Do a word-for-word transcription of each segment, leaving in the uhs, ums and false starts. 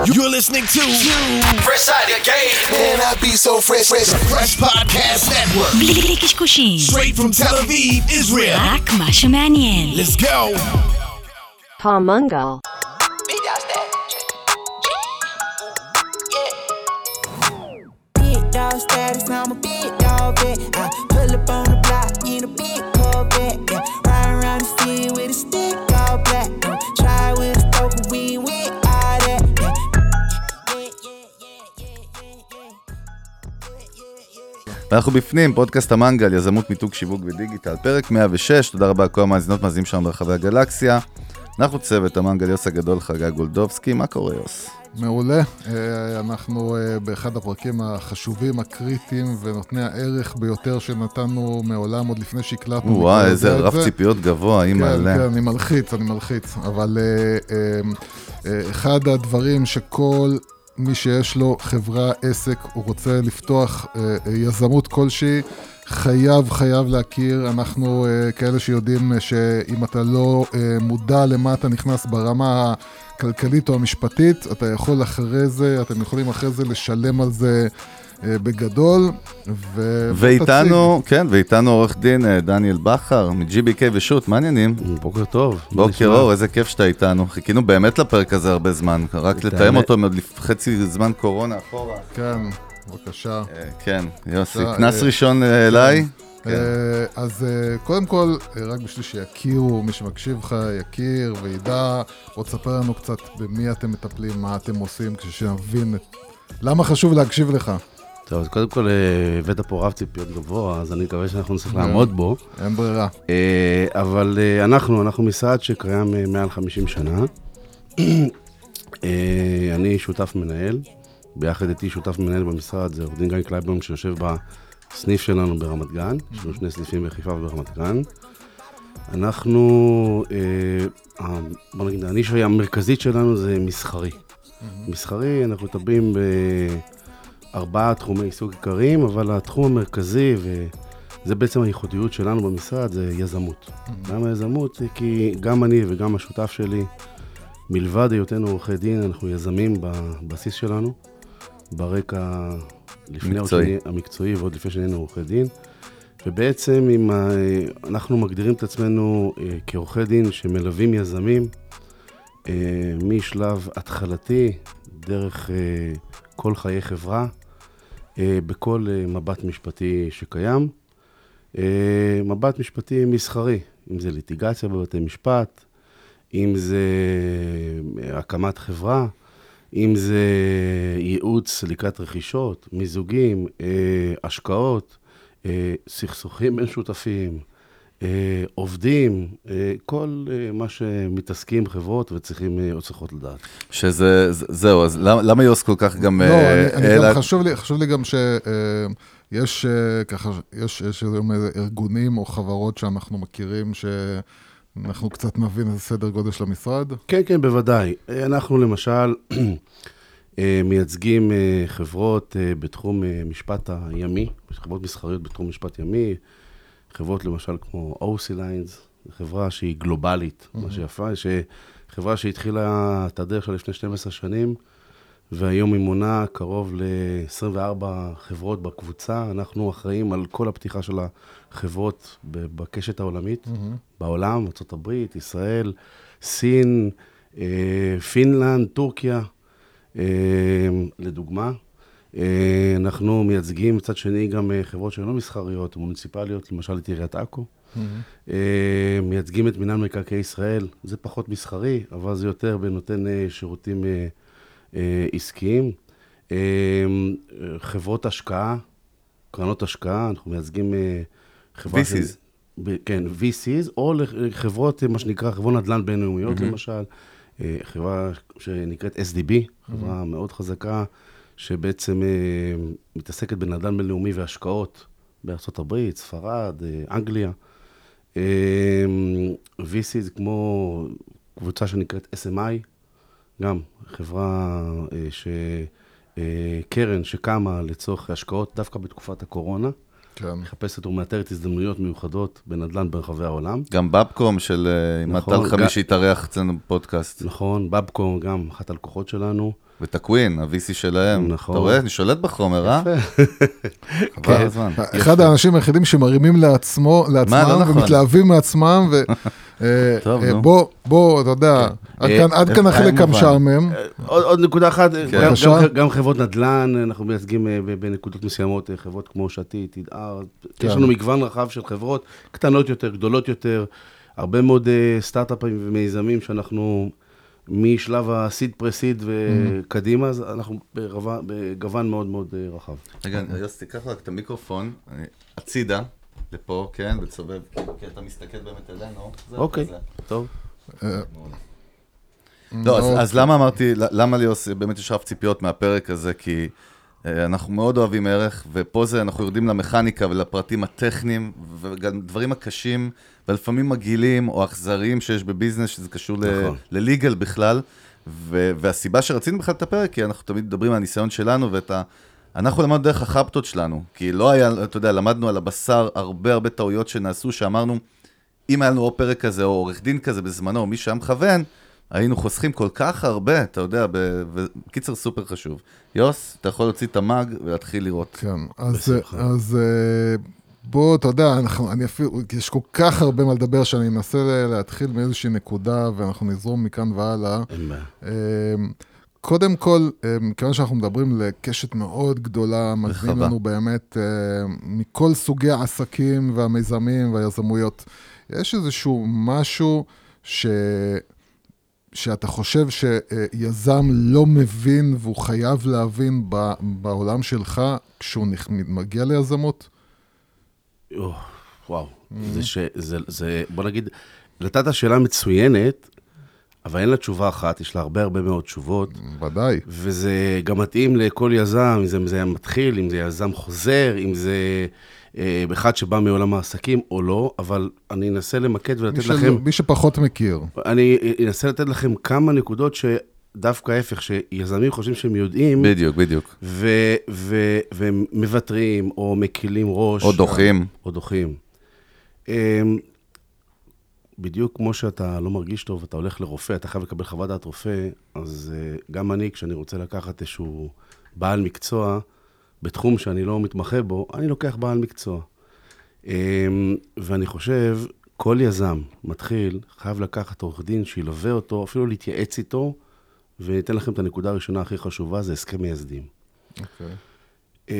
You're listening to Fresh Out of Game. Man, I be so fresh, fresh, fresh podcast network. בלי קשקושים. Straight from Tel Aviv, Israel. רק מה שמעניין. Let's go. Palmungal. Dog status, I'm a big dog vet. I pull up on the block in a big Corvette. Yeah, riding around the city with a stick all black. Uh, try with a stroke, we ain't with all that. Yeah, yeah, yeah, yeah, yeah. ואנחנו בפנים, פודקאסט המנגל, יזמות מיתוג שיווק ודיגיטל, פרק מאה ושש, תודה רבה לכל המאזינות מאזינים שם ברחבי הגלקסיה. אנחנו צוות המנגל, יוס הגדול, חגי גולדובסקי, מה קורה יוס? מעולה, אנחנו באחד הפרקים החשובים, הקריטיים ונותני הערך ביותר שנתנו מעולם עוד לפני שהקלטנו. וואי, איזה רף ציפיות גבוה, היא מעלה. כן, כן, אני מלחיץ, אני מלחיץ, אבל אחד הדברים שכל מי שיש לו חברה, עסק, הוא רוצה לפתוח יזמות כלשהי, חייב, חייב להכיר, אנחנו uh, כאלה שיודעים uh, שאם אתה לא uh, מודע למה אתה נכנס ברמה הכלכלית או המשפטית, אתה יכול אחרי זה, אתם יכולים אחרי זה לשלם על זה uh, בגדול. ו... ואיתנו, כן, ואיתנו עורך דין uh, דניאל בכר, מ-ג'י בי קיי ושוט, מעניינים? בוקר טוב. בוקר אור, איזה כיף שאתה איתנו. חיכינו באמת לפרק הזה הרבה זמן, רק לתאם אותו חצי זמן קורונה אחורה. כן. בבקשה. כן, יוסי, כנס ראשון אליי. אז קודם כל, רק בשביל שיכירו, מי שמקשיב לך יכיר וידע, בוא תספר לנו קצת במי אתם מטפלים, מה אתם עושים, כשנבין למה חשוב להקשיב לך. טוב, אז קודם כל הבאת פה רב ציפיות גבוה, אז אני מקווה שאנחנו נצטרך לעמוד בו. אין ברירה. אבל אנחנו, אנחנו משרד שקיים מעל חמישים שנה. אני שותף מנהל. ביחד איתי שותף מנהל במשרד, זה עורך דין גיא קלייבון שיושב בסניף שלנו ברמת גן, יש לנו שני סניפים בחיפה וברמת גן. אנחנו, אה, בוא נגיד, הנישה המרכזית שלנו זה מסחרי. מסחרי, אנחנו מטפלים בארבעה תחומי עיסוק עיקריים, אבל התחום המרכזי, וזה בעצם הייחודיות שלנו במשרד, זה יזמות. למה יזמות? כי גם אני וגם השותף שלי, מלבד היותנו עורכי דין, אנחנו יזמים בבסיס שלנו. ברקע לפני מקצועי. המקצועי ועוד לפני שנהיינו עורכי דין. ובעצם אם אנחנו מגדירים את עצמנו כעורכי דין שמלווים יזמים משלב התחלתי דרך כל חיי חברה בכל מבט משפטי שקיים. מבט משפטי מסחרי, אם זה ליטיגציה בבתי משפט, אם זה הקמת חברה, אם זה ייעוץ לקראת רכישות, מיזוגים, אה, השקעות, אה, סכסוכים בין שותפים, אה, עובדים, אה, כל אה, מה שמתעסקים חברות וצריכים אה, או צריכות לדעת. שזה, זהו, אז למה, למה יוס כל כך גם... לא, אה, אני, אה, אני גם לה... חשוב לי, חשוב לי גם שיש אה, ככה, יש, יש ארגונים או חברות שאנחנו מכירים ש... אנחנו קצת נבין איזה סדר גודל של המשרד. כן, כן, בוודאי. אנחנו למשל מייצגים חברות בתחום משפט הימי, חברות מסחריות בתחום משפט ימי, חברות למשל כמו או סי Lines, חברה שהיא גלובלית, מה שיפה, חברה שהתחילה את הדרך שלה לפני שתים עשרה שנים, והיום היא מונה קרוב ל-עשרים וארבע חברות בקבוצה. אנחנו אחראים על כל הפתיחה של החברות בקשת העולמית, mm-hmm. בעולם, ארצות הברית, ישראל, סין, אה, פינלנד, טורקיה, אה, לדוגמה. אה, אנחנו מייצגים מצד שני גם חברות שאינן מסחריות, מוניציפליות, למשל את עיריית עכו. Mm-hmm. אה, מייצגים את מינהל מקרקעי ישראל, זה פחות מסחרי, אבל זה יותר בנותן אה, שירותים אה, עסקיים, חברות השקעה, קרנות השקעה, אנחנו מייצגים חברה... וי סיז. כן, וי סיז, או לחברות, מה שנקרא, חברות נדל"ן בינלאומיות, למשל, חברה שנקראת אס די בי, חברה מאוד חזקה, שבעצם מתעסקת בנדל"ן בינלאומי והשקעות בארצות הברית, ספרד, אנגליה. וי סיז כמו קבוצה שנקראת אס אם איי, גם חברה ש... קרן שקמה לצורך השקעות דווקא בתקופת הקורונה, כן. מחפשת ומאתרת הזדמנויות מיוחדות בנדל"ן ברחבי העולם. גם בבקום של מטל חמישי התארח אצלנו בפודקאסט. נכון, בבקום גם אחת הלקוחות שלנו. וטקווין, ה-וי סי שלהם. נכון. אתה רואה? אני שולט בחומר, אה? חבל הזמן. אחד האנשים היחידים שמרימים לעצמו, לעצמם, ומתלהבים מעצמם, ובוא, בוא, אתה יודע, עד כאן החלק המשעמם. עוד נקודה אחת, גם חברות נדל"ן, אנחנו מייצגים בנקודות מסוימות, חברות כמו שתי, תדער, יש לנו מגוון רחב של חברות, קטנות יותר, גדולות יותר, הרבה מאוד סטארט-אפים ומיזמים שאנחנו... משלב הסיד פרסיד וקדימה, אז אנחנו בגוון מאוד מאוד רחב. רגע, יוס, תיקח רק את המיקרופון, הצידה, לפה, כן, בצובב, כי אתה מסתכל באמת אלינו. אוקיי, טוב. לא, אז למה אמרתי, למה ליוס באמת יש רב ציפיות מהפרק הזה, כי אנחנו מאוד אוהבים ערך, ופה זה אנחנו יורדים למכניקה ולפרטים הטכניים, וגם דברים הקשים, ולפעמים מגעילים או אכזריים שיש בביזנס, שזה קשור לליגל בכלל, והסיבה שרצינו בכלל את הפרק, כי אנחנו תמיד מדברים על הניסיון שלנו, אנחנו למדנו דרך החבטות שלנו, כי לא היה, אתה יודע, למדנו על הבשר הרבה הרבה טעויות שנעשו, שאמרנו, אם היה לנו או פרק כזה, או עורך דין כזה בזמנו, או מי שהיה מכוון, היינו חוסכים כל כך הרבה, אתה יודע, בקיצר סופר חשוב. יוס, אתה יכול להוציא את המאג ולהתחיל לראות. כן, אז, אז בוא, אתה יודע, אנחנו, אני אפילו, יש כל כך הרבה מה לדבר שאני אנסה להתחיל מאיזושהי נקודה, ואנחנו נזרום מכאן והלאה. קודם כל, מכיוון שאנחנו מדברים לקשת מאוד גדולה, מזמינים לנו באמת מכל סוגי העסקים והמיזמים והיזמויות. יש איזשהו משהו ש... שאתה חושב שיזם לא מבין והוא חייב להבין בעולם שלך כשהוא מגיע ליזמות? וואו, בוא נגיד, נתת שאלה מצוינת, אבל אין לה תשובה אחת, יש לה הרבה הרבה מאוד תשובות. ודאי. וזה גם מתאים לכל יזם, אם זה מתחיל, אם זה יזם חוזר, אם זה אחד שבא מעולם העסקים או לא, אבל אני אנסה למקד ולתת לכם... מי שפחות מכיר. אני אנסה לתת לכם כמה נקודות שדווקא ההפך, שיזמים חושבים שהם יודעים. בדיוק, בדיוק. והם מבטרים או מקילים ראש. או דוחים. או דוחים. בדיוק כמו שאתה לא מרגיש טוב, אתה הולך לרופא, אתה חייב לקבל חוות דעת רופא, אז גם אני, כשאני רוצה לקחת איזשהו בעל מקצוע, בתחום שאני לא מתמחה בו, אני לוקח בעל מקצוע. ואני חושב, כל יזם מתחיל, חייב לקחת עורך דין שילווה אותו, אפילו להתייעץ איתו, וניתן לכם את הנקודה הראשונה הכי חשובה, זה הסכם מייסדים. אוקיי.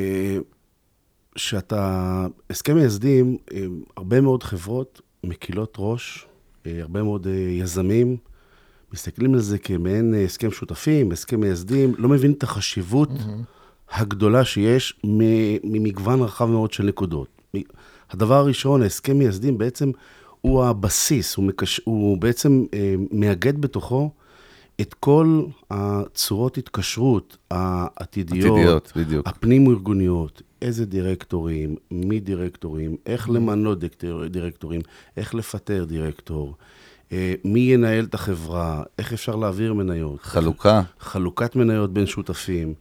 שאתה, הסכם מייסדים, הרבה מאוד חברות מקילות ראש, הרבה מאוד יזמים, מסתכלים על זה כמעין הסכם שותפים, הסכם מייסדים, לא מבין את החשיבות הגדולה שיש ממגוון רחב מאוד של נקודות. הדבר הראשון, ההסכם מייסדים בעצם הוא הבסיס, הוא, מקש... הוא בעצם אה, מאגד בתוכו את כל הצורות התקשרות העתידיות, עתידיות, בדיוק. הפנים-ארגוניות, איזה דירקטורים, מי דירקטורים, איך למנות דירקטורים, איך לפטר דירקטור, אה, מי ינהל את החברה, איך אפשר להעביר מניות. חלוקה. איך, חלוקת מניות בין שותפים.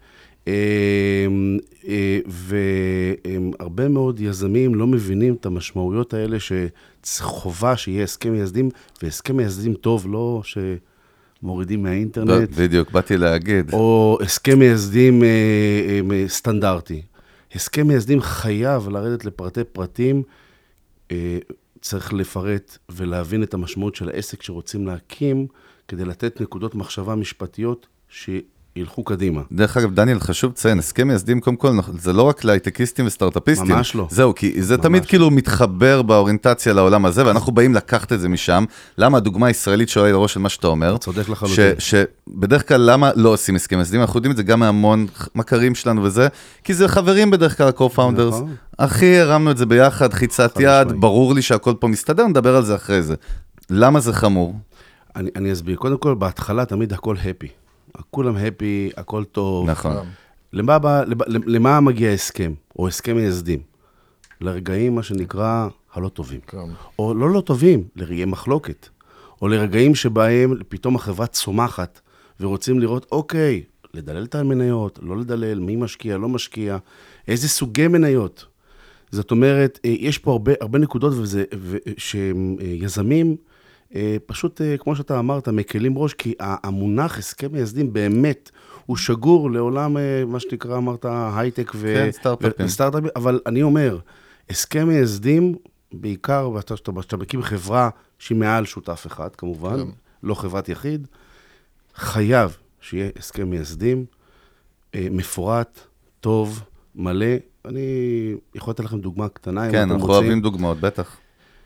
והרבה מאוד יזמים לא מבינים את המשמעויות האלה שחובה שיהיה הסכם מייסדים, והסכם מייסדים טוב, לא שמורידים מהאינטרנט. בדיוק, באתי להגיד. או הסכם מייסדים סטנדרטי. הסכם מייסדים חייב לרדת לפרטי פרטים, צריך לפרט ולהבין את המשמעות של העסק שרוצים להקים, כדי לתת נקודות מחשבה משפטיות ש... ילכו קדימה. דרך אגב, דניאל, חשוב לציין, הסכם מייסדים קודם כל, זה לא רק להייטקיסטים וסטארט-אפיסטים. ממש לא. זהו, כי זה תמיד כאילו מתחבר באוריינטציה לעולם הזה, ואנחנו באים לקחת את זה משם. למה הדוגמה הישראלית שעולה לראש של מה שאתה אומר? צודק לחלוטין. שבדרך כלל למה לא עושים הסכם מייסדים? אנחנו יודעים את זה גם מהמון מכרים שלנו וזה, כי זה חברים בדרך כלל, ה-co-founders. אחי, הרמנו את זה ביחד, חיצת יד, ברור לי שהכל פה מסתדר, נדבר על זה אחרי זה. למה זה חמור? אני, אני אסביר. קודם כל, בהתחלה תמיד הכל happy. כולם הפי, הכל טוב. נכון. למה, למה, למה מגיע הסכם, או הסכם מייסדים? לרגעים, מה שנקרא, הלא טובים. כן. או לא לא טובים, לרגעי מחלוקת. או לרגעים שבהם פתאום החברה צומחת, ורוצים לראות, אוקיי, לדלל את המניות, לא לדלל, מי משקיע, לא משקיע, איזה סוגי מניות. זאת אומרת, יש פה הרבה, הרבה נקודות וזה, שיזמים, פשוט, כמו שאתה אמרת, מקלים ראש, כי המונח הסכם מייסדים באמת, הוא שגור לעולם, מה שנקרא, אמרת, הייטק ו... כן, סטארט-אפים. וסטארט-אפים, אבל אני אומר, הסכם מייסדים, בעיקר, שאתה מקים חברה שהיא מעל שותף אחד, כמובן, כן. לא חברת יחיד, חייב שיהיה הסכם מייסדים, מפורט, טוב, מלא. אני יכול לתת לכם דוגמה קטנה. כן, אנחנו אוהבים דוגמאות, בטח.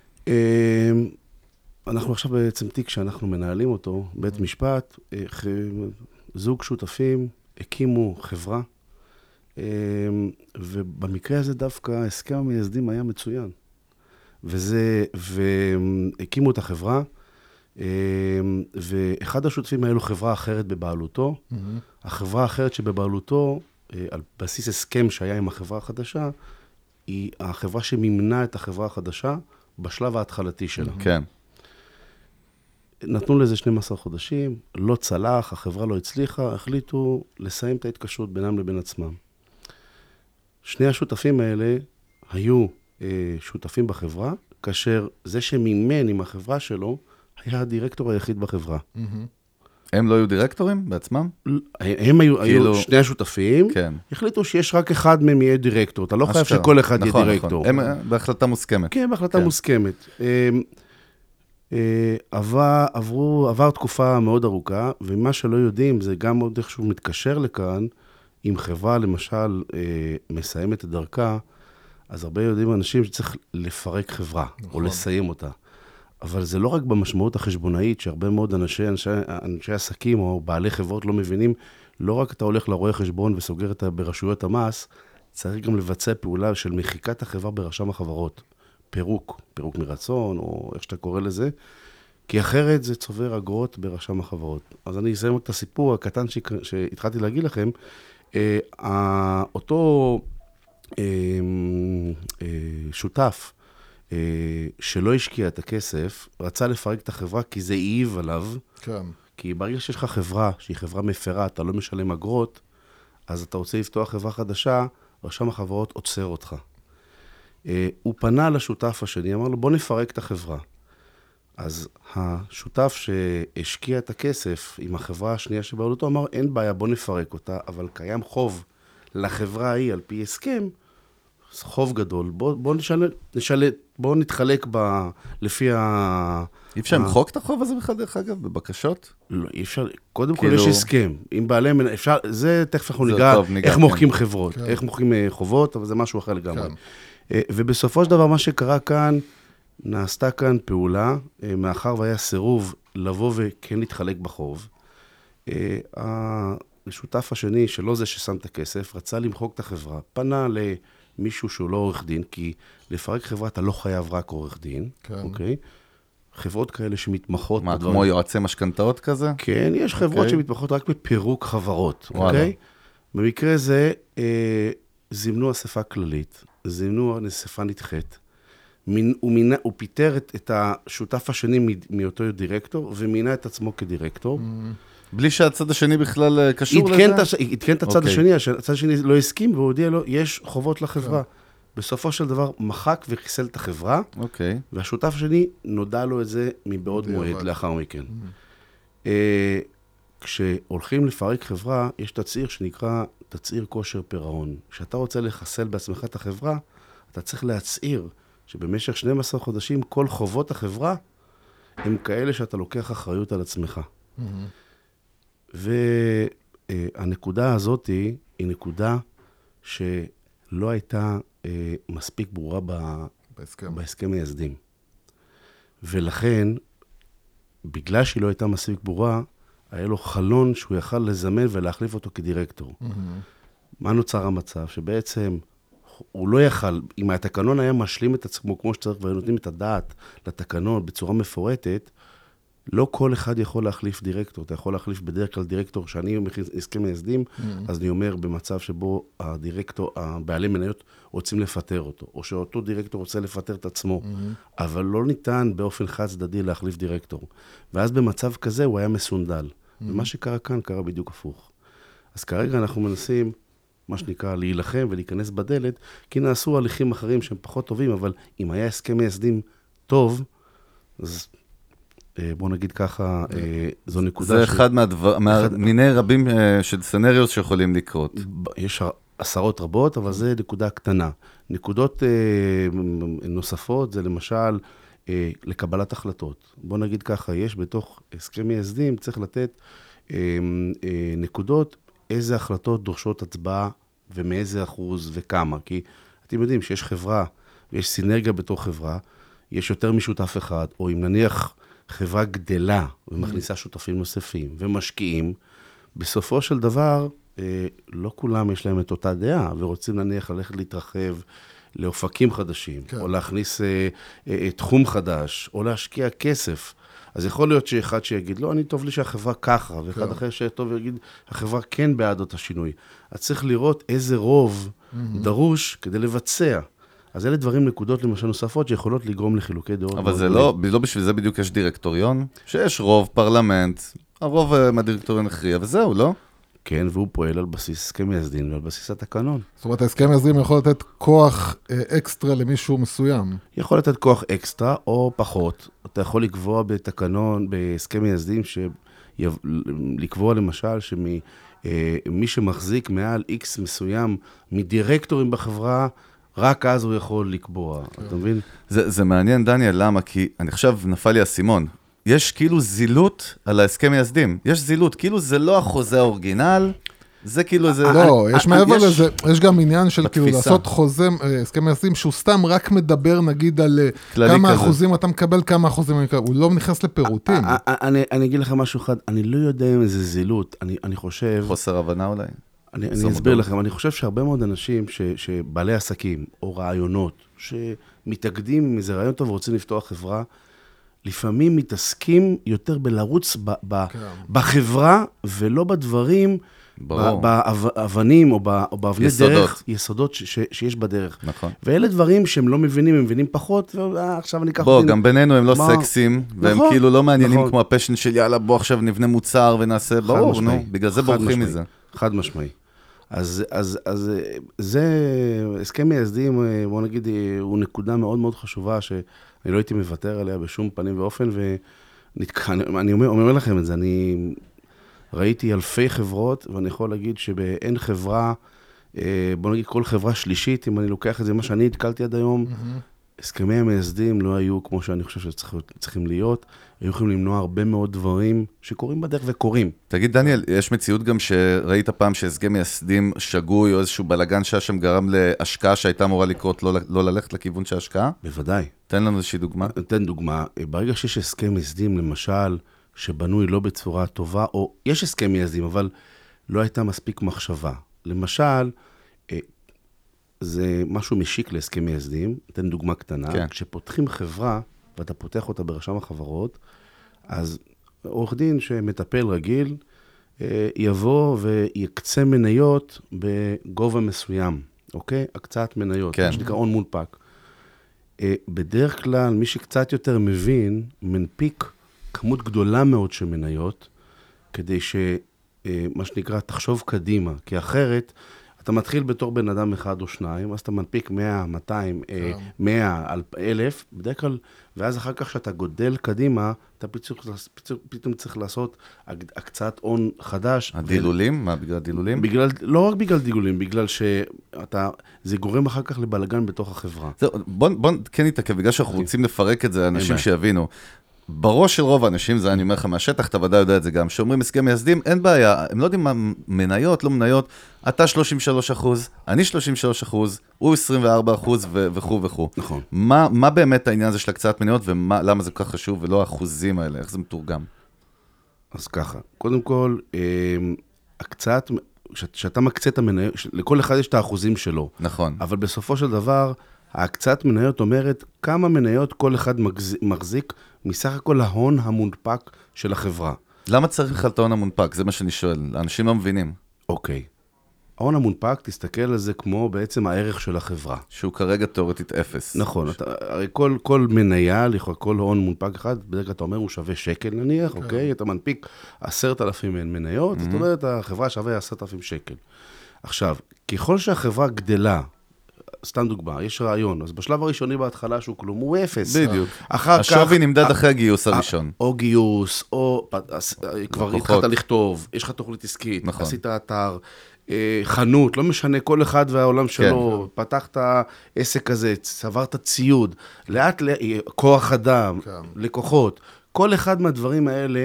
אנחנו עכשיו בעצם תיק שאנחנו מנהלים אותו, בית משפט, זוג שותפים, הקימו חברה, ובמקרה הזה דווקא הסכם המייסדים היה מצוין. וזה, והקימו את החברה, ואחד השותפים היה לו חברה אחרת בבעלותו, החברה האחרת שבבעלותו, על בסיס הסכם שהיה עם החברה החדשה, היא החברה שמימנה את החברה החדשה בשלב ההתחלתי שלה. כן. נתנו לזה שנים עשר חודשים, לא צלח, החברה לא הצליחה, החליטו לסיים את ההתקשרות בינם לבין עצמם. שני השותפים האלה היו אה, שותפים בחברה, כאשר זה שמימן עם החברה שלו, היה הדירקטור היחיד בחברה. הם לא היו דירקטורים בעצמם? הם היו, היו שני השותפים, כן. החליטו שיש רק אחד מהם יהיה דירקטור, אתה לא חייב שכל אחד יהיה דירקטור. נכון, הם בהחלטה מוסכמת. כן, בהחלטה מוסכמת. עבר, עברו, עבר תקופה מאוד ארוכה, ומה שלא יודעים, זה גם עוד איכשהו מתקשר לכאן, אם חברה למשל מסיימת את דרכה, אז הרבה יודעים אנשים שצריך לפרק חברה, או לסיים אותה. אבל זה לא רק במשמעות החשבונאית, שהרבה מאוד אנשי, אנשי, אנשי עסקים או בעלי חברות לא מבינים, לא רק אתה הולך לרואה חשבון וסוגר את ברשויות המס, צריך גם לבצע פעולה של מחיקת החברה ברשם החברות. פירוק, פירוק מרצון, או איך שאתה קורא לזה, כי אחרת זה צובר אגרות ברשם החברות. אז אני אסיים את הסיפור הקטן שהתחלתי להגיד לכם, אה, אותו אה, אה, שותף, שלא השקיע את הכסף, רצה לפרק את החברה כי זה העיב עליו, כן. כי ברגע שיש לך חברה שהיא חברה מפרה, אתה לא משלם אגרות, אז אתה רוצה לפתוח חברה חדשה, רשם החברות עוצר אותך. הוא פנה לשותף השני, אמר לו, בוא נפרק את החברה. אז השותף שהשקיע את הכסף עם החברה השנייה שבעלותו, אמר, אין בעיה, בוא נפרק אותה, אבל קיים חוב לחברה ההיא על פי הסכם, חוב גדול, בוא, בוא נשאל, נשאל, בוא נתחלק ב, לפי ה... אי אפשר למחוק את החוב הזה בכלל, דרך אגב, בבקשות? לא, אי אפשר, קודם כל יש הסכם, אם בעלי, אפשר, זה תכף אנחנו ניגע, איך מוחקים חברות, איך מוחקים חובות, אבל זה משהו אחר לגמרי. ובסופו של דבר, מה שקרה כאן, נעשתה כאן פעולה, מאחר והיה סירוב לבוא וכן להתחלק בחוב. השותף השני, שלא זה ששם את הכסף, רצה למחוק את החברה, פנה ל... מישהו שהוא לא עורך דין, כי לפרק חברה אתה לא חייב רק עורך דין, כן. אוקיי? חברות כאלה שמתמחות... מה, בדברים... כמו יועצי משכנתאות כזה? כן, יש חברות אוקיי. שמתמחות רק בפירוק חברות, וואלה. אוקיי? במקרה זה, אה, זימנו אספה כללית, זימנו אספה נדחית, מין, הוא, מינה, הוא פיתר את, את השותף השני מאותו דירקטור, ומינה את עצמו כדירקטור, mm. בלי שהצד השני בכלל קשור לזה? התקן את הצד השני, הצד השני לא הסכים, והוא הודיע לו, יש חובות לחברה. בסופו של דבר, מחק וחיסל את החברה, והשותף השני נודע לו את זה מבעוד מועד לאחר מכן. כשהולכים לפרק חברה, יש תצעיר שנקרא תצעיר כושר פירעון. כשאתה רוצה לחסל בעצמך את החברה, אתה צריך להצעיר שבמשך שנים עשר חודשים, כל חובות החברה הם כאלה שאתה לוקח אחריות על עצמך. והנקודה הזאת היא נקודה שלא הייתה מספיק ברורה בהסכם, בהסכם מייסדים. ולכן, בגלל שהיא לא הייתה מספיק ברורה, היה לו חלון שהוא יכל לזמן ולהחליף אותו כדירקטור. Mm-hmm. מה נוצר המצב? שבעצם הוא לא יכל, אם התקנון היה משלים את עצמו כמו שצריך, והיו נותנים את הדעת לתקנון בצורה מפורטת, לא כל אחד יכול להחליף דירקטור. אתה יכול להחליף בדרך כלל דירקטור, שאני מכניס הסכם מייסדים, mm-hmm. אז אני אומר במצב שבו הדירקטור, הבעלי מניות רוצים לפטר אותו, או שאותו דירקטור רוצה לפטר את עצמו, mm-hmm. אבל לא ניתן באופן חד צדדי להחליף דירקטור. ואז במצב כזה הוא היה מסונדל. Mm-hmm. ומה שקרה כאן קרה בדיוק הפוך. אז כרגע אנחנו מנסים מה שנקרא, להילחם ולהיכנס בדלת, כי נעשו הליכים אחרים שהם פחות טובים, אבל אם היה הסכם מייסדים טוב, אז בוא נגיד ככה, זו נקודה... זה אחד מיני רבים של סנריות שיכולים לקרות. יש עשרות רבות, אבל זה נקודה קטנה. נקודות נוספות זה למשל לקבלת החלטות. בוא נגיד ככה, יש בתוך הסכם מייסדים, צריך לתת נקודות, איזה החלטות דורשות הצבעה ומאיזה אחוז וכמה. כי אתם יודעים שיש חברה ויש סינרגיה בתוך חברה, יש יותר משותף אחד, או אם נניח חברה גדלה ומכניסה שותפים נוספים ומשקיעים, בסופו של דבר, לא כולם יש להם את אותה דעה, ורוצים נניח ללכת להתרחב לאופקים חדשים, כן. או להכניס אה, אה, תחום חדש, או להשקיע כסף. אז יכול להיות שאחד שיגיד, לא, אני טוב לי שהחברה ככה, ואחד כן. אחר שטוב ויגיד, החברה כן בעד אותה שינוי. אז צריך לראות איזה רוב mm-hmm. דרוש כדי לבצע. אז אלה דברים נקודות למשל נוספות שיכולות לגרום לחילוקי דעות. אבל זה לא, לא בשביל זה בדיוק יש דירקטוריון, שיש רוב פרלמנט, הרוב מהדירקטוריון הכריע, וזהו, לא? כן, והוא פועל על בסיס הסכם מייסדים ועל בסיס התקנון. זאת אומרת, ההסכם מייסדים יכול לתת כוח אה, אקסטרה למישהו מסוים. יכול לתת כוח אקסטרה או פחות. אתה יכול לקבוע בתקנון, בהסכם מייסדים, שיב... לקבוע למשל שמי אה, שמחזיק מעל איקס מסוים מדירקטורים בחברה, רק אז הוא יכול לקבוע. כן. אתה מבין? זה, זה מעניין, דניאל, למה? כי אני עכשיו נפל לי הסימון. יש כאילו זילות על ההסכם מייסדים. יש זילות, כאילו זה לא החוזה האורגינל, זה כאילו זה... לא, יש מעבר לזה, יש גם עניין של כאילו לעשות חוזה, הסכם מייסדים, שהוא סתם רק מדבר נגיד על כמה אחוזים אתה מקבל, כמה אחוזים אני מקבל, הוא לא נכנס לפירוטים. אני אגיד לך משהו אחד, אני לא יודע אם זה זילות, אני חושב... חוסר הבנה אולי? אני אסביר לכם, אני חושב שהרבה מאוד אנשים שבעלי עסקים או רעיונות, שמתאגדים עם איזה רעיון טוב ורוצים לפתוח חברה, לפעמים מתעסקים יותר בלרוץ ב- ב- כן. בחברה, ולא בדברים, ב- באבנים או, ב- או באבני יסודות. דרך, יסודות ש- ש- שיש בדרך. נכון. ואלה דברים שהם לא מבינים, הם מבינים פחות, ועכשיו אני אקח... בוא, גם בינינו הם לא מה... סקסים, והם נכון, כאילו לא מעניינים נכון. כמו הפשן של יאללה, בוא עכשיו נבנה מוצר ונעשה, ברור, נו, בגלל זה בורחים מזה. חד משמעי. אז, אז, אז זה, הסכם מייסדים, בוא נגיד, הוא נקודה מאוד מאוד חשובה, שאני לא הייתי מוותר עליה בשום פנים ואופן, ואני אומר, אומר לכם את זה, אני ראיתי אלפי חברות, ואני יכול להגיד שבאין חברה, בוא נגיד כל חברה שלישית, אם אני לוקח את זה, מה שאני התקלתי עד היום, הסכמי המייסדים לא היו כמו שאני חושב שצריכים להיות, היו יכולים למנוע הרבה מאוד דברים שקורים בדרך וקורים. תגיד, דניאל, יש מציאות גם שראית פעם שהסכם מייסדים שגוי, או איזשהו בלגן שהשם גרם להשקעה שהייתה אמורה לקרות, לא, לא ללכת לכיוון של ההשקעה? בוודאי. תן לנו איזושהי דוגמה. תן דוגמה. ברגע שיש הסכם מייסדים, למשל, שבנוי לא בצורה טובה, או יש הסכם מייסדים, אבל לא הייתה מספיק מחשבה. למשל, זה משהו משיק להסכם מייסדים, אתן דוגמה קטנה, כן. כשפותחים חברה, ואתה פותח אותה ברשם החברות, אז עורך דין שמטפל רגיל, יבוא ויקצה מניות בגובה מסוים, אוקיי? הקצת מניות, כן. שנקרא הון מונפק. בדרך כלל, מי שקצת יותר מבין, מנפיק כמות גדולה מאוד של מניות, כדי שמה שנקרא, תחשוב קדימה, כי אחרת, אתה מתחיל בתור בן אדם אחד או שניים, אז אתה מנפיק מאה, מאתיים, מאה, אלף, בדרך כלל, ואז אחר כך שאתה גודל קדימה, אתה פתאום צריך לעשות הקצת הון חדש. הדילולים? מה, בגלל דילולים? בגלל, לא רק בגלל דילולים, בגלל שאתה, זה גורם אחר כך לבלגן בתוך החברה. זהו, בוא, בוא כן נתעכב, בגלל שאנחנו רוצים לפרק את זה, אנשים שיבינו. בראש של רוב האנשים, זה אני אומר לך מהשטח, אתה ודאי יודע את זה גם, שאומרים הסכם מייסדים, אין בעיה, הם לא יודעים מה מניות, לא מניות, אתה שלושים ושלושה אחוז, אני שלושים ושלושה אחוז, הוא עשרים וארבעה אחוז וכו' וכו'. נכון. מה, מה באמת העניין הזה של הקצאת מניות, ולמה זה כל כך חשוב, ולא האחוזים האלה, איך זה מתורגם? אז ככה, קודם כל, הקצאת, שאתה מקצה את המניות, לכל אחד יש את האחוזים שלו. נכון. אבל בסופו של דבר, ההקצאת מניות אומרת כמה מניות כל אחד מחזיק מסך הכל ההון המונפק של החברה. למה צריך על ההון המונפק? זה מה שאני שואל. אנשים לא מבינים. אוקיי. ההון המונפק, תסתכל על זה כמו בעצם הערך של החברה. שהוא כרגע תיאורטית אפס. נכון. אתה, הרי כל, כל מניה, כל הון מונפק אחד, בדרך כלל אתה אומר הוא שווה שקל נניח, אוקיי? אתה מנפיק עשרת אלפים מניות, זאת אומרת, החברה שווה עשרת אלפים שקל. עכשיו, ככל שהחברה גדלה, סתם דוגמה, יש רעיון, אז בשלב הראשוני בהתחלה שהוא כלום, הוא אפס. בדיוק. אחר כך... השווי נמדד אחרי הגיוס הראשון. או גיוס, או כבר התחלת לכתוב, יש לך תוכנית עסקית, עשית אתר, חנות, לא משנה, כל אחד והעולם שלו, פתחת עסק כזה, צברת ציוד, לאט כוח אדם, לקוחות, כל אחד מהדברים האלה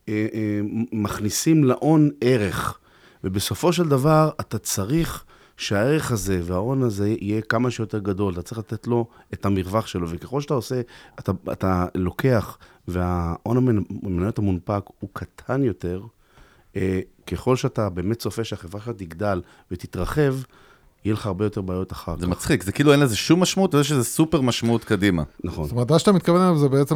מכניסים להון ערך, ובסופו של דבר אתה צריך שהערך הזה וההון הזה יהיה כמה שיותר גדול, אתה צריך לתת לו את המרווח שלו, וככל שאתה עושה, אתה, אתה לוקח, וההון המניות המונפק הוא קטן יותר, אה, ככל שאתה באמת צופה שהחברה שלך תגדל ותתרחב, יהיה לך הרבה יותר בעיות אחר כך. זה מצחיק, זה כאילו אין לזה שום משמעות, וזה שזה סופר משמעות קדימה. נכון. זאת אומרת, מה שאתה מתכוון אליו זה בעצם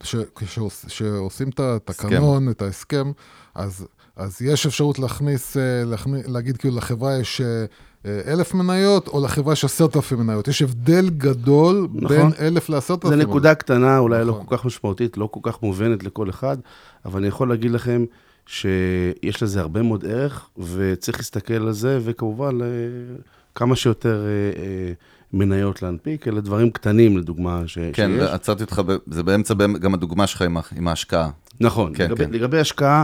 כשעושים את התקנון, את ההסכם, אז, אז יש אפשרות להכניס, להכניס, להגיד כאילו לחברה יש אלף מניות, או לחברה יש עשרת אלפים מניות. יש הבדל גדול נכון. בין אלף לעשרת אלפים. זה נקודה קטנה, אולי נכון. לא כל כך משמעותית, לא כל כך מובנת לכל אחד, אבל אני יכול להגיד לכם, שיש לזה הרבה מאוד ערך, וצריך להסתכל על זה, וכמובן, כמה שיותר מניות להנפיק, אלה דברים קטנים, לדוגמה, ש... כן, שיש. עצרתי אותך, זה באמצע גם הדוגמה שלך עם, עם ההשקעה. נכון, כן, לגבי, כן. לגבי השקעה,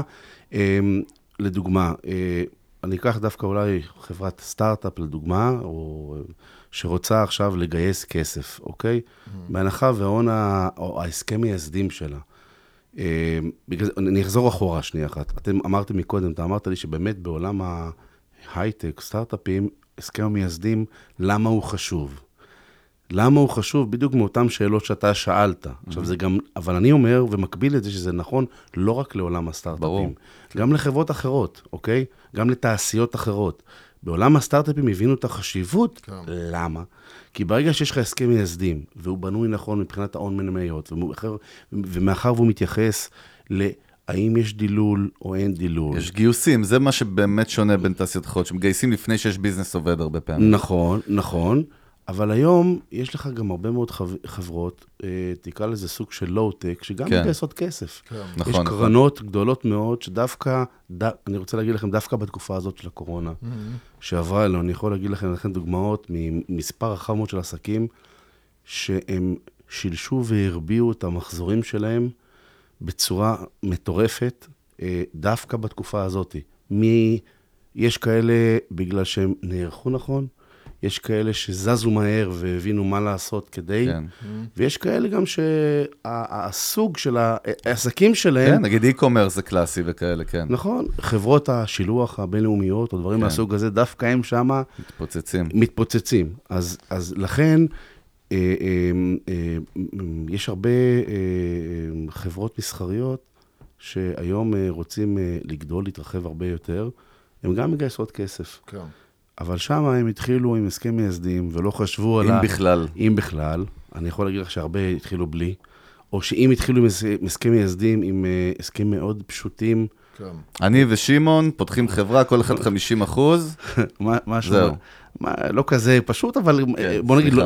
לדוגמה, אני אקח דווקא אולי חברת סטארט-אפ, לדוגמה, או שרוצה עכשיו לגייס כסף, אוקיי? Mm. בהנחה וההון, או ההסכם מייסדים שלה. אני אחזור אחורה שנייה אחת. אתם אמרתם מקודם, אתה אמרת לי שבאמת בעולם ההייטק, סטארט-אפים, הסכם המייסדים, למה הוא חשוב? למה הוא חשוב? בדיוק מאותן שאלות שאתה שאלת. עכשיו זה גם, אבל אני אומר ומקביל את זה שזה נכון לא רק לעולם הסטארט-אפים, גם לחברות אחרות, אוקיי? גם לתעשיות אחרות. בעולם הסטארט-אפים הבינו את החשיבות, למה? כי ברגע שיש לך הסכם מייסדים, והוא בנוי נכון מבחינת ההון מניות, ומאחר והוא מתייחס להאם יש דילול או אין דילול. יש גיוסים, זה מה שבאמת שונה בין תעשיות אחרות, שמגייסים לפני שיש ביזנס עובד הרבה פעמים. נכון, נכון. אבל היום יש לך גם הרבה מאוד חברות, תקרא לזה סוג של לואו-טק, שגם מגייסות כסף. יש קרנות גדולות מאוד, שדווקא, אני רוצה להגיד לכם, דווקא בתקופה הזאת של הקורונה, שעברה אלו, אני יכול להגיד לכם, לכם דוגמאות ממספר רחב מאוד של עסקים, שהם שילשו והרביעו את המחזורים שלהם בצורה מטורפת, דווקא בתקופה הזאת. מי, יש כאלה בגלל שהם נערכו נכון, יש כאלה שזזו מהר והבינו מה לעשות כדי, כן. ויש כאלה גם שהסוג של העסקים שלהם... כן, נגיד אי-קומרס זה קלאסי וכאלה, כן. נכון, חברות השילוח הבינלאומיות, או דברים כן. מהסוג הזה, דווקא הם שם... מתפוצצים. מתפוצצים. אז, אז לכן, אה, אה, אה, יש הרבה אה, חברות מסחריות, שהיום אה, רוצים אה, לגדול, להתרחב הרבה יותר, הם גם מגייסות כסף. כן. אבל שם הם התחילו עם הסכם מייסדים, ולא חשבו על... אם בכלל. אם בכלל. אני יכול להגיד לך שהרבה התחילו בלי. או שאם התחילו עם הסכם מייסדים, עם הסכם מאוד פשוטים. אני ושמעון פותחים חברה, כל אחד חמישים אחוז. משהו. זהו. לא כזה פשוט, אבל בוא נגיד,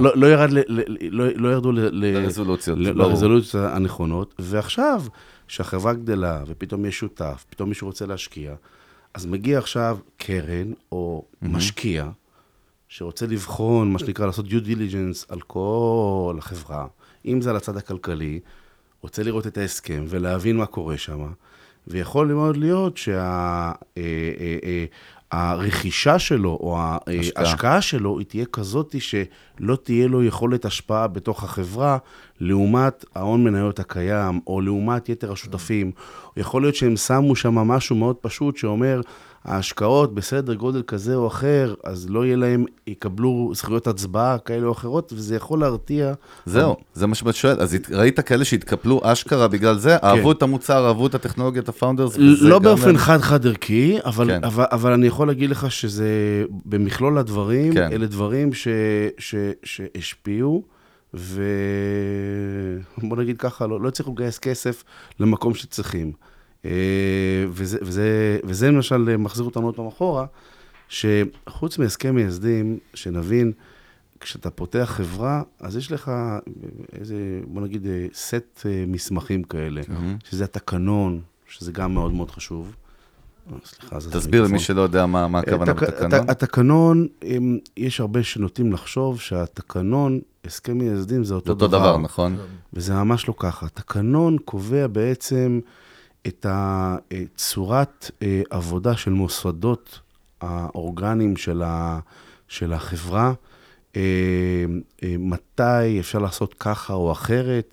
לא ירדו לרזולוציות הנכונות. ועכשיו, שהחברה גדלה, ופתאום יש שותף, פתאום מישהו רוצה להשקיע, אז מגיע עכשיו קרן או mm-hmm. משקיע, שרוצה לבחון, מה שנקרא, לעשות due diligence על כל החברה, אם זה על הצד הכלכלי, רוצה לראות את ההסכם ולהבין מה קורה שם, ויכול מאוד להיות שהרכישה שלו או ההשקעה שלו היא תהיה כזאת שלא תהיה לו יכולת השפעה בתוך החברה, לעומת ההון מניות הקיים, או לעומת יתר השותפים. יכול להיות שהם שמו שם משהו מאוד פשוט שאומר, ההשקעות בסדר גודל כזה או אחר, אז לא יהיה להם, יקבלו זכויות הצבעה כאלה או אחרות, וזה יכול להרתיע. זהו, זה מה שבאת שואל. אז ראית כאלה שהתקפלו אשכרה בגלל זה? אהבו את המוצר, אהבו את הטכנולוגיה, את הפאונדרס? לא באופן חד-חד ערכי, אבל אני יכול להגיד לך שזה במכלול הדברים, אלה דברים שהשפיעו, ובוא נגיד ככה, לא צריכים לגייס כסף למקום שצריכים. וזה, וזה, וזה למשל מחזיר אותנו עוד פעם אחורה, שחוץ מהסכם מייסדים, שנבין, כשאתה פותח חברה, אז יש לך איזה, בוא נגיד, סט מסמכים כאלה, שזה התקנון, שזה גם מאוד מאוד חשוב. סליחה, זה תסביר למי שלא יודע מה, מה הכוונה בתקנון. התקנון, יש הרבה שנוטים לחשוב שהתקנון, הסכם מייסדים זה אותו דבר. אותו דבר, נכון. וזה ממש לא ככה. התקנון קובע בעצם את הצורת עבודה של מוסדות האורגנים של, ה, של החברה, מתי אפשר לעשות ככה או אחרת,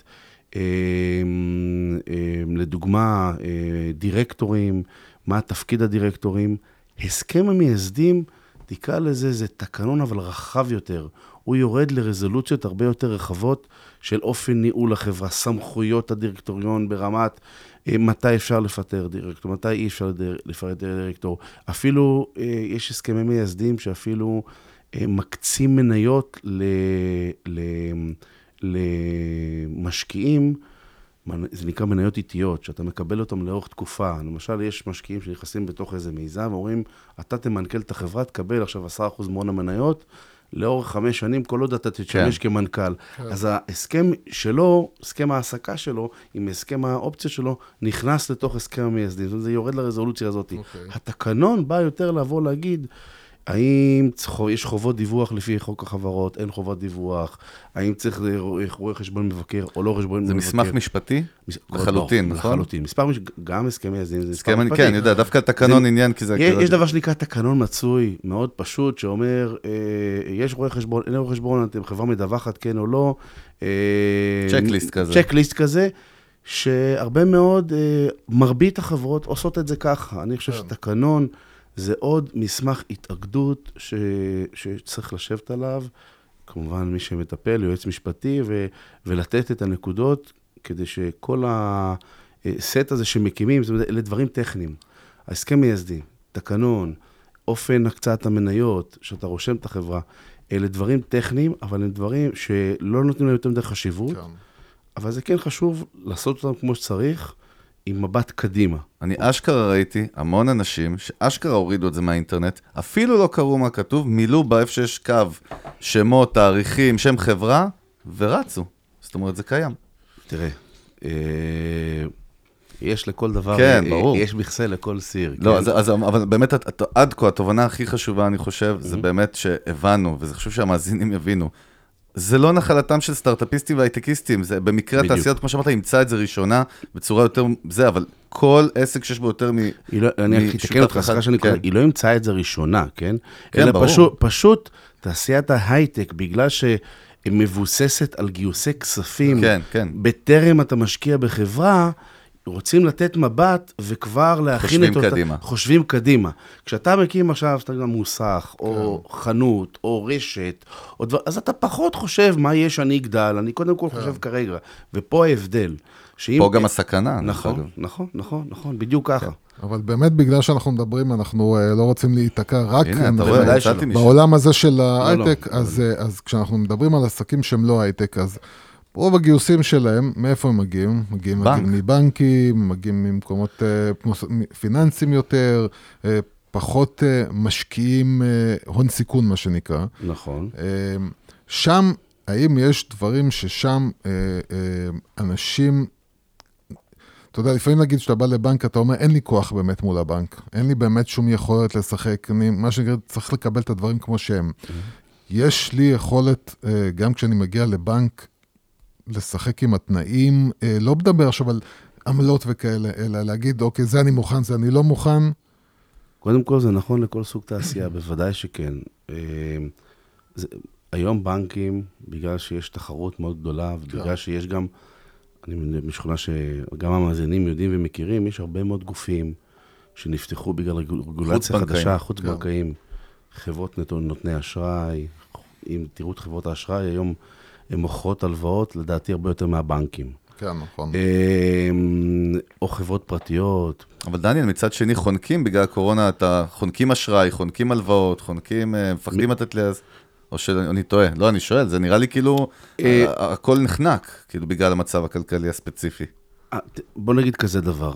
לדוגמה, דירקטורים, מה תפקיד הדירקטורים. הסכם המייסדים, תקרא לזה, זה תקנון אבל רחב יותר. הוא יורד לרזולוציות הרבה יותר רחבות של אופן ניהול החברה, סמכויות הדירקטוריון ברמת מתי אפשר לפטר דירקטור, מתי אי אפשר לפטר דירקטור. אפילו יש הסכמי מייסדים שאפילו מקצים מניות ל... ל... למשקיעים, זה נקרא מניות איטיות, שאתה מקבל אותם לאורך תקופה. למשל, יש משקיעים שנכנסים בתוך איזה מיזם, ואומרים, אתה תמנכ"ל את החברה, תקבל עכשיו עשרה אחוז מהון המניות, לאורך חמש שנים, כל עוד אתה תשמש כן. כמנכ"ל. כן. אז ההסכם שלו, הסכם ההעסקה שלו, עם הסכם האופציה שלו, נכנס לתוך הסכם המייסדים. זאת אומרת, זה יורד לרזולוציה הזאת. Okay. התקנון בא יותר לבוא להגיד, האם יש חובות דיווח לפי חוק החברות, אין חובות דיווח, האם צריך רואה חשבון מבקר או לא חשבון מבקר. זה מסמך משפטי? לחלוטין, נכון? לחלוטין. גם הסכמי מייסדים זה מסמך משפטי. כן, אני יודע, דווקא תקנון עניין, כי זה... יש דבר שנקרא תקנון מצוי, מאוד פשוט, שאומר, יש רואה חשבון, אין רואה חשבון, אתם חברה מדווחת, כן או לא. צ'קליסט כזה. צ'קליסט כזה, שהרבה מאוד, מרבית החברות עושות את זה ככה. אני חושב שתקנון זה עוד מסמך התאגדות ש... שצריך לשבת עליו, כמובן מי שמטפל, יועץ משפטי, ו... ולתת את הנקודות, כדי שכל הסט הזה שמקימים, זאת אומרת, אלה דברים טכניים. ההסכם מייסדי, תקנון, אופן הקצאת המניות, שאתה רושם את החברה, אלה דברים טכניים, אבל הם דברים שלא נותנים להם יותר מדי חשיבות, כן. אבל זה כן חשוב לעשות אותם כמו שצריך, עם מבט קדימה. אני אשכרה ראיתי המון אנשים שאשכרה הורידו את זה מהאינטרנט, אפילו לא קראו מה כתוב, מילאו באיפה שיש קו, שמות, תאריכים, שם חברה, ורצו. זאת אומרת, זה קיים. תראה, יש לכל דבר, כן, ברור. יש מכסה לכל סיר. לא, כן? אז, אז, אבל באמת, עד כה, התובנה הכי חשובה, אני חושב, זה באמת שהבנו, וזה חשוב שהמאזינים יבינו, זה לא נחלתם של סטארט-אפיסטים והייטקיסטים, זה במקרה התעשיות, כמו שאמרת, ימצא את זה ראשונה, בצורה יותר, זה, אבל כל עסק שיש בו יותר מ... אני אתקן אותך, סליחה שאני קורא, היא לא ימצא את זה ראשונה, כן? כן, ברור. אלא פשוט, תעשיית ההייטק, בגלל שהיא מבוססת על גיוסי כספים, בטרם אתה משקיע בחברה, רוצים לתת מבט וכבר להכין את אותה. חושבים קדימה. חושבים קדימה. כשאתה מקים עכשיו, אתה גם מוסך, או כן. חנות, או רשת, או דבר, אז אתה פחות חושב מה יהיה שאני אגדל, אני קודם כל כן. חושב כרגע. ופה ההבדל. שאם... פה גם הסכנה. נכון, נכון, נכון, נכון, בדיוק ככה. אבל באמת בגלל שאנחנו מדברים, אנחנו לא רוצים להיתקע רק הנה, אתה רואה, בעולם הזה של ההייטק, אז, אז כשאנחנו מדברים על עסקים שהם לא הייטק, אז רוב הגיוסים שלהם, מאיפה הם מגיעים? מגיעים, מגיעים מבנקים, מגיעים ממקומות פיננסיים יותר, פחות משקיעים הון סיכון, מה שנקרא. נכון. שם, האם יש דברים ששם אנשים, אתה יודע, לפעמים נגיד שאתה בא לבנק, אתה אומר, אין לי כוח באמת מול הבנק, אין לי באמת שום יכולת לשחק, אני, מה שנקרא, צריך לקבל את הדברים כמו שהם. יש לי יכולת, גם כשאני מגיע לבנק, לשחק עם התנאים, לא מדבר עכשיו על עמלות וכאלה, אלא להגיד, אוקיי, זה אני מוכן, זה אני לא מוכן. קודם כל, זה נכון לכל סוג תעשייה, בוודאי שכן. זה, היום בנקים, בגלל שיש תחרות מאוד גדולה, ובגלל שיש גם, אני משכונה שגם המאזינים יודעים ומכירים, יש הרבה מאוד גופים שנפתחו בגלל רגולציה חדשה, חוץ בנקאים, חברות נותני אשראי, אם תראו את חברות האשראי, היום הן מוכרות הלוואות, לדעתי הרבה יותר מהבנקים. כן, נכון. או חברות פרטיות. אבל דניאל, מצד שני חונקים בגלל הקורונה, אתה חונקים אשראי, חונקים הלוואות, חונקים, מפחדים לתת לי אז, או שאני טועה, לא, אני שואל, זה נראה לי כאילו, הכל נחנק, כאילו בגלל המצב הכלכלי הספציפי. בוא נגיד כזה דבר,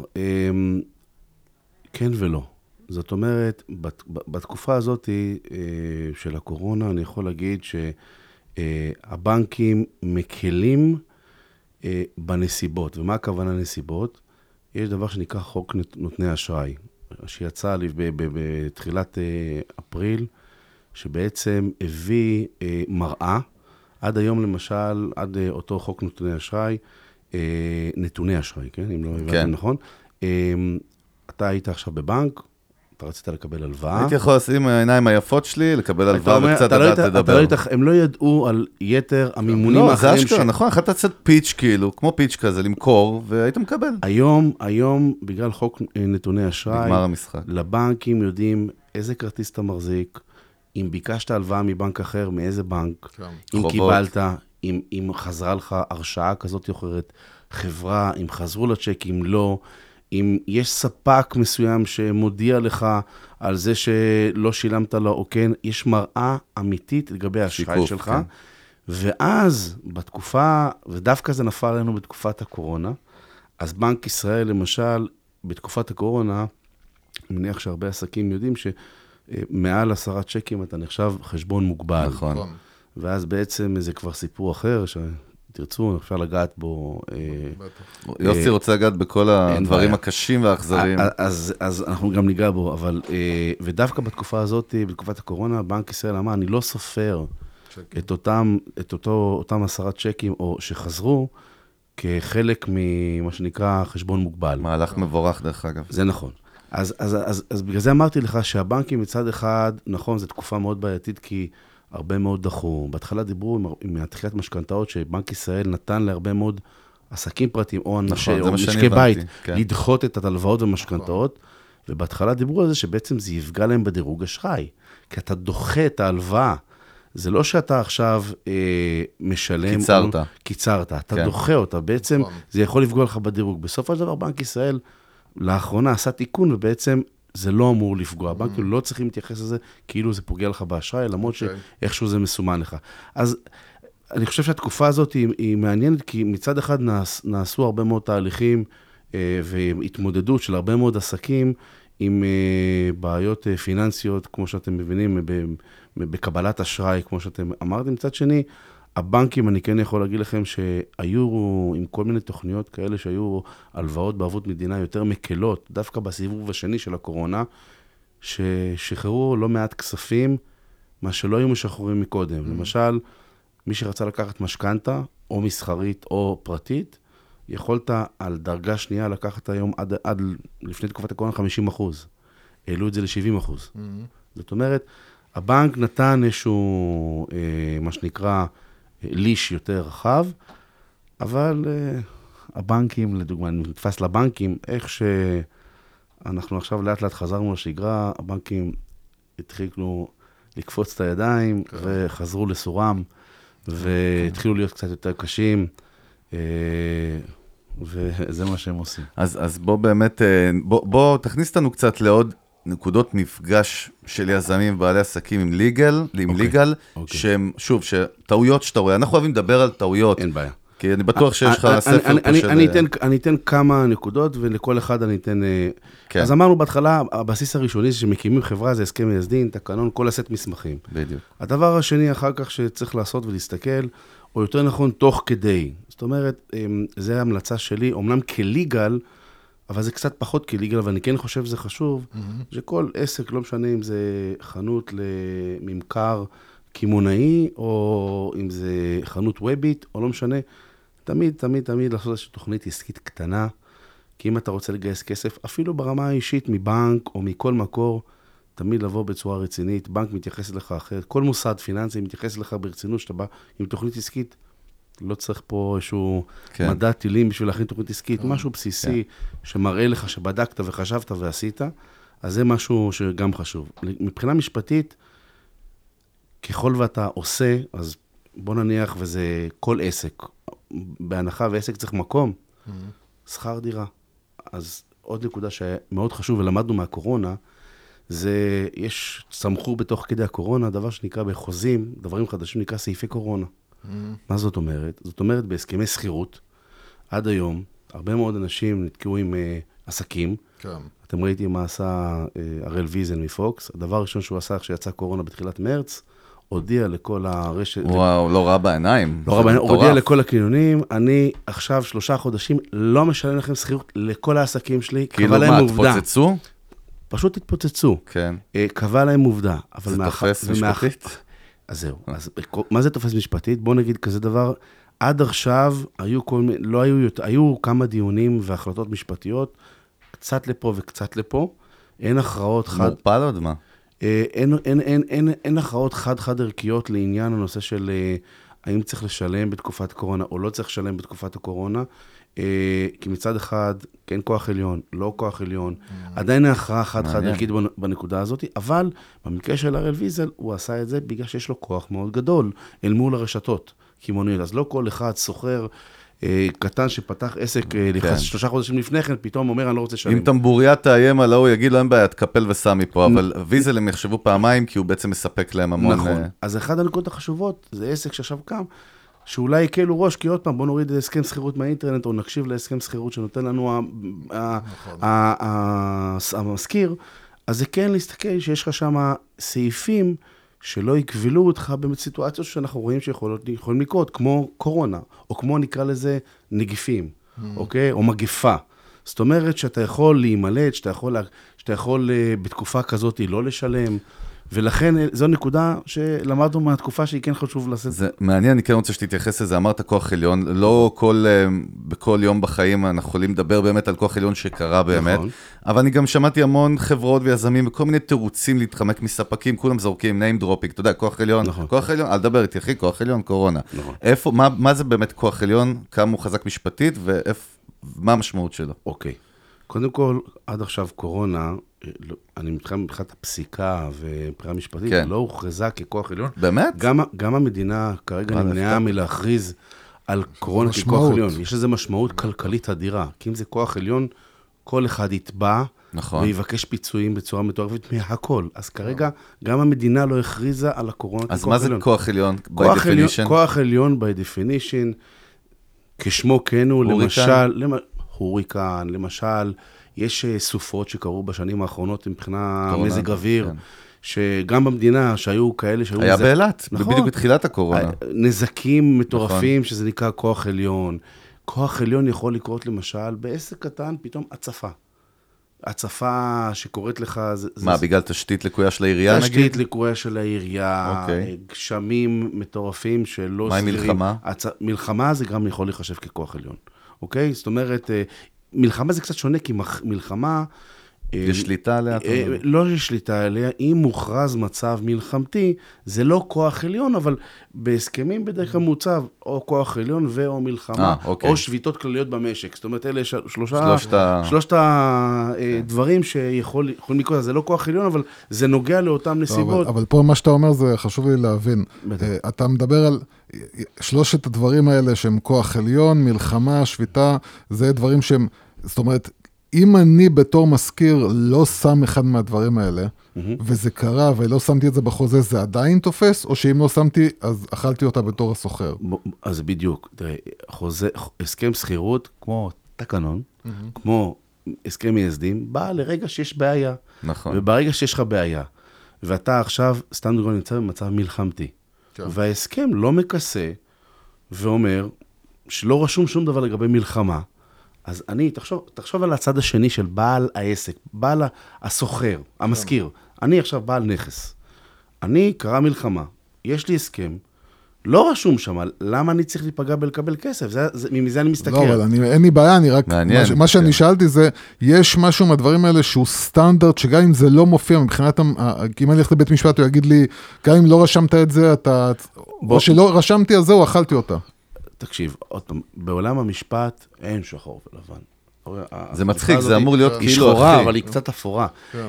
כן ולא. זאת אומרת, בתקופה הזאת של הקורונה, אני יכול להגיד שהבנקים מקלים בנסיבות. ומה הכוונה נסיבות? יש דבר שנקרא חוק נותני אשראי. שיצא לי בתחילת אפריל, שבעצם הביא מראה, עד היום למשל, עד אותו חוק נתוני אשראי, נתוני אשראי, כן? אם לא הבאתי נכון. אתה היית עכשיו בבנק, אתה רצית לקבל הלוואה. הייתי יכול לשים העיניים היפות שלי, לקבל הלוואה וקצת לדעת לדבר. הם לא ידעו על יתר המימונים האחרים. לא, זה אשכרה, נכון, יכולת לצאת פיץ' כאילו, כמו פיץ' כזה, למכור, והיית מקבל. היום, היום, בגלל חוק נתוני אשראי, נגמר המשחק. לבנקים יודעים איזה כרטיס אתה מחזיק, אם ביקשת הלוואה מבנק אחר, מאיזה בנק, אם קיבלת, אם חזרה לך הרשאה כזאת או אחרת, חברה, אם חזרו לצ'ק, אם לא, אם יש ספק מסוים שמודיע לך על זה שלא שילמת לו או כן, יש מראה אמיתית לגבי האשראי שלך, כן. ואז בתקופה, ודווקא זה נפל עלינו בתקופת הקורונה, אז בנק ישראל למשל, בתקופת הקורונה, אני מניח שהרבה עסקים יודעים שמעל עשרה צ'קים אתה נחשב חשבון מוגבל. נכון. ואז בעצם זה כבר סיפור אחר, ש... תרצו, אפשר לגעת בו. יוסי רוצה לגעת בכל הדברים הקשים והאכזריים. אז אנחנו גם ניגע בו, אבל, ודווקא בתקופה הזאת, בתקופת הקורונה, בנק ישראל אמר, אני לא סופר את אותם, את אותו, אותם עשרה צ'קים, או שחזרו, כחלק ממה שנקרא חשבון מוגבל. מהלך מבורך דרך אגב. זה נכון. אז, אז, אז, אז בגלל זה אמרתי לך שהבנקים מצד אחד, נכון, זו תקופה מאוד בעייתית, כי הרבה מאוד דחו. בהתחלה דיברו עם, עם התחילת משכנתאות, שבנק ישראל נתן להרבה מאוד עסקים פרטיים, או נכון, או משקי בית, כן. לדחות את הלוואות ומשכנתאות, נכון. ובהתחלה דיברו על זה שבעצם זה יפגע להם בדירוג אשראי, כי אתה דוחה את ההלוואה, זה לא שאתה עכשיו אה, משלם... קיצרת. או, קיצרת, אתה כן. דוחה אותה, בעצם נכון. זה יכול לפגוע לך בדירוג. בסופו של דבר בנק ישראל לאחרונה עשה תיקון, ובעצם זה לא אמור לפגוע. הבנקים לא צריכים להתייחס לזה כאילו זה פוגע לך באשראי, למרות שאיכשהו זה מסומן לך. אז אני חושב שהתקופה הזאת היא, היא מעניינת, כי מצד אחד נעשו הרבה מאוד תהליכים והתמודדות של הרבה מאוד עסקים עם בעיות פיננסיות, כמו שאתם מבינים, בקבלת אשראי, כמו שאתם אמרתם. מצד שני, הבנקים, אני כן יכול להגיד לכם שהיו עם כל מיני תוכניות כאלה שהיו הלוואות בערבות מדינה יותר מקלות, דווקא בסיבוב השני של הקורונה, ששחררו לא מעט כספים, מה שלא היו משחררים מקודם. Mm-hmm. למשל, מי שרצה לקחת משכנתה, או מסחרית או פרטית, יכולת על דרגה שנייה לקחת היום עד, עד לפני תקופת הקורונה חמישים אחוז. העלו את זה ל-שבעים אחוז. Mm-hmm. זאת אומרת, הבנק נתן איזשהו, אה, מה שנקרא, ליש יותר רחב, אבל uh, הבנקים, לדוגמה, נתפס לבנקים, איך שאנחנו עכשיו לאט לאט חזרנו לשגרה, הבנקים התחילו לקפוץ את הידיים, okay. וחזרו לסורם, okay. והתחילו להיות קצת יותר קשים, uh, וזה מה שהם עושים. אז, אז בוא באמת, בוא, בוא תכניס אותנו קצת לעוד נקודות מפגש של יזמים ובעלי עסקים עם ליגל, עם ליגל, שהם, שוב, שטעויות שאתה רואה, אנחנו אוהבים לדבר על טעויות. אין בעיה. כי אני בטוח שיש לך ספר פה של... אני אתן כמה נקודות, ולכל אחד אני אתן... אז אמרנו בהתחלה, הבסיס הראשוני שמקימים חברה זה הסכם מייסדים, תקנון, כל הסט מסמכים. בדיוק. הדבר השני אחר כך שצריך לעשות ולהסתכל, או יותר נכון, תוך כדי. זאת אומרת, זה ההמלצה שלי, אומנם כליגל, אבל זה קצת פחות כליגל, ואני כן חושב שזה חשוב, mm-hmm. שכל עסק, לא משנה אם זה חנות לממכר כימונאי, או אם זה חנות וובית, או לא משנה, תמיד, תמיד, תמיד לעשות איזושהי תוכנית עסקית קטנה, כי אם אתה רוצה לגייס כסף, אפילו ברמה האישית מבנק או מכל מקור, תמיד לבוא בצורה רצינית, בנק מתייחס לך אחרת, כל מוסד פיננסי מתייחס לך ברצינות, שאתה בא עם תוכנית עסקית, לא צריך פה איזשהו כן. מדע טילים בשביל להכין תוכנית עסקית, כן. משהו בסיסי כן. שמראה לך שבדקת וחשבת ועשית, אז זה משהו שגם חשוב. מבחינה משפטית, ככל ואתה עושה, אז בוא נניח וזה כל עסק, בהנחה ועסק צריך מקום, mm-hmm. שכר דירה. אז עוד נקודה שמאוד חשוב ולמדנו מהקורונה, זה יש, צמחו בתוך כדי הקורונה, דבר שנקרא בחוזים, דברים חדשים נקרא סעיפי קורונה. Mm-hmm. מה זאת אומרת? זאת אומרת, בהסכמי שכירות, עד היום, הרבה מאוד אנשים נתקעו עם uh, עסקים. כן. אתם ראיתי מה עשה uh, הראל ויזן מפוקס. הדבר הראשון שהוא עשה כשיצא קורונה בתחילת מרץ, הודיע לכל הרשת... וואו, לא רע בעיניים. לא רע בעיניים, הודיע לכל הקניונים, אני עכשיו שלושה חודשים לא משלם לכם שכירות לכל העסקים שלי, כאילו מה, תפוצצו? פשוט התפוצצו. כן. קבע להם עובדה. זה תופס משפטית? אז זהו. אז מה זה תופס משפטית? בוא נגיד כזה דבר, עד עכשיו היו כל מיני, לא היו, היו כמה דיונים והחלטות משפטיות, קצת לפה וקצת לפה, אין הכרעות חד... מורפל עוד מה? אין, אין, אין, אין, אין הכרעות חד-חד ערכיות לעניין הנושא של האם צריך לשלם בתקופת הקורונה או לא צריך לשלם בתקופת הקורונה, כי מצד אחד, כן כוח עליון, לא כוח עליון, עדיין ההכרעה חד-חד ערכית בנקודה הזאת, אבל במקרה של הראל ויזל, הוא עשה את זה בגלל שיש לו כוח מאוד גדול אל מול הרשתות כימוניות. אז לא כל אחד סוחר קטן שפתח עסק שלושה חודשים לפני כן, פתאום אומר, אני לא רוצה לשלם. אם טמבוריה תאיים עליו, הוא יגיד לו, אין בעיה, תקפל וסמי פה, אבל ויזל הם יחשבו פעמיים, כי הוא בעצם מספק להם המון... נכון. אז אחד הנקודות החשובות, זה עסק שעכשיו קם, שאולי יקלו ראש, כי עוד פעם, בוא נוריד הסכם שכירות מהאינטרנט, או נקשיב להסכם שכירות שנותן לנו המזכיר, אז זה כן להסתכל שיש לך שם סעיפים שלא יקבלו אותך בסיטואציות שאנחנו רואים שיכולים לקרות, כמו קורונה, או כמו נקרא לזה נגיפים, אוקיי? או מגפה. זאת אומרת שאתה יכול להימלט, שאתה יכול, שאתה יכול בתקופה כזאת לא לשלם, ולכן זו נקודה שלמדנו מהתקופה שהיא כן חשוב לעשות. זה מעניין, אני כן רוצה שתתייחס לזה, אמרת כוח עליון, לא כל, בכל יום בחיים אנחנו יכולים לדבר באמת על כוח עליון שקרה באמת, נכון. אבל אני גם שמעתי המון חברות ויזמים וכל מיני תירוצים להתחמק מספקים, כולם זורקים name dropping, אתה יודע, כוח עליון, נכון. כוח עליון, אל דבר איתי אחי, כוח עליון, קורונה. נכון. איפה, מה, מה זה באמת כוח עליון, כמה הוא חזק משפטית ומה המשמעות שלו? אוקיי. קודם כל, עד עכשיו קורונה, אני מתחיל מבחינת הפסיקה ובחירה משפטית, כן. לא הוכרזה ככוח עליון. באמת? גם, גם המדינה כרגע נמנעה מלהכריז על קורונה ככוח עליון. יש לזה משמעות כלכלית אדירה. כי אם זה כוח עליון, כל אחד יתבע, נכון. ויבקש פיצויים בצורה מטורפת מהכל. אז כרגע גם המדינה לא הכריזה על הקורונה ככוח עליון. אז מה זה כוח עליון? by definition? כוח עליון by definition, כשמו כן הוא, למשל, הוריקן, למשל, יש סופות שקרו בשנים האחרונות מבחינה מזג אוויר, כן. שגם במדינה שהיו כאלה שהיו... היה באילת, נכון, בדיוק בתחילת הקורונה. נזקים מטורפים, נכון. שזה נקרא כוח עליון. כוח עליון יכול לקרות למשל בעסק קטן, פתאום הצפה. הצפה שקורית לך... זה, מה, זה, בגלל תשתית לקויה של העירייה נגיד? תשתית לקויה של העירייה, אוקיי. גשמים מטורפים שלא... מה עם מלחמה? הצ... מלחמה זה גם יכול לחשב ככוח עליון. אוקיי? זאת אומרת... מלחמה זה קצת שונה, כי מלחמה... יש שליטה עליה? לא יש שליטה עליה, אם מוכרז מצב מלחמתי, זה לא כוח עליון, אבל בהסכמים בדרך כלל מוצב או כוח עליון ואו מלחמה, או שביתות כלליות במשק. זאת אומרת, אלה שלושת הדברים שיכולים לקרות, זה לא כוח עליון, אבל זה נוגע לאותם נסיבות. אבל פה מה שאתה אומר, זה חשוב לי להבין. אתה מדבר על שלושת הדברים האלה שהם כוח עליון, מלחמה, שביתה, זה דברים שהם, זאת אומרת, אם אני בתור מזכיר לא שם אחד מהדברים האלה, mm-hmm. וזה קרה ולא שמתי את זה בחוזה, זה עדיין תופס, או שאם לא שמתי, אז אכלתי אותה בתור הסוחר? אז בדיוק, תראה, חוזה, הסכם שכירות, כמו תקנון, mm-hmm. כמו הסכם מייסדים, בא לרגע שיש בעיה. נכון. וברגע שיש לך בעיה, ואתה עכשיו, סתם דוגמא, נמצא במצב מלחמתי, כן. וההסכם לא מקסה, ואומר, שלא רשום שום דבר לגבי מלחמה, אז אני, תחשוב, תחשוב על הצד השני של בעל העסק, בעל הסוחר, המזכיר. אני עכשיו בעל נכס. אני קרא מלחמה, יש לי הסכם, לא רשום שם, למה אני צריך להיפגע בלקבל כסף? זה, זה, מזה אני מסתכל. לא, אבל אני, אין לי בעיה, אני רק, מעניין, מה, מה שאני שאלתי זה, יש משהו מהדברים האלה שהוא סטנדרט, שגם אם זה לא מופיע, מבחינת, אם אני הולך לבית משפט, הוא יגיד לי, גם אם לא רשמת את זה, אתה, בוא, או שלא רשמתי על זה, או אכלתי אותה. תקשיב, עוד פעם, בעולם המשפט אין שחור ולבן. זה מצחיק, זה אמור להיות כאילו שחורה, אבל היא קצת אפורה.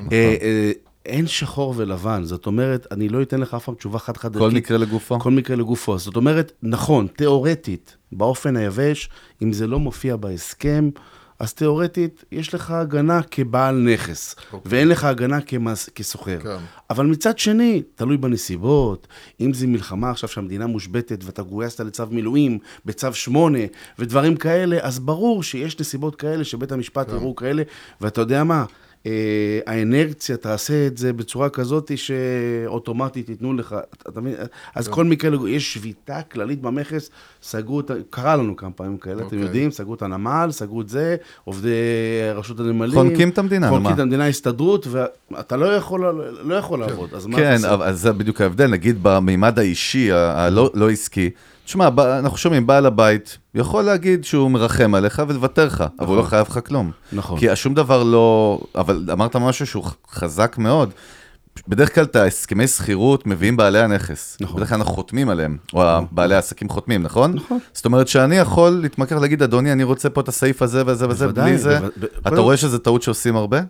אין שחור ולבן, זאת אומרת, אני לא אתן לך אף פעם תשובה חד חד ערכית. כל מקרה לגופו? כל מקרה לגופו. זאת אומרת, נכון, תיאורטית, באופן היבש, אם זה לא מופיע בהסכם, אז תיאורטית, יש לך הגנה כבעל נכס, okay. ואין לך הגנה כמס, כסוחר. Okay. אבל מצד שני, תלוי בנסיבות, אם זה מלחמה עכשיו שהמדינה מושבתת, ואתה גויסת לצו מילואים, בצו שמונה, ודברים כאלה, אז ברור שיש נסיבות כאלה, שבית המשפט okay. יראו כאלה, ואתה יודע מה, האנרציה תעשה את זה בצורה כזאת שאוטומטית ייתנו לך, אתה מבין? אז כל מקרה, יש שביתה כללית במכס, סגרו את, קרה לנו כמה פעמים כאלה, אתם יודעים, סגרו את הנמל, סגרו את זה, עובדי רשות הנמלים. חונקים את המדינה, חונקים את המדינה, הסתדרות, ואתה לא יכול, לא יכול לעבוד, אז מה כן, תעשה? אז זה בדיוק ההבדל, נגיד במימד האישי, הלא עסקי, תשמע, אנחנו שומעים, בעל הבית יכול להגיד שהוא מרחם עליך ולוותר לך, אבל הוא לא חייב לך כלום. נכון. כי השום דבר לא, אבל אמרת משהו שהוא חזק מאוד, בדרך כלל את ההסכמי שכירות מביאים בעלי הנכס. נכון. בדרך כלל אנחנו חותמים עליהם, או בעלי העסקים חותמים, נכון? נכון. זאת אומרת שאני יכול להתמקח להגיד, אדוני, אני רוצה פה את הסעיף הזה וזה וזה, בלי זה. אתה רואה שזה טעות שעושים הרבה?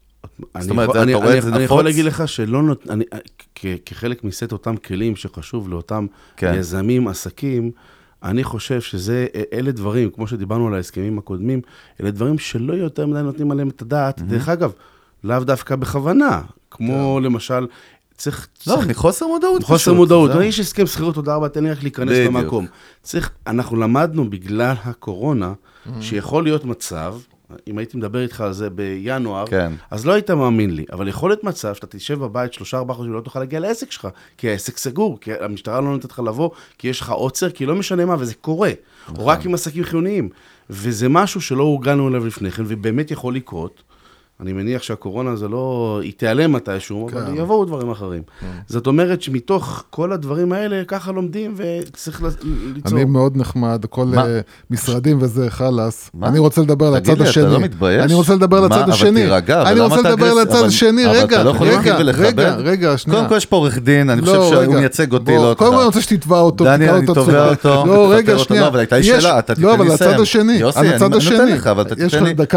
זאת אומרת, אתה רואה את זה נפוץ? אני יכול להגיד לך שלא נות... כחלק מסט אותם כלים שחשוב לאותם יזמים, עסקים, אני חושב שזה, אלה דברים, כמו שדיברנו על ההסכמים הקודמים, אלה דברים שלא יותר מדי נותנים עליהם את הדעת. דרך אגב, לאו דווקא בכוונה, כמו למשל, צריך... לא, מחוסר מודעות. מחוסר מודעות. יש הסכם שכירות, תודה רבה, תן לי רק להיכנס למקום. צריך, אנחנו למדנו בגלל הקורונה, שיכול להיות מצב, אם הייתי מדבר איתך על זה בינואר, כן. אז לא היית מאמין לי, אבל יכול להיות מצב שאתה תשב בבית שלושה ארבעה חודשים, לא תוכל להגיע לעסק שלך, כי העסק סגור, כי המשטרה לא נותנת לך לבוא, כי יש לך עוצר, כי לא משנה מה, וזה קורה, נכון. או רק עם עסקים חיוניים, וזה משהו שלא הורגלנו אליו לפני כן, ובאמת יכול לקרות, אני מניח שהקורונה זה לא, היא תיעלם מתישהו, כן. אבל יבואו דברים אחרים. כן. זאת אומרת שמתוך כל הדברים האלה, ככה לומדים וצריך ליצור. אני מאוד נחמד, כל מה? משרדים וזה חלס. מה? אני רוצה לדבר על הצד השני. אתה לא מתבייש? אני רוצה לדבר על הצד השני. אבל תירגע, אני רוצה לדבר על הצד השני, רגע, אבל אתה לא יכול להגיד ולכבד. רגע, רגע, שנייה. קודם כל יש פה עורך דין, אני חושב שהוא מייצג אותי, לא אותך. קודם כל אני רוצה שתתבע אותו. דני, אני תובע אותו. לא, רגע, שנייה. אבל הייתה שאלה, אתה תתן לי לסיים. יוסי, אני נותן לך, אבל אתה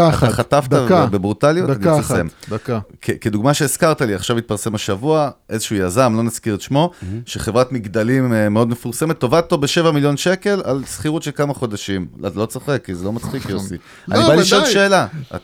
חטפת בברוטליות, אני רוצה לסיים. דקה. כדוגמה שהזכרת לי, עכשיו התפרסם השבוע, איזשהו יזם, לא נזכיר את שמו, שחברת מגדלים מאוד מפורסמת, טובעת אותו בשבע מיליון שקל על שכירות של כמה חודשים. לא צוחק, כי זה לא מצחיק, יוסי. אני בא לשאול שאלה.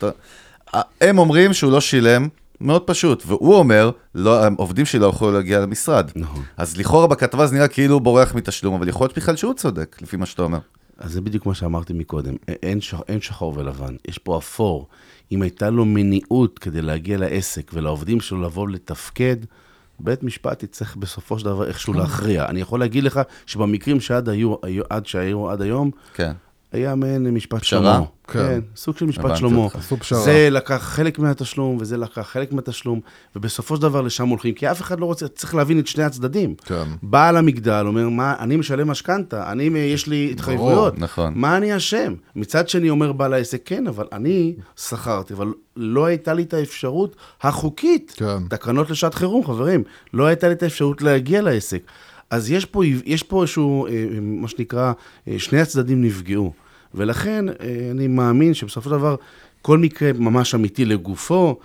הם אומרים שהוא לא שילם, מאוד פשוט, והוא אומר, העובדים שלי לא יכולו להגיע למשרד. אז לכאורה בכתבה זה נראה כאילו הוא בורח מתשלום, אבל יכול להיות בכלל שהוא צודק, לפי מה שאתה אומר. אז זה בדיוק מה שאמרתי מקודם. אין שחור ולבן, יש פה אפור. אם הייתה לו מניעות כדי להגיע לעסק ולעובדים שלו לבוא לתפקד, בית משפט יצטרך בסופו של דבר איכשהו להכריע. אני יכול להגיד לך שבמקרים שעד היו, עד שהיו עד היום, כן. היה מעין משפט שלמה. כן, סוג של משפט שלמה. זה לקח חלק מהתשלום, וזה לקח חלק מהתשלום, ובסופו של דבר לשם הולכים, כי אף אחד לא רוצה, צריך להבין את שני הצדדים. בעל המגדל אומר, מה, אני משלם משכנתה, אני, יש לי התחייבויות, מה אני אשם? מצד שני אומר בעל העסק, כן, אבל אני שכרתי, אבל לא הייתה לי את האפשרות החוקית, תקנות לשעת חירום, חברים, לא הייתה לי את האפשרות להגיע לעסק. אז יש פה, יש פה איזשהו, מה שנקרא, שני הצדדים נפגעו. ולכן אני מאמין שבסופו של דבר, כל מקרה ממש אמיתי לגופו,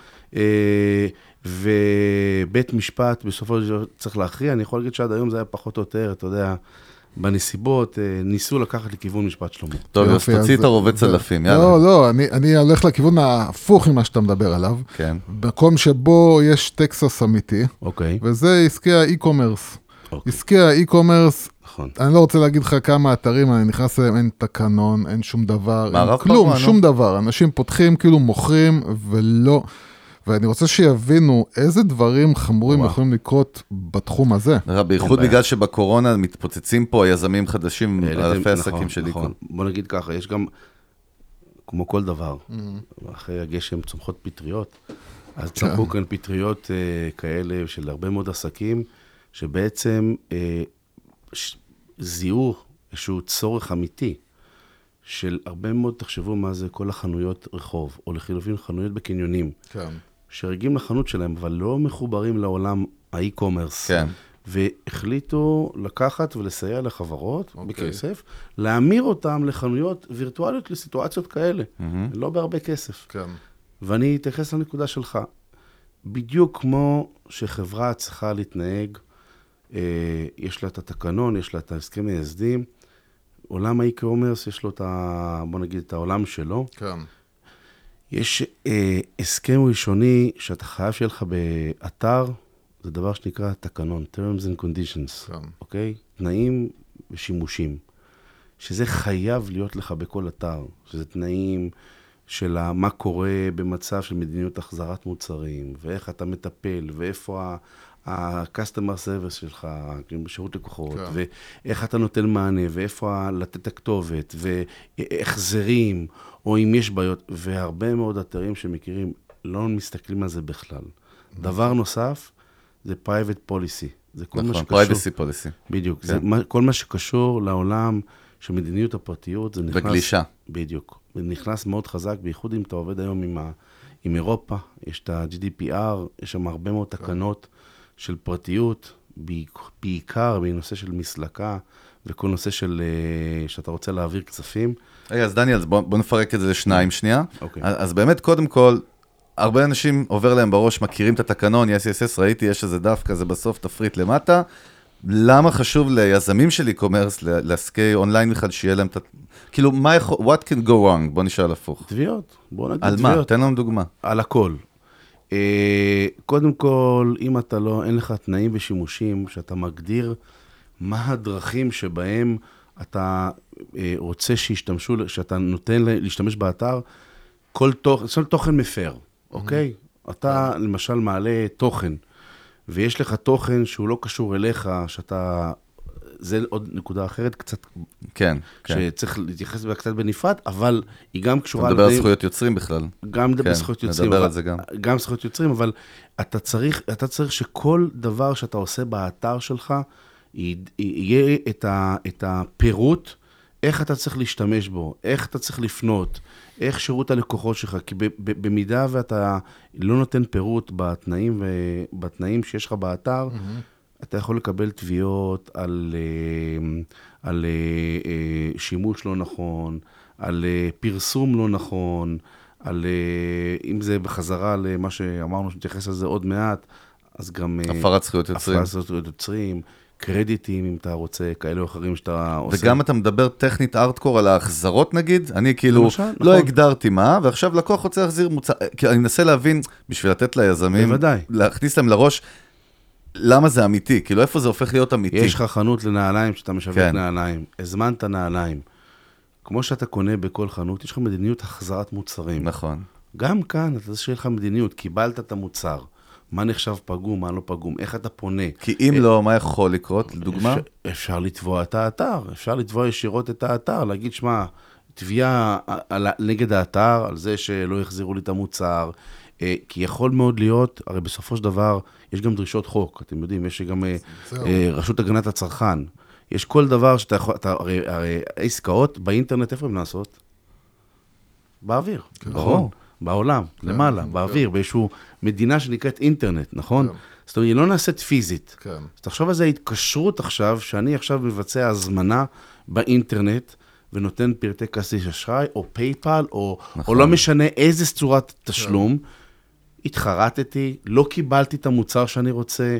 ובית משפט בסופו של דבר צריך להכריע. אני יכול להגיד שעד היום זה היה פחות או יותר, אתה יודע, בנסיבות, ניסו לקחת לכיוון משפט שלמה. טוב, אז תוציא את הרובה צלפים, יאללה. לא, לא, אני הולך לכיוון ההפוך ממה שאתה מדבר עליו. כן. במקום שבו יש טקסס אמיתי, וזה עסקי האי-קומרס. עסקי האי-קומרס, אני לא רוצה להגיד לך כמה אתרים, אני נכנס אליהם, אין תקנון, אין שום דבר, אין כלום, שום דבר. אנשים פותחים, כאילו מוכרים, ולא... ואני רוצה שיבינו איזה דברים חמורים יכולים לקרות בתחום הזה. בייחוד בגלל שבקורונה מתפוצצים פה היזמים חדשים, אלפי עסקים של אי-קומרס. בוא נגיד ככה, יש גם, כמו כל דבר, אחרי הגשם צומחות פטריות, אז צמחו כאן פטריות כאלה של הרבה מאוד עסקים, שבעצם אה, ש... זיהו איזשהו צורך אמיתי, של הרבה מאוד, תחשבו מה זה כל החנויות רחוב, או לחילופין חנויות בקניונים, כן. שרגיעים לחנות שלהם, אבל לא מחוברים לעולם האי-קומרס, כן. והחליטו לקחת ולסייע לחברות, okay. בכסף, להמיר אותם לחנויות וירטואליות לסיטואציות כאלה, mm-hmm. לא בהרבה כסף. כן. ואני אתייחס לנקודה שלך, בדיוק כמו שחברה צריכה להתנהג, יש לה את התקנון, יש לה את ההסכם מייסדים, עולם האי-קומרס יש לו את ה... בוא נגיד את העולם שלו. כן. יש אה, הסכם ראשוני שאתה חייב שיהיה לך באתר, זה דבר שנקרא תקנון, terms and conditions, כן. אוקיי? תנאים ושימושים, שזה חייב להיות לך בכל אתר, שזה תנאים של מה קורה במצב של מדיניות החזרת מוצרים, ואיך אתה מטפל, ואיפה ה-customer service שלך, שירות לקוחות, כן. ואיך אתה נותן מענה, ואיפה לתת הכתובת, והחזרים, או אם יש בעיות, והרבה מאוד אתרים שמכירים, לא מסתכלים על זה בכלל. נכון. דבר נוסף, זה private policy. זה כל נכון, מה שקשור... privacy policy. בדיוק. כן. זה מה, כל מה שקשור לעולם של מדיניות הפרטיות, זה נכנס... בגלישה. בדיוק. זה נכנס מאוד חזק, בייחוד אם אתה עובד היום עם, ה, עם אירופה, יש את ה-ג'י די פי אר, יש שם הרבה מאוד תקנות של פרטיות, בעיקר בנושא של מסלקה, וכל נושא של, שאתה רוצה להעביר כספים. רגע, אז דניאל, בוא, בוא נפרק את זה לשניים שנייה. אוקיי. אז באמת, קודם כל, הרבה אנשים עובר להם בראש, מכירים את התקנון, יס יס אס, ראיתי, יש איזה דף כזה בסוף, תפריט למטה. למה חשוב ליזמים של e-commerce, לעסקי אונליין בכלל, שיהיה להם את... כאילו, מה יכול... what can go wrong? בוא נשאל הפוך. תביעות. בוא נגיד על תביעות. מה? תן לנו דוגמה. על הכל. קודם כל, אם אתה לא, אין לך תנאים ושימושים, שאתה מגדיר מה הדרכים שבהם אתה רוצה שישתמשו, שאתה נותן להשתמש באתר, כל תוכן, כל תוכן מפר, אוקיי? אתה למשל מעלה תוכן, ויש לך תוכן שהוא לא קשור אליך, שאתה, זה עוד נקודה אחרת, קצת, כן, שצריך להתייחס בה קצת בנפרד, אבל היא גם קשורה... אתה מדבר על זכויות יוצרים בכלל. גם בזכויות יוצרים. נדבר על זה גם. גם זכויות יוצרים, אבל אתה צריך, אתה צריך שכל דבר שאתה עושה באתר שלך, יהיה את, ה, את הפירוט, איך אתה צריך להשתמש בו, איך אתה צריך לפנות, איך שירות הלקוחות שלך, כי במידה ואתה לא נותן פירוט בתנאים, בתנאים שיש לך באתר, mm-hmm. אתה יכול לקבל תביעות על, על שימוש לא נכון, על פרסום לא נכון, על, אם זה בחזרה למה שאמרנו, שנתייחס על זה עוד מעט, אז גם... הפרת זכויות יוצרים. הפרת זכויות יוצרים. קרדיטים, אם אתה רוצה, כאלה או אחרים שאתה עושה. וגם אתה מדבר טכנית ארטקור על ההחזרות נגיד, אני כאילו למשל, לא נכון. הגדרתי מה, ועכשיו לקוח רוצה להחזיר מוצר, כי אני מנסה להבין, בשביל לתת ליזמים, בוודאי. להכניס להם לראש, למה זה אמיתי, כאילו איפה זה הופך להיות אמיתי. יש לך חנות לנעליים, שאתה משווק כן. נעליים, הזמנת נעליים, כמו שאתה קונה בכל חנות, יש לך מדיניות החזרת מוצרים. נכון. גם כאן, אתה יש לך מדיניות, קיבלת את המוצר, מה נחשב פגום, מה לא פגום, איך אתה פונה. כי אם לא, מה יכול לקרות? לדוגמה? אפשר לתבוע את האתר, אפשר לתבוע ישירות את האתר, להגיד, שמה, תביעה נגד האתר, על זה שלא יחזירו לי את המוצר, כי יכול מאוד להיות, הרי בסופו של דבר, יש גם דרישות חוק, אתם יודעים, יש גם רשות הגנת הצרכן, יש כל דבר שאתה יכול, הרי העסקאות באינטרנט, איפה הם נעשות? באוויר, נכון? בעולם, למעלה, באוויר, באיזשהו מדינה שנקראת אינטרנט, נכון? זאת אומרת, היא לא נעשית פיזית. אז תחשוב על זה התקשרות עכשיו, שאני עכשיו מבצע הזמנה באינטרנט, ונותן פרטי כרטיס אשראי, או פייפל, או לא משנה איזה צורת תשלום, התחרטתי, לא קיבלתי את המוצר שאני רוצה,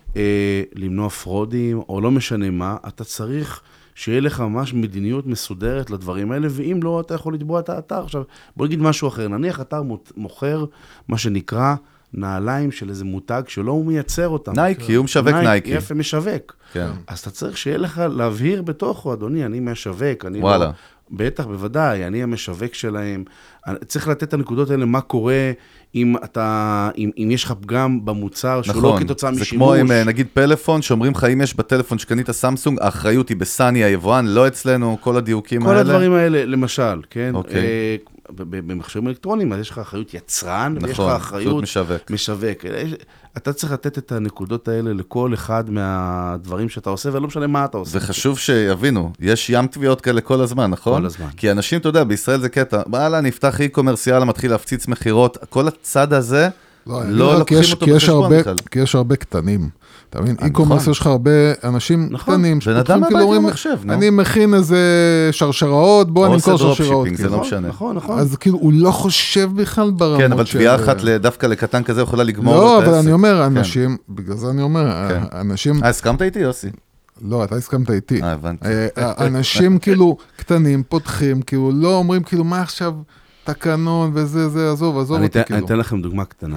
למנוע פרודים, או לא משנה מה, אתה צריך... שיהיה לך ממש מדיניות מסודרת לדברים האלה, ואם לא, אתה יכול לתבוע את האתר. עכשיו, בוא נגיד משהו אחר. נניח אתר מוכר מה שנקרא נעליים של איזה מותג שלא הוא מייצר אותם. נייקי, הוא משווק נייקי. יפה, משווק. כן. אז אתה צריך שיהיה לך להבהיר בתוכו, אדוני, אני משווק, אני וואלה. לא... בטח, בוודאי, אני המשווק שלהם. צריך לתת את הנקודות האלה, מה קורה אם אתה, אם, אם יש לך פגם במוצר, שהוא נכון, לא כתוצאה משימוש. זה כמו עם, נגיד, פלאפון, שאומרים לך, אם יש בטלפון שקנית סמסונג, האחריות היא בסני, היבואן, לא אצלנו, כל הדיוקים כל האלה. כל הדברים האלה, למשל, כן? אוקיי. אה, במכשירים אלקטרוניים, אז יש לך אחריות יצרן, נכון, ויש לך אחריות משווק. משווק. אתה צריך לתת את הנקודות האלה לכל אחד מהדברים שאתה עושה, ולא משנה מה אתה עושה. וחשוב שיבינו, יש ים תביעות כאלה כל הזמן, נכון? כל הזמן. כי אנשים, אתה יודע, בישראל זה קטע, בעלה, נפתח אי-קומרס, יאללה, מתחיל להפציץ מחירות, כל הצד הזה, לא, לא לוקחים אותו בחשבון בכלל. כי יש הרבה קטנים. אתה מבין, אי-קומרס יש לך הרבה אנשים קטנים, בן אדם מהבית למחשב, נו. אני מכין איזה שרשראות, בוא נמכור שרשראות. זה לא משנה. נכון, נכון. אז כאילו, הוא לא חושב בכלל ברמות של... כן, אבל תביעה אחת דווקא לקטן כזה יכולה לגמור לא, אבל אני אומר, אנשים, בגלל זה אני אומר, אנשים... אה, הסכמת איתי, יוסי? לא, אתה הסכמת איתי. אה, הבנתי. אנשים כאילו קטנים, פותחים, כאילו לא אומרים כאילו, מה עכשיו תקנון וזה, זה, עזוב, עזוב אותי כאילו. אני אתן לכם דוגמה קטנה.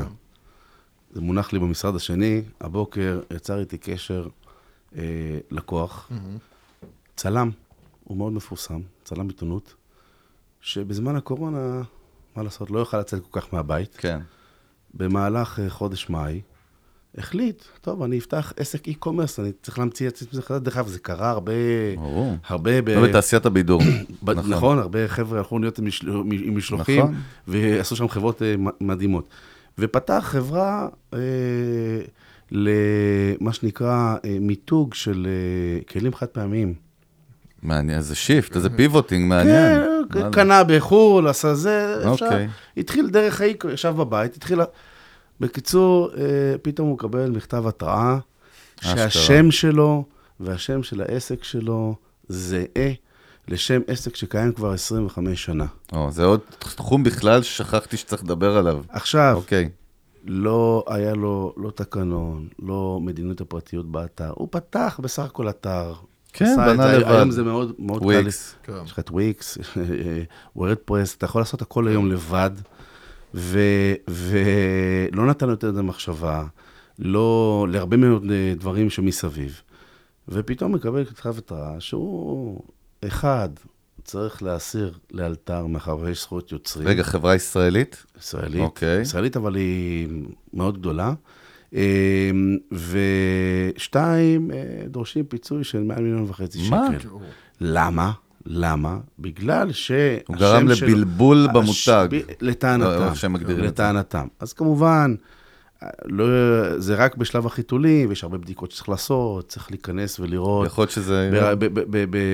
זה מונח לי במשרד השני, הבוקר יצר איתי קשר אה, לקוח, mm-hmm. צלם, הוא מאוד מפורסם, צלם עיתונות, שבזמן הקורונה מה לעשות, לא יוכל לצאת כל כך מהבית. כן. במהלך חודש מאי, החליט, טוב, אני אפתח עסק אי-קומרס, אני צריך להמציא את זה חדש, דרך אגב, זה קרה הרבה, הרבה ב... לא בתעשיית הבידור. נכון, הרבה חבר'ה הלכו להיות עם משלוחים, ועשו שם חברות מדהימות. ופתח חברה למה שנקרא מיתוג של כלים חד פעמיים. מעניין, זה שיפט, זה פיבוטינג, מעניין. כן, קנה בחול, עשה זה, אפשר. התחיל דרך האי, ישב בבית, התחיל... בקיצור, פתאום הוא מקבל מכתב התראה, שהשם שלו והשם של העסק שלו זהה לשם עסק שקיים כבר עשרים וחמש שנה. או, זה עוד תחום בכלל ששכחתי שצריך לדבר עליו. עכשיו, אוקיי. לא היה לו, לא תקנון, לא מדיניות הפרטיות באתר. הוא פתח בסך הכל אתר. כן, בנה לבד. היום זה מאוד, מאוד קל. וויקס. יש לך את וויקס, וורדפרס, אתה יכול לעשות הכל היום לבד. ולא נתן יותר את המחשבה, לא להרבה מאוד דברים שמסביב. ופתאום מקבל כתב התראה שהוא אחד צריך להסיר לאלתר מאחר ויש זכויות יוצרים. רגע, חברה ישראלית? ישראלית. אוקיי. ישראלית, אבל היא מאוד גדולה. ושתיים, דורשים פיצוי של מעל מיליון וחצי שקל. מה? למה? למה? בגלל שהשם הוא גרם לבלבול במותג. לטענתם. לטענתם. אז כמובן, לא, זה רק בשלב החיתולים, ויש הרבה בדיקות שצריך לעשות, צריך להיכנס ולראות. יכול להיות שזה... ב- ב- ב- ב-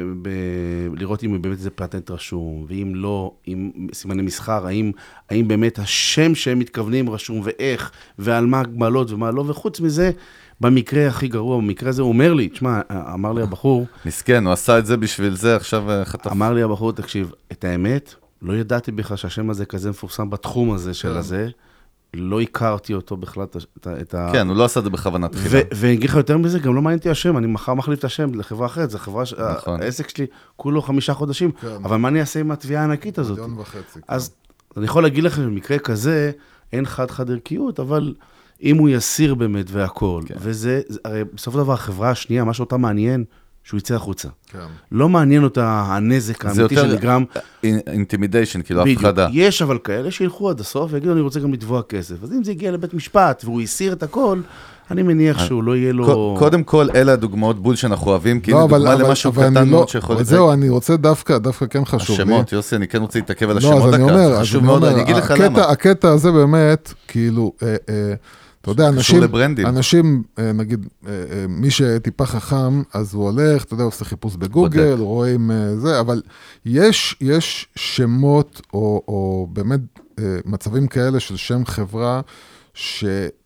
ב- לראות אם באמת זה פטנט רשום, ואם לא, עם סימני מסחר, האם, האם באמת השם שהם מתכוונים רשום, ואיך, ועל מה הגבלות ומה לא, וחוץ מזה, במקרה הכי גרוע, במקרה הזה הוא אומר לי, תשמע, אמר לי הבחור... מסכן, הוא עשה את זה בשביל זה, עכשיו חטף. אמר לי הבחור, תקשיב, את האמת, לא ידעתי בכלל שהשם הזה כזה מפורסם בתחום הזה של הזה, לא הכרתי אותו בכלל את ה... כן, הוא לא עשה את זה בכוונת תחילה. ואגיד לך יותר מזה, גם לא מעניינתי השם, אני מחר מחליף את השם לחברה אחרת, זו חברה, העסק שלי כולו חמישה חודשים, אבל מה אני אעשה עם התביעה הענקית הזאת? מיליון וחצי. אז אני יכול להגיד לכם, במקרה כזה, אין חד-חד ערכיות, אבל אם הוא יסיר באמת והכל, וזה, הרי בסוף דבר, החברה השנייה, מה שאותה מעניין, שהוא יצא החוצה. לא מעניין אותה הנזק האמיתי שנגרם. אינטימידיישן, כאילו הפחדה. יש אבל כאלה שילכו עד הסוף ויגידו, אני רוצה גם לתבוע כסף. אז אם זה הגיע לבית משפט והוא יסיר את הכל, אני מניח שהוא לא יהיה לו... קודם כל, אלה הדוגמאות בול שאנחנו אוהבים, כי הנה דוגמה למשהו קטן מאוד שיכול... זהו, אני רוצה דווקא, דווקא כן חשוב לי. השמות, יוסי, אני כן רוצה להתעכב על השמות דקה. חשוב מאוד, אני אגיד לך למה. הקטע הזה באמת, כאילו... אתה יודע, אנשים, אנשים, נגיד, מי שטיפה חכם, אז הוא הולך, אתה יודע, הוא עושה חיפוש בגוגל, רואים זה, אבל יש, יש שמות, או, או באמת מצבים כאלה של שם חברה, ש...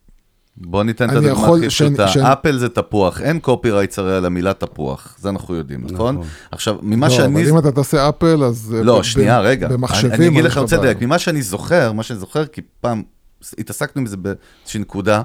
בוא ניתן את הדוגמה הכי פשוטה. אפל זה תפוח, אין קופירייט הרי על המילה תפוח, זה אנחנו יודעים, נכון? עכשיו, ממה שאני... לא, אבל אם אתה תעשה אפל, אז... לא, שנייה, רגע. במחשבים... אני אגיד לך, רוצה לדייק, ממה שאני זוכר, מה שאני זוכר, כי פעם... התעסקנו עם זה באיזושהי נקודה,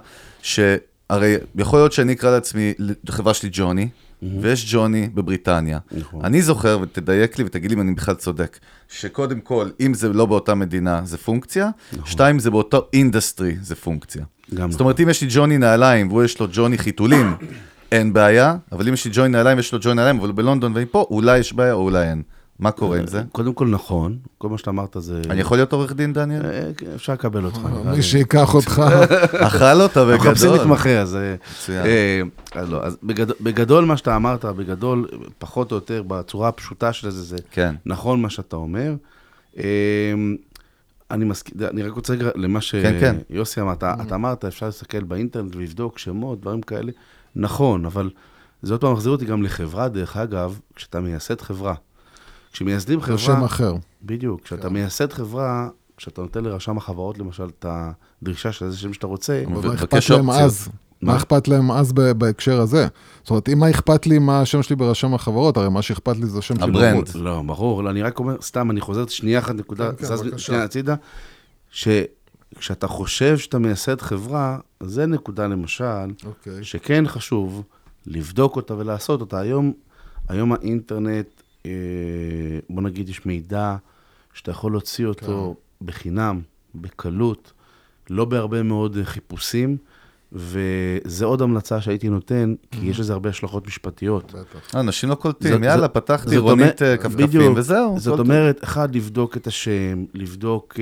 שהרי יכול להיות שאני אקרא לעצמי, לחברה שלי ג'וני, ויש ג'וני בבריטניה. אני זוכר, ותדייק לי ותגיד לי אם אני בכלל צודק, שקודם כל, אם זה לא באותה מדינה, זה פונקציה, שתיים, זה באותו אינדסטרי, זה פונקציה. זאת אומרת, אם יש לי ג'וני נעליים, והוא יש לו ג'וני חיתולים, אין בעיה, אבל אם יש לי ג'וני נעליים, יש לו ג'וני נעליים, אבל בלונדון ופה, אולי יש בעיה או אולי אין. מה קורה עם זה? קודם כל נכון, כל מה שאתה אמרת זה... אני יכול להיות עורך דין, דניאל? אפשר לקבל אותך. מי שיקח אותך. אכל אותה בגדול. אנחנו חפשים מתמחה, אז... אז בגדול מה שאתה אמרת, בגדול, פחות או יותר, בצורה הפשוטה של זה, זה נכון מה שאתה אומר. אני רק רוצה למה שיוסי אמרת, אתה אמרת, אפשר לסתכל באינטרנט ולבדוק שמות, דברים כאלה. נכון, אבל זה עוד פעם מחזיר אותי גם לחברה, דרך אגב, כשאתה מייסד חברה, כשמייסדים חברה... שם אחר. בדיוק. כשאתה מייסד חברה, כשאתה נותן לרשם החברות, למשל, את הדרישה של איזה שם שאתה רוצה... מה אכפת להם אז? מה אכפת להם אז בהקשר הזה? זאת אומרת, אם מה אכפת לי מה השם שלי ברשם החברות, הרי מה שאכפת לי זה השם שלי הברנד. לא, ברור. אני רק אומר, סתם, אני חוזרת שנייה אחת נקודה, שנייה הצידה, שכשאתה חושב שאתה מייסד חברה, זה נקודה למשל, שכן חשוב לבדוק אותה ולעשות אותה. היום, היום האינטרנט, בוא נגיד, יש מידע שאתה יכול להוציא אותו בחינם, בקלות, לא בהרבה מאוד חיפושים, וזה עוד המלצה שהייתי נותן, כי יש לזה הרבה השלכות משפטיות. אנשים לא קולטים, יאללה, פתחתי רונית כפכפים וזהו. זאת אומרת, אחד, לבדוק את השם, לבדוק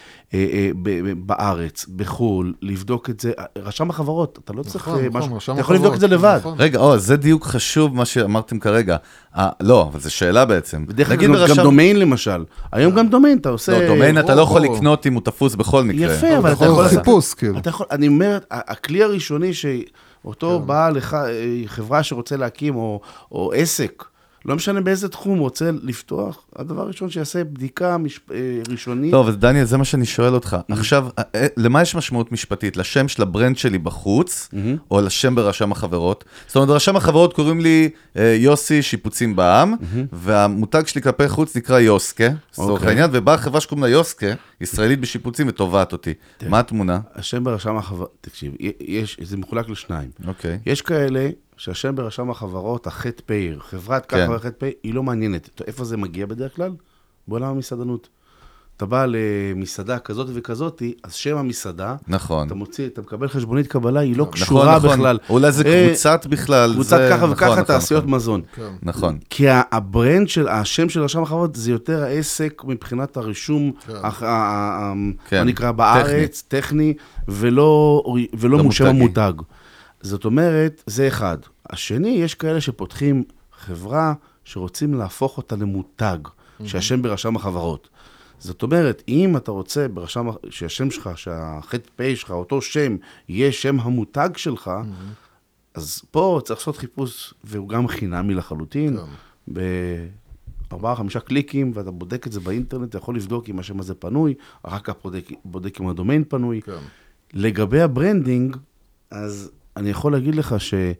בארץ, בחול, לבדוק את זה, רשם החברות, אתה לא צריך משהו, אתה יכול לבדוק את זה לבד. רגע, זה דיוק חשוב מה שאמרתם כרגע. לא, אבל זו שאלה בעצם. בדרך כלל גם דומיין למשל. היום גם דומיין, אתה עושה... לא, דומיין אתה לא יכול לקנות אם הוא תפוס בכל מקרה. יפה, אבל אתה יכול... חיפוש, כאילו. אני אומר, הכלי הראשוני שאותו בא לך, חברה שרוצה להקים, או עסק, לא משנה באיזה תחום הוא רוצה לפתוח, הדבר הראשון שיעשה בדיקה ראשונית. טוב, אז דניאל, זה מה שאני שואל אותך. עכשיו, למה יש משמעות משפטית? לשם של הברנד שלי בחוץ, או לשם ברשם החברות? זאת אומרת, ברשם החברות קוראים לי יוסי שיפוצים בעם, והמותג שלי כלפי חוץ נקרא יוסקה, זאת העניין, ובאה חברה שקוראים לה יוסקה, ישראלית בשיפוצים, ותובעת אותי. מה התמונה? השם ברשם החברות, תקשיב, זה מחולק לשניים. אוקיי. יש כאלה שהשם ברשם החברות, החטא פעיר, חברת ככה וחטא פעיר, היא לא מעניינת. איפה זה מגיע בדרך כלל? בעולם המסעדנות. אתה בא למסעדה כזאת וכזאת, אז שם המסעדה, נכון. אתה מוציא, אתה מקבל חשבונית קבלה, היא לא קשורה בכלל. אולי זה קבוצת בכלל. קבוצת ככה וככה, תעשיות מזון. נכון. כי הברנד של, השם של רשם החברות, זה יותר העסק מבחינת הרישום, מה נקרא בארץ, טכני, ולא מושם המותג. זאת אומרת, זה אחד. השני, יש כאלה שפותחים חברה שרוצים להפוך אותה למותג, שהשם ברשם החברות. זאת אומרת, אם אתה רוצה ברשם, שהשם שלך, שהחטא פ' שלך, אותו שם, יהיה שם המותג שלך, אז פה צריך לעשות חיפוש, והוא גם חינמי לחלוטין, בארבעה, חמישה קליקים, ואתה בודק את זה באינטרנט, אתה יכול לבדוק אם השם הזה פנוי, אחר כך בודק אם הדומיין פנוי. לגבי הברנדינג, אז אני יכול להגיד לך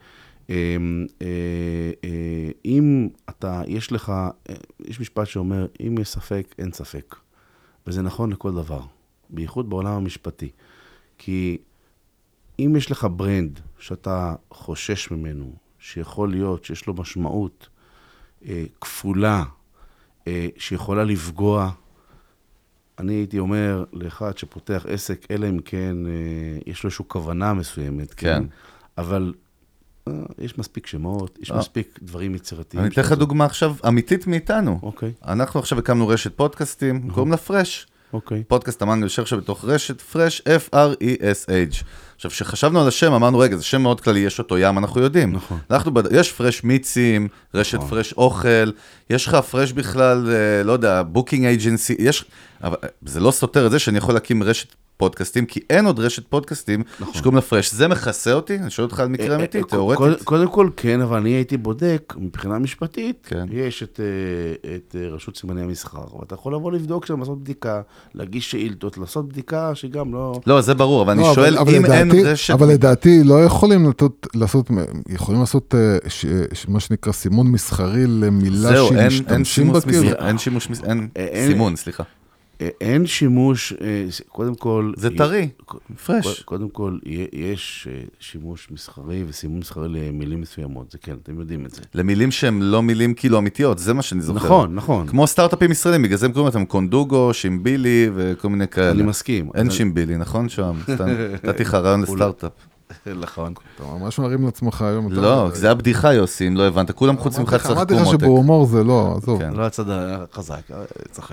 שאם אתה, יש לך, יש משפט שאומר, אם יש ספק, אין ספק. וזה נכון לכל דבר, בייחוד בעולם המשפטי. כי אם יש לך ברנד שאתה חושש ממנו, שיכול להיות שיש לו משמעות אה, כפולה, אה, שיכולה לפגוע, אני הייתי אומר לאחד שפותח עסק, אלא אם כן אה, יש לו איזושהי כוונה מסוימת, כן. כן? אבל אה, יש מספיק שמות, יש אה. מספיק דברים יצירתיים. אני אתן לך דוגמה עכשיו אמיתית מאיתנו. אוקיי. אנחנו עכשיו הקמנו רשת פודקאסטים, אה. קוראים לה פרש. אוקיי. פודקאסט המנגל יושב עכשיו בתוך רשת פרש, F R E S H. עכשיו, שחשבנו על השם, אמרנו, רגע, זה שם מאוד כללי, יש אותו ים, אנחנו יודעים. נכון. אנחנו, יש פרש מיצים, רשת נכון. פרש אוכל, יש לך פרש בכלל, לא יודע, בוקינג אייג'נסי, יש, אבל זה לא סותר את זה שאני יכול להקים רשת פודקאסטים, כי אין עוד רשת פודקאסטים נכון. שקוראים לפרש. זה מכסה אותי? אני שואל אותך על מקרה אמיתי, תיאורטית. קודם כל כן, אבל אני הייתי בודק, מבחינה משפטית, כן. יש את, את רשות סימני המסחר, ואתה יכול לבוא לבדוק שם, לעשות בדיקה, להגיש שאילתות, לעשות בדיקה שגם לא... לא, זה ברור, אבל אני לא, שואל, אבל, אם אבל אין לדעתי, רשת... אבל לדעתי לא יכולים לעשות, לעשות יכולים לעשות ש, ש, מה שנקרא סימון מסחרי למילה שמשתמשים בה כאילו. אין שימוש, אין סימון, סליחה. אין שימוש, קודם כל... זה טרי, פרש. קודם כל, יש שימוש מסחרי וסימון מסחרי למילים מסוימות, זה כן, אתם יודעים את זה. למילים שהן לא מילים כאילו אמיתיות, זה מה שאני זוכר. נכון, נכון. כמו סטארט-אפים ישראלים, בגלל זה הם קוראים אותם קונדוגו, שימבילי וכל מיני כאלה. אני מסכים. אין שימבילי, נכון שם? נתתי לך רעיון לסטארט-אפ. נכון. אתה ממש מרים לעצמך היום. לא, זה הבדיחה יוסי, אם לא הבנת, כולם חוץ ממך צחקו מותק. אמרתי לך שבהומור זה לא, עזוב. לא הצד חזק, צחק.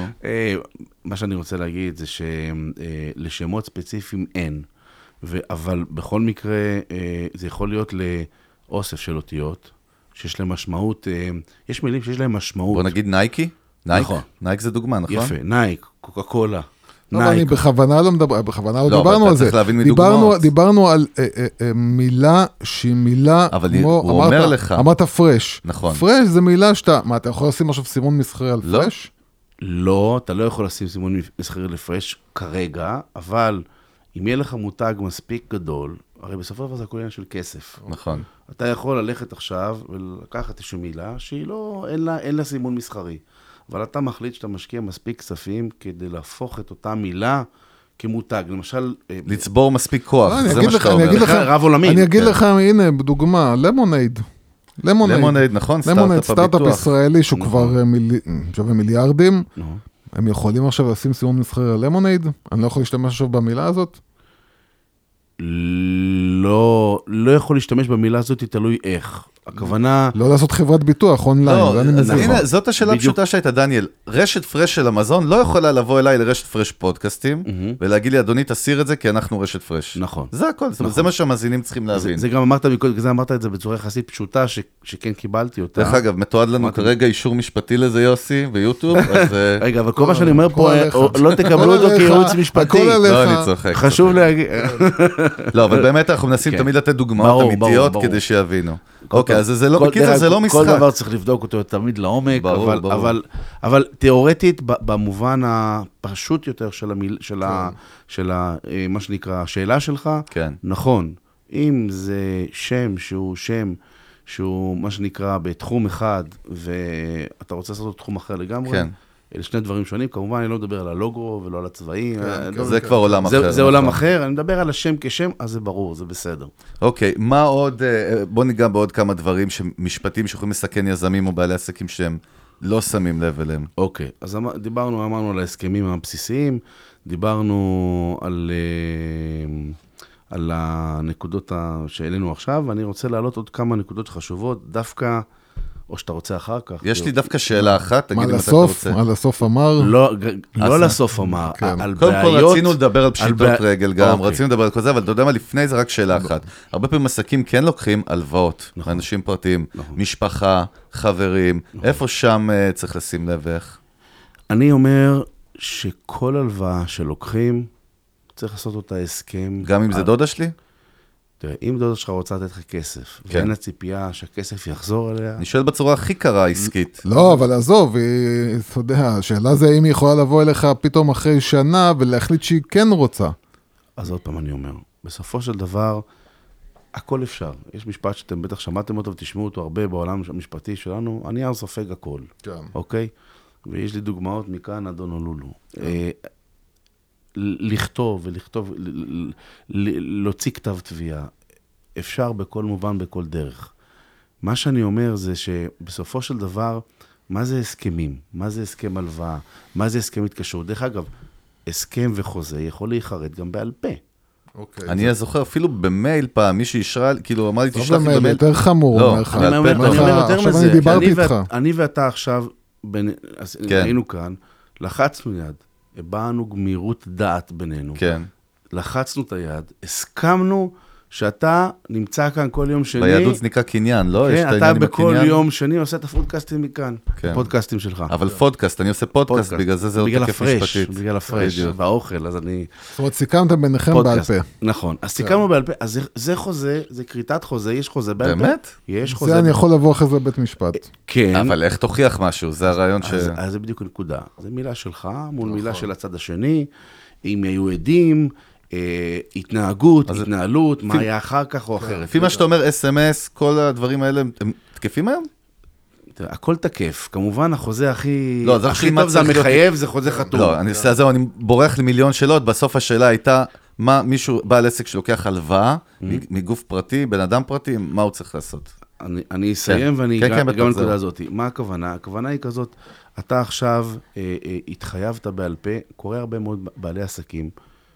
מה שאני רוצה להגיד זה שלשמות ספציפיים אין, אבל בכל מקרה זה יכול להיות לאוסף של אותיות, שיש להם משמעות, יש מילים שיש להם משמעות. בוא נגיד נייקי? נכון. נייק זה דוגמה, נכון? יפה, נייק, קוקה קולה. לא, אני בכוונה לא מדבר, בכוונה לא דיברנו על זה. דיברנו, דיברנו על מילה שהיא מילה, כמו, אמרת פרש. נכון. פרש זה מילה שאתה, מה, אתה יכול לשים עכשיו סימון מסחרי על פרש? לא, אתה לא יכול לשים סימון מסחרי לפרש כרגע, אבל אם יהיה לך מותג מספיק גדול, הרי בסופו של דבר זה הכל עניין של כסף. נכון. אתה יכול ללכת עכשיו ולקחת איזושהי מילה שהיא לא, אין לה, אין לה סימון מסחרי. אבל אתה מחליט שאתה משקיע מספיק כספים כדי להפוך את אותה מילה כמותג. למשל... לצבור מספיק כוח, זה מה שאתה אומר. רב עולמי. אני אגיד לך, הנה, בדוגמה, למונייד. למונייד, נכון, סטארט-אפ ישראלי שהוא כבר שווה מיליארדים. הם יכולים עכשיו לשים סימון מסחרי על למונייד? אני לא יכול להשתמש עכשיו במילה הזאת? לא, לא יכול להשתמש במילה הזאת, תלוי איך. הכוונה... לא לעשות חברת ביטוח אונליין, לא, זה אני אז מבין. הנה, זאת השאלה הפשוטה שהייתה, דניאל. רשת פרש של המזון לא יכולה לבוא אליי לרשת פרש פודקאסטים, ולהגיד לי, אדוני, תסיר את זה, כי אנחנו רשת פרש. נכון. זה הכל, זה מה שהמאזינים צריכים להבין. זה גם אמרת, זה אמרת את זה בצורה יחסית פשוטה, שכן קיבלתי אותה. דרך אגב, מתועד לנו כרגע אישור משפטי לזה, יוסי, ביוטיוב, אז... רגע, אבל כל מה שאני אומר פה, לא תקבלו אותו כייעוץ משפטי. לא, אני צוחק. חשוב להגיד. לא, אבל באמת אנחנו מנסים תמיד לתת דוגמאות אמיתיות כדי שיבינו. אוקיי, אז זה לא, בקיצור, זה לא משחק. כל דבר צריך לבדוק אותו תמיד לעומק, ברור, ברור. אבל, אבל תיאורטית, במובן הפשוט יותר של המיל, של ה, של ה, מה שנקרא, השאלה שלך, כן. נכון, אם זה שם שהוא שם, שהוא מה שנקרא בתחום אחד, ואתה רוצה לעשות אותו תחום אחר לגמרי, כן. אלה שני דברים שונים, כמובן אני לא מדבר על הלוגו ולא על הצבעים. זה כבר עולם אחר. זה עולם אחר, אני מדבר על השם כשם, אז זה ברור, זה בסדר. אוקיי, מה עוד, בוא ניגע בעוד כמה דברים, משפטים שיכולים לסכן יזמים או בעלי עסקים שהם לא שמים לב אליהם. אוקיי, אז דיברנו, אמרנו על ההסכמים הבסיסיים, דיברנו על, על הנקודות שהעלינו עכשיו, ואני רוצה להעלות עוד כמה נקודות חשובות, דווקא... או שאתה רוצה אחר כך. יש לי דווקא שאלה אחת, תגיד אם אתה רוצה. מה לסוף אמר? לא לסוף אמר, על בעיות. קודם כל רצינו לדבר על פשיטות רגל גם, רצינו לדבר על כל זה, אבל אתה יודע מה, לפני זה רק שאלה אחת. הרבה פעמים עסקים כן לוקחים הלוואות, אנשים פרטיים, משפחה, חברים, איפה שם צריך לשים לב איך? אני אומר שכל הלוואה שלוקחים, צריך לעשות אותה הסכם. גם אם זה דודה שלי? תראה, אם דודה שלך רוצה לתת לך כסף, כן. ואין הציפייה שהכסף יחזור אליה... אני שואל בצורה הכי קרה עסקית. לא, אבל עזוב, היא, אתה יודע, השאלה זה אם היא יכולה לבוא אליך פתאום אחרי שנה ולהחליט שהיא כן רוצה. אז עוד פעם אני אומר, בסופו של דבר, הכל אפשר. יש משפט שאתם בטח שמעתם אותו ותשמעו אותו הרבה בעולם המשפטי שלנו, הנייר סופג הכל. כן. אוקיי? ויש לי דוגמאות מכאן עד הונולולו. אה, לכתוב ולכתוב, להוציא כתב תביעה, אפשר בכל מובן, בכל דרך. מה שאני אומר זה שבסופו של דבר, מה זה הסכמים? מה זה הסכם הלוואה? מה זה הסכם התקשרות? דרך אגב, הסכם וחוזה יכול להיחרט גם בעל פה. אני זוכר, אפילו במייל פעם, מי שישרה, כאילו אמר לי, תשלח לי במייל. יותר חמור, לא, אומר לך. אני אומר יותר מזה. עכשיו אני דיברתי איתך. אני ואתה עכשיו, היינו כאן, לחצנו יד. הבאנו גמירות דעת בינינו. כן. לחצנו את היד, הסכמנו שאתה נמצא כאן כל יום שני. ביהדות זה נקרא קניין, לא? כן, אתה בכל יום שני עושה את הפודקאסטים מכאן. כן. הפודקאסטים שלך. אבל פודקאסט, אני עושה פודקאסט, בגלל זה זה לא תקף משפטית. בגלל הפרש, והאוכל, אז אני... זאת אומרת, סיכמתם ביניכם בעל פה. נכון, אז סיכמנו בעל פה, אז זה חוזה, זה קריטת חוזה, יש חוזה בעל פה. באמת? יש חוזה. זה אני יכול לבוא אחרי זה בבית משפט. כן. אבל איך תוכיח משהו? זה הרעיון ש... אז זה בדיוק נקודה. זה מילה שלך מול מילה של הצד השני, אם היו עדים, התנהגות, התנהלות, מה היה אחר כך או אחרת. לפי מה שאתה אומר, אס אם אס, כל הדברים האלה, הם תקפים היום? הכל תקף. כמובן, החוזה הכי... לא, זה הכי טוב זה המחייב, זה חוזה חתום. לא, אני עושה זהו, אני בורח למיליון שאלות, בסוף השאלה הייתה, מה מישהו, בעל עסק שלוקח הלוואה, מגוף פרטי, בן אדם פרטי, מה הוא צריך לעשות? אני אסיים ואני אגע גם לנקודה הזאת. מה הכוונה? הכוונה היא כזאת, אתה עכשיו התחייבת בעל פה, קורא הרבה מאוד בעלי עסקים,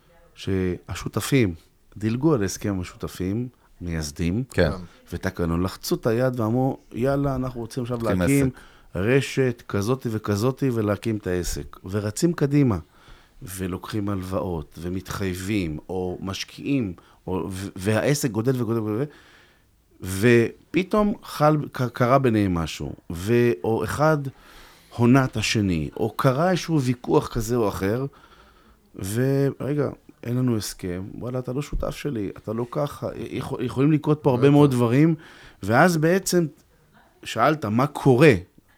שהשותפים דילגו על הסכם השותפים, מייסדים, כן. ותקנון, לחצו את היד ואמרו, יאללה, אנחנו רוצים עכשיו להקים רשת כזאת וכזאת ולהקים את העסק. ורצים קדימה, ולוקחים הלוואות, ומתחייבים, או משקיעים, או, והעסק גודל וגודל וגודל, ופתאום חל, קרה ביניהם משהו, ו, או אחד הונת השני, או קרה איזשהו ויכוח כזה או אחר, ורגע, אין לנו הסכם, וואלה, אתה לא שותף שלי, אתה לא ככה, יכול, יכולים לקרות פה הרבה מאוד דברים, ואז בעצם שאלת, מה קורה?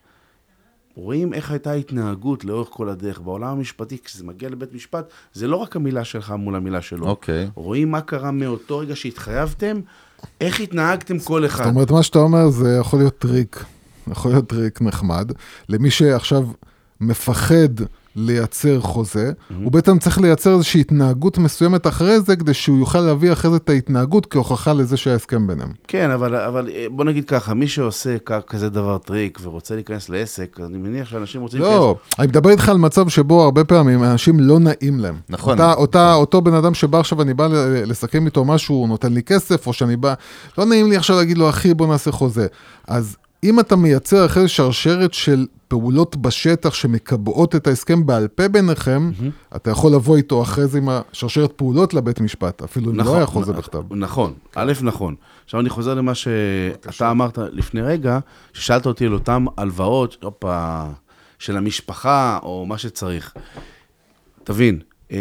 רואים איך הייתה התנהגות לאורך כל הדרך. בעולם המשפטי, כשזה מגיע לבית משפט, זה לא רק המילה שלך מול המילה שלו. אוקיי. רואים מה קרה מאותו רגע שהתחייבתם, איך התנהגתם כל אחד. זאת אומרת, מה שאתה אומר, זה יכול להיות טריק. יכול להיות טריק נחמד. למי שעכשיו מפחד לייצר חוזה, הוא בעצם צריך לייצר איזושהי התנהגות מסוימת אחרי זה, כדי שהוא יוכל להביא אחרי זה את ההתנהגות כהוכחה לזה שההסכם ביניהם. כן, אבל, אבל בוא נגיד ככה, מי שעושה כזה דבר טריק ורוצה להיכנס לעסק, אני מניח שאנשים רוצים... לא, אני מדבר איתך על מצב שבו הרבה פעמים אנשים לא נעים להם. נכון. אותה, אותה, אותו בן אדם שבא עכשיו, אני בא לסכם איתו משהו, הוא נותן לי כסף, או שאני בא, לא נעים לי עכשיו להגיד לו, אחי, בוא נעשה חוזה. אז אם אתה מייצר אחרי שרשרת של פעולות בשטח שמקבעות את ההסכם בעל פה ביניכם, mm-hmm. אתה יכול לבוא איתו אחרי זה עם השרשרת פעולות לבית משפט, אפילו נכון, לא היה חוזה בכתב. נכון, א' נכון. עכשיו אני חוזר למה שאתה אמרת לפני רגע, ששאלת אותי על אותם הלוואות, אופה, של המשפחה או מה שצריך. תבין, כן.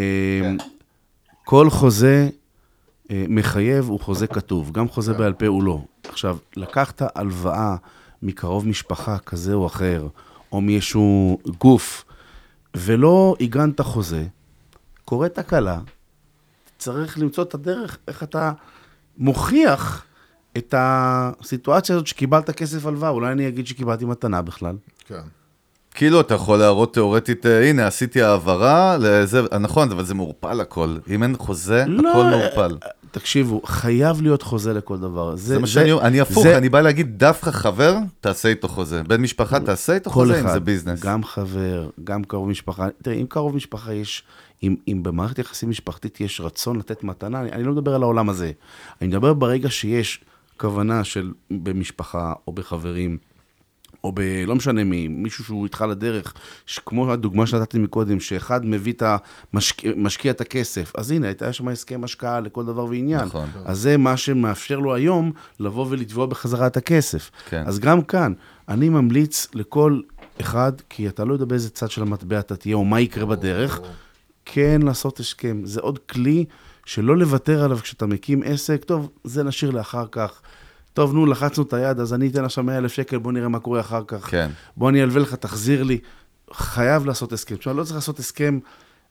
כל חוזה מחייב הוא חוזה כתוב, גם חוזה בעל פה הוא לא. עכשיו, לקחת הלוואה מקרוב משפחה כזה או אחר, או מאיזשהו גוף, ולא הגנת חוזה, קורית תקלה, צריך למצוא את הדרך, איך אתה מוכיח את הסיטואציה הזאת שקיבלת כסף הלוואה, אולי אני אגיד שקיבלתי מתנה בכלל. כן. כאילו, אתה יכול להראות תיאורטית, הנה, עשיתי העברה, לזה, נכון, אבל זה מעורפל הכל. אם אין חוזה, לא, הכל מעורפל. תקשיבו, חייב להיות חוזה לכל דבר. זה, זה מה שאני, אני הפוך, זה... אני בא להגיד, דווקא חבר, תעשה איתו חוזה. בן משפחה, תעשה איתו חוזה, אם זה ביזנס. גם חבר, גם קרוב משפחה. תראה, אם קרוב משפחה יש, אם, אם במערכת יחסים משפחתית יש רצון לתת מתנה, אני, אני לא מדבר על העולם הזה. אני מדבר ברגע שיש כוונה של במשפחה או בחברים, או ב... לא משנה מי, מישהו שהוא התחל לדרך, כמו הדוגמה שנתתי מקודם, שאחד מביא את המשקיע, משקיע את הכסף, אז הנה, הייתה שם הסכם השקעה לכל דבר ועניין. נכון. אז זה מה שמאפשר לו היום, לבוא ולתבוע בחזרה את הכסף. כן. אז גם כאן, אני ממליץ לכל אחד, כי אתה לא יודע באיזה צד של המטבע אתה תהיה, או מה יקרה בדרך, כן לעשות הסכם. זה עוד כלי שלא לוותר עליו כשאתה מקים עסק, טוב, זה נשאיר לאחר כך. טוב, נו, לחצנו את היד, אז אני אתן עכשיו מאה אלף שקל, בוא נראה מה קורה אחר כך. כן. בוא אני אלווה לך, תחזיר לי. חייב לעשות הסכם. תשמע, לא צריך לעשות הסכם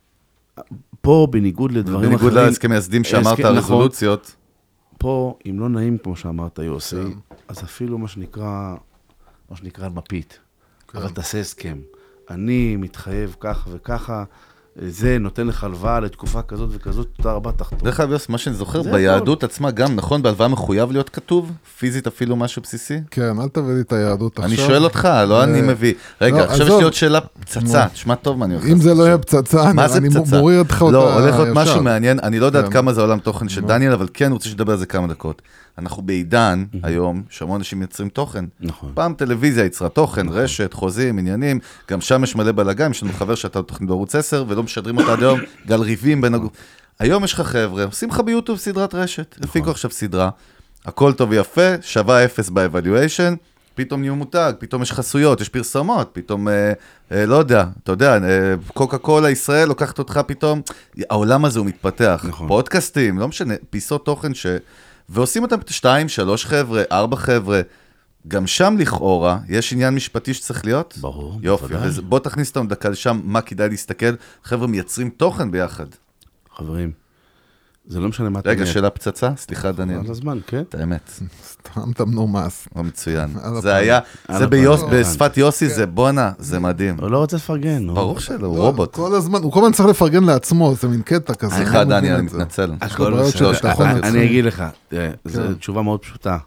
פה, בניגוד לדברים אחרים. בניגוד להסכם יסדים שאמרת, הרזולוציות. פה, אם לא נעים, כמו שאמרת, יוסי, אז אפילו מה שנקרא, מה שנקרא מפית. אבל תעשה הסכם. אני מתחייב ככה וככה, זה נותן לך הלוואה לתקופה כזאת וכזאת, תודה רבה, תחתום. דרך אגב, מה שאני זוכר, ביהדות עצמה גם, נכון, בהלוואה מחויב להיות כתוב, פיזית אפילו משהו בסיסי? כן, אל תביא לי את היהדות עכשיו. אני שואל אותך, לא אני מביא. רגע, עכשיו יש לי עוד שאלה פצצה, תשמע טוב מה אני הולך. אם זה לא יהיה פצצה, אני מוריד אותך אותה. לא, הולך להיות משהו מעניין, אני לא יודעת כמה זה עולם תוכן של דניאל, אבל כן רוצה שתדבר על זה כמה דקות. אנחנו בעידן היום, שהמון אנשים מייצרים תוכן. נכון. פעם טלוויזיה יצרה תוכן, רשת, חוזים, עניינים, גם שם יש מלא בלגן, יש לנו חבר שאתה תוכנית בערוץ עשר, ולא משדרים אותה עד היום, גל ריבים בין הגוף. היום יש לך חבר'ה, עושים לך ביוטיוב סדרת רשת, הפיקו עכשיו סדרה, הכל טוב ויפה, שווה אפס באבלואשן, פתאום נהיו מותג, פתאום יש חסויות, יש פרסומות, פתאום, אה, אה, לא יודע, אתה יודע, אה, קוקה קולה ישראל לוקחת אותך פתאום, העולם הזה הוא מתפתח, נכון. פודקאסטים, לא משנה, פיסות תוכן ש... ועושים אותם שתיים, שלוש חבר'ה, ארבע חבר'ה, גם שם לכאורה, יש עניין משפטי שצריך להיות? ברור. יופי, וזה, בוא תכניס אותם דקה לשם, מה כדאי להסתכל, חבר'ה מייצרים תוכן ביחד. חברים, זה לא משנה מה אתה... רגע, שאלה פצצה? סליחה, דניאל. על הזמן, כן? את האמת. סתם תמנומס. לא מצוין. זה היה, זה בשפת יוסי, זה בונה, זה מדהים. הוא לא רוצה לפרגן. ברור שלא, הוא רובוט. כל הזמן, הוא כל הזמן צריך לפרגן לעצמו, זה מין קטע כזה. סליחה, דניאל, אני מתנצל. אני אגיד לך, זו תשובה מאוד פשוטה.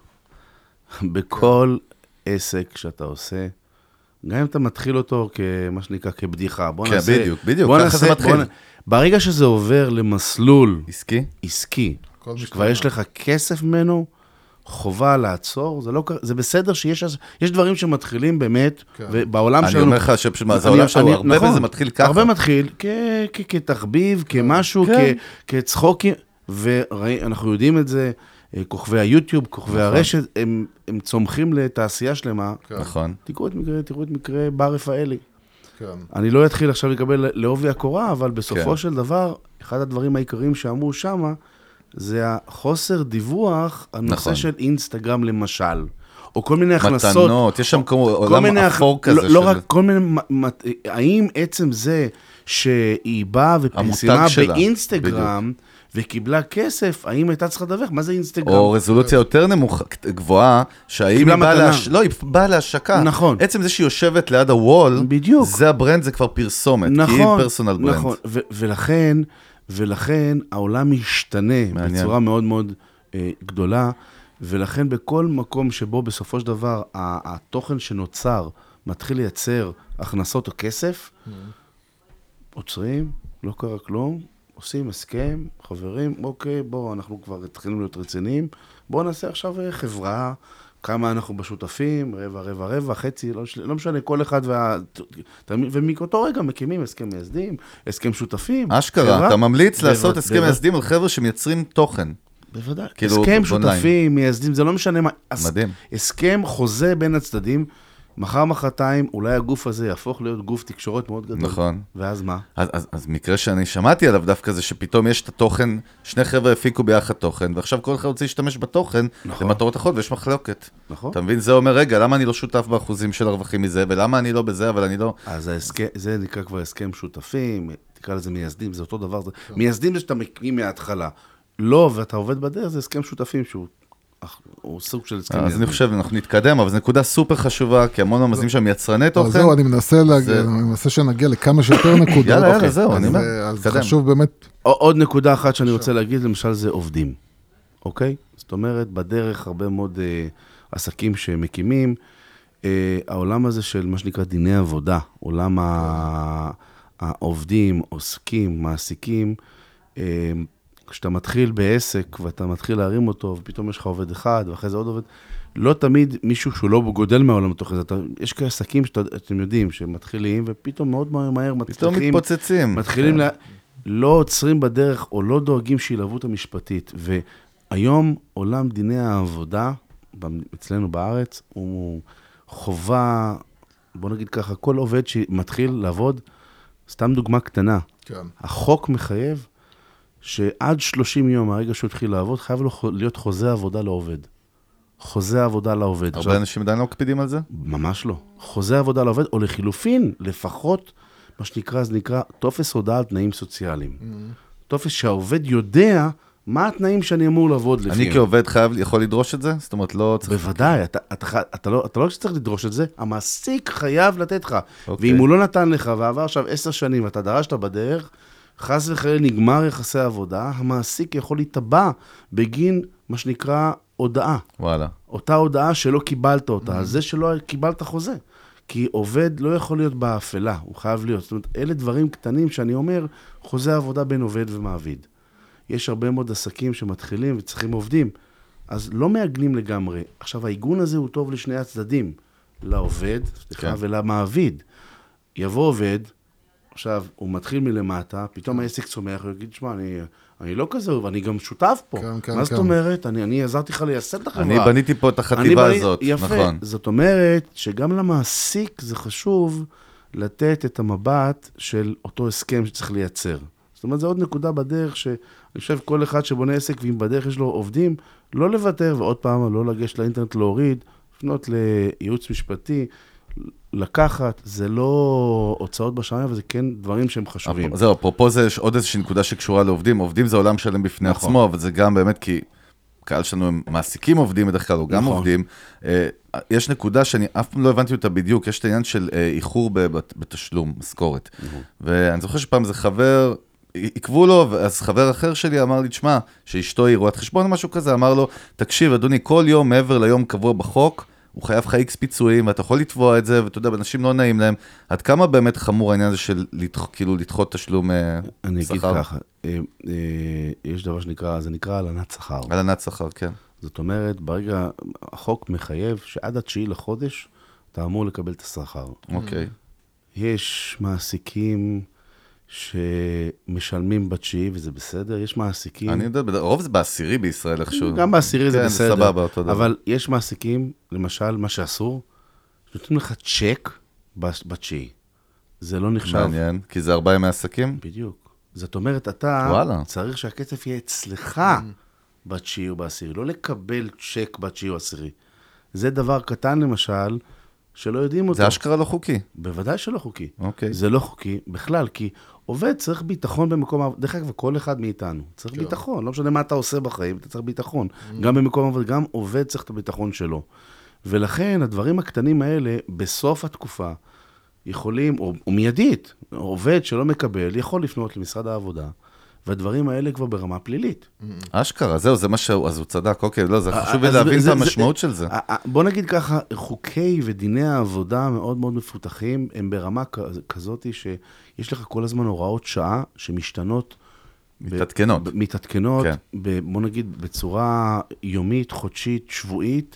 בכל עסק שאתה עושה, גם אם אתה מתחיל אותו כמה שנקרא, כבדיחה. כן, בדיוק, בדיוק, ככה זה מתחיל. ברגע שזה עובר למסלול עסקי, עסקי, שכבר יש לך כסף ממנו, חובה לעצור, זה לא, זה בסדר שיש, יש דברים שמתחילים באמת, ובעולם שלנו... אני אומר לך שהעולם שלנו הרבה וזה מתחיל ככה. הרבה מתחיל כתחביב, כמשהו, כצחוקים, ואנחנו יודעים את זה, כוכבי היוטיוב, כוכבי הרשת, הם צומחים לתעשייה שלמה. נכון. תראו את מקרה, תראו את מקרה בר רפאלי. אני לא אתחיל עכשיו לקבל לעובי הקורה, אבל בסופו של דבר, אחד הדברים העיקריים שאמרו שמה, זה החוסר דיווח, הנושא של אינסטגרם למשל, או כל מיני הכנסות. מתנות, יש שם עולם אפור כזה. לא רק כל מיני, האם עצם זה שהיא באה ופרסמה באינסטגרם, וקיבלה כסף, האם הייתה צריכה לדווח? מה זה אינסטגרם? או רזולוציה יותר נמוכה, גבוהה, שהאם היא באה להש... לא, היא באה להשקה. נכון. עצם זה שהיא יושבת ליד הוול, בדיוק. זה הברנד, זה כבר פרסומת, נכון, כי היא פרסונל ברנד. נכון, ו- ולכן, ולכן העולם משתנה מעניין. בצורה מאוד מאוד אה, גדולה, ולכן בכל מקום שבו בסופו של דבר התוכן שנוצר מתחיל לייצר הכנסות או כסף, mm. עוצרים, לא קרה כלום, עושים הסכם, חברים, אוקיי, בואו, אנחנו כבר התחילנו להיות רציניים, בואו נעשה עכשיו חברה, כמה אנחנו בשותפים, רבע, רבע, רבע, חצי, לא, לא משנה, כל אחד, וה... ומאותו רגע מקימים הסכם מייסדים, הסכם שותפים. אשכרה, חברה, אתה ממליץ לעשות הסכם מייסדים על חבר'ה שמייצרים תוכן. בוודאי. כאילו הסכם שותפים, מייסדים, זה לא משנה מה. מדהים. הסכם חוזה בין הצדדים, מחר מחרתיים, אולי הגוף הזה יהפוך להיות גוף תקשורת מאוד גדול. נכון. ואז מה? אז, אז, אז מקרה שאני שמעתי עליו דווקא זה שפתאום יש את התוכן, שני חבר'ה הפיקו ביחד תוכן, ועכשיו כל אחד רוצה להשתמש בתוכן, נכון. למטרות אחרות, ויש מחלוקת. נכון. אתה מבין? זה אומר, רגע, למה אני לא שותף באחוזים של הרווחים מזה, ולמה אני לא בזה, אבל אני לא... אז ההסכם, זה נקרא כבר הסכם שותפים, תקרא לזה מייסדים, זה אותו דבר. זה... מייסדים זה שאתה מקים מההתחלה. לא, ואתה עובד בדרך, זה הסכם שותפים שהוא... הוא סוג של הסכם. אז אני חושב, אנחנו נתקדם, אבל זו נקודה סופר חשובה, כי המון המאזינים שם יצרני תוכן. זהו, אני מנסה שנגיע לכמה שיותר נקודות. יאללה, יאללה, זהו, אני אומר, אז חשוב באמת... עוד נקודה אחת שאני רוצה להגיד, למשל, זה עובדים. אוקיי? זאת אומרת, בדרך הרבה מאוד עסקים שמקימים, העולם הזה של מה שנקרא דיני עבודה, עולם העובדים, עוסקים, מעסיקים, כשאתה מתחיל בעסק, ואתה מתחיל להרים אותו, ופתאום יש לך עובד אחד, ואחרי זה עוד עובד, לא תמיד מישהו שהוא לא גודל מהעולם בתוך זה. יש כאלה עסקים שאתם יודעים, שמתחילים, ופתאום מאוד מהר מהר מצליחים. פתאום מתפוצצים. מתחילים, לה, לא עוצרים בדרך, או לא דואגים שילוות המשפטית. והיום עולם דיני העבודה, אצלנו בארץ, הוא חובה, בוא נגיד ככה, כל עובד שמתחיל לעבוד, סתם דוגמה קטנה. כן. החוק מחייב, שעד שלושים יום, מהרגע שהוא התחיל לעבוד, חייב לו להיות חוזה עבודה לעובד. חוזה עבודה לעובד. הרבה עכשיו, אנשים עדיין לא מקפידים על זה? ממש לא. חוזה עבודה לעובד, או לחילופין, לפחות, מה שנקרא, זה נקרא, טופס הודעה על תנאים סוציאליים. Mm-hmm. טופס שהעובד יודע מה התנאים שאני אמור לעבוד לפיהם. אני כעובד חייב, יכול לדרוש את זה? זאת אומרת, לא צריך... בוודאי, אתה, אתה, אתה לא, אתה לא צריך לדרוש את זה, המעסיק חייב לתת לך. Okay. ואם הוא לא נתן לך, ועבר עכשיו עשר שנים, ואתה דרשת בדרך, חס וחלילה נגמר יחסי העבודה, המעסיק יכול להתבע בגין מה שנקרא הודעה. וואלה. אותה הודעה שלא קיבלת אותה, על זה שלא קיבלת חוזה. כי עובד לא יכול להיות באפלה, הוא חייב להיות. זאת אומרת, אלה דברים קטנים שאני אומר, חוזה עבודה בין עובד ומעביד. יש הרבה מאוד עסקים שמתחילים וצריכים עובדים, אז לא מעגנים לגמרי. עכשיו, העיגון הזה הוא טוב לשני הצדדים, לעובד, סליחה, ולמעביד. יבוא עובד, עכשיו, הוא מתחיל מלמטה, פתאום העסק צומח, הוא יגיד, שמע, אני, אני לא כזה, ואני גם שותף פה. כן, כן, מה זאת כן. אומרת? אני, אני עזרתי לך לייסד את החברה. אני בניתי פה את החטיבה בני... הזאת, יפה. נכון. זאת אומרת, שגם למעסיק זה חשוב לתת את המבט של אותו הסכם שצריך לייצר. זאת אומרת, זה עוד נקודה בדרך שאני חושב כל אחד שבונה עסק, ואם בדרך יש לו עובדים, לא לוותר, ועוד פעם, לא לגשת לאינטרנט להוריד, לפנות לייעוץ משפטי, לקחת, זה לא הוצאות בשמיים, אבל זה כן דברים שהם חשובים. זהו, אפרופו זה, יש עוד איזושהי נקודה שקשורה לעובדים. עובדים זה עולם שלם בפני נכון. עצמו, אבל זה גם באמת כי קהל שלנו הם מעסיקים עובדים בדרך כלל, או גם נכון. עובדים. יש נקודה שאני אף פעם לא הבנתי אותה בדיוק, יש את העניין של איחור בתשלום, משכורת. נכון. ואני זוכר שפעם זה חבר... עקבו לו, אז חבר אחר שלי אמר לי, תשמע, שאשתו היא רואת חשבון או משהו כזה, אמר לו, תקשיב, אדוני, כל יום מעבר ליום קבוע בחוק, הוא חייב לך איקס פיצויים, ואתה יכול לתבוע את זה, ואתה יודע, אנשים לא נעים להם. עד כמה באמת חמור העניין הזה של כאילו לדחות תשלום שכר? אני אגיד ככה, יש דבר שנקרא, זה נקרא הלנת שכר. הלנת שכר, כן. זאת אומרת, ברגע, החוק מחייב שעד התשיעי לחודש, אתה אמור לקבל את השכר. אוקיי. יש מעסיקים שמשלמים בתשיעי, וזה בסדר. יש מעסיקים... אני יודע, רוב זה בעשירי בישראל, איכשהו. גם בעשירי זה בסדר. סבבה, אותו דבר. אבל יש מעסיקים, למשל, מה שאסור, שנותנים לך צ'ק בתשיעי. זה לא נחשב. מעניין, כי זה ארבעה ימי עסקים? בדיוק. זאת אומרת, אתה וואלה. צריך שהכסף יהיה אצלך בתשיעי או בעשירי. לא לקבל צ'ק בתשיעי או עשירי. זה דבר קטן, למשל, שלא יודעים אותו. זה אשכרה לא חוקי. בוודאי שלא חוקי. אוקיי. זה לא חוקי בכלל, כי עובד צריך ביטחון במקום העבודה. דרך אגב, כל אחד מאיתנו צריך ביטחון. לא משנה מה אתה עושה בחיים, אתה צריך ביטחון. גם במקום העבודה, גם עובד צריך את הביטחון שלו. ולכן הדברים הקטנים האלה, בסוף התקופה, יכולים, או, או מיידית, עובד שלא מקבל, יכול לפנות למשרד העבודה, והדברים האלה כבר ברמה פלילית. אשכרה, זהו, זה מה שהוא, אז הוא צדק, אוקיי, לא, זה חשוב לי להבין את המשמעות של זה. בוא נגיד ככה, חוקי ודיני העבודה מאוד מאוד מפותחים, הם ברמה כזאת שיש לך כל הזמן הוראות שעה שמשתנות. מתעדכנות. מתעדכנות, בוא נגיד בצורה יומית, חודשית, שבועית,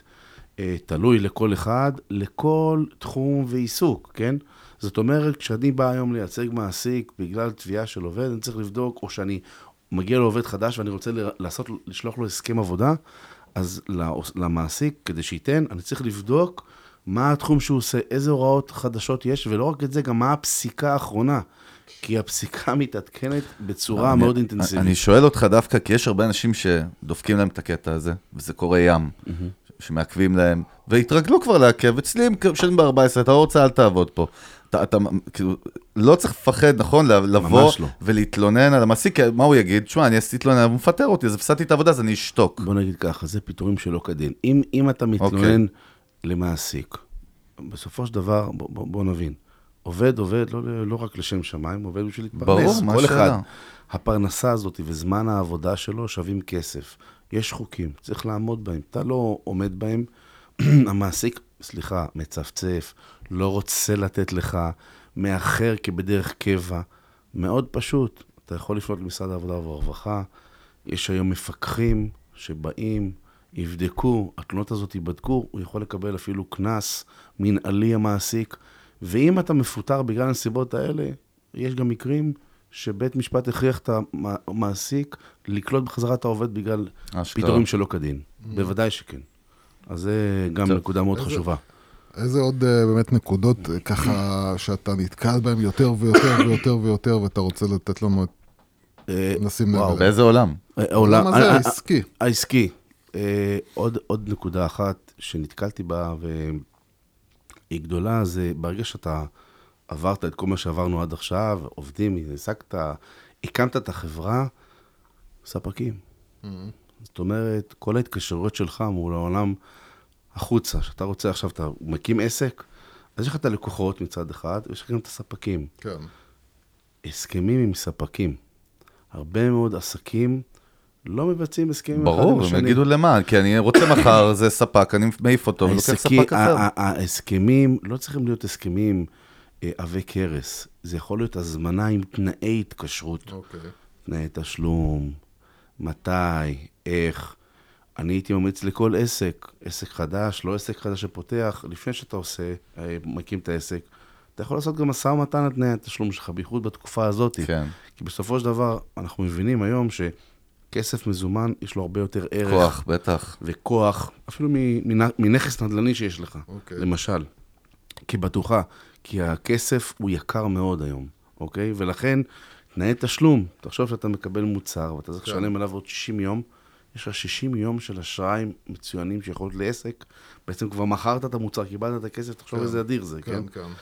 תלוי לכל אחד, לכל תחום ועיסוק, כן? זאת אומרת, כשאני בא היום לייצג מעסיק בגלל תביעה של עובד, אני צריך לבדוק, או שאני מגיע לעובד חדש ואני רוצה לעשות, לשלוח לו הסכם עבודה, אז למעסיק, כדי שייתן, אני צריך לבדוק מה התחום שהוא עושה, איזה הוראות חדשות יש, ולא רק את זה, גם מה הפסיקה האחרונה, כי הפסיקה מתעדכנת בצורה מאוד אינטנסיבית. אני שואל אותך דווקא, כי יש הרבה אנשים שדופקים להם את הקטע הזה, וזה קורה ים. שמעכבים להם, והתרגלו כבר לעכב, אצלי הם שנים ב-ארבע עשרה, אתה רוצה, אל תעבוד פה. אתה, אתה, כאילו, לא צריך לפחד, נכון, לבוא לא. ולהתלונן על המעסיק, מה הוא יגיד? שמה, אני עשיתי להתלונן, הוא מפטר אותי, אז הפסדתי את העבודה, אז אני אשתוק. בוא נגיד ככה, זה פיתורים שלא כדין. אם, אם אתה מתלונן okay. למעסיק, בסופו של דבר, בוא, בוא, בוא נבין, עובד, עובד, לא, לא רק לשם שמיים, עובד בשביל להתפרנס. ברור, מה כל שאלה. אחד, הפרנסה הזאת וזמן העבודה שלו שווים כסף. יש חוקים, צריך לעמוד בהם. אתה לא עומד בהם, המעסיק, סליחה, מצפצף, לא רוצה לתת לך, מאחר כבדרך קבע. מאוד פשוט. אתה יכול לפנות למשרד העבודה והרווחה, יש היום מפקחים שבאים, יבדקו, התלונות הזאת ייבדקו, הוא יכול לקבל אפילו כנס מנהלי המעסיק, ואם אתה מפוטר בגלל הנסיבות האלה, יש גם מקרים שבית משפט הכריח את המעסיק לקלוט בחזרת העובד בגלל פיתורים שלא כדין. בוודאי שכן. אז זה גם נקודה מאוד חשובה. איזה עוד באמת נקודות ככה שאתה נתקל בהם יותר ויותר ויותר ויותר, ואתה רוצה לתת לנו את... נשים לב. באיזה עולם? העולם הזה, העסקי. העסקי. עוד נקודה אחת שנתקלתי בה, והיא גדולה, זה ברגע שאתה עברת את כל מה שעברנו עד עכשיו, עובדים, העסקת, הקמת את החברה, ספקים. זאת אומרת, כל ההתקשרויות שלך מול העולם החוצה, שאתה רוצה עכשיו, אתה מקים עסק, אז יש לך את הלקוחות מצד אחד, ויש לך גם את הספקים. כן. הסכמים עם ספקים. הרבה מאוד עסקים לא מבצעים הסכמים אחד עם השני. ברור, הם יגידו למה, כי אני רוצה מחר, זה ספק, אני מעיף אותו, ולוקח ספק אחר. ההסכמים לא צריכים להיות הסכמים עבי קרס. זה יכול להיות הזמנה עם תנאי התקשרות. אוקיי. תנאי תשלום, מתי, איך. אני הייתי ממליץ לכל עסק, עסק חדש, לא עסק חדש שפותח, לפני שאתה עושה, מקים את העסק, אתה יכול לעשות גם משא ומתן על תנאי התשלום שלך, בייחוד בתקופה הזאת. כן. כי בסופו של דבר, אנחנו מבינים היום שכסף מזומן, יש לו הרבה יותר ערך. כוח, בטח. וכוח, אפילו מנכס נדל"ני שיש לך, אוקיי. למשל. כי בטוחה, כי הכסף הוא יקר מאוד היום, אוקיי? ולכן, תנאי תשלום, תחשוב שאתה מקבל מוצר, ואתה צריך לשלם עליו עוד שישים יום, יש לך שישים יום של אשראי מצוינים שיכול להיות לעסק, בעצם כבר מכרת את המוצר, קיבלת את הכסף, תחשוב איזה אדיר זה, כן? כן, כן.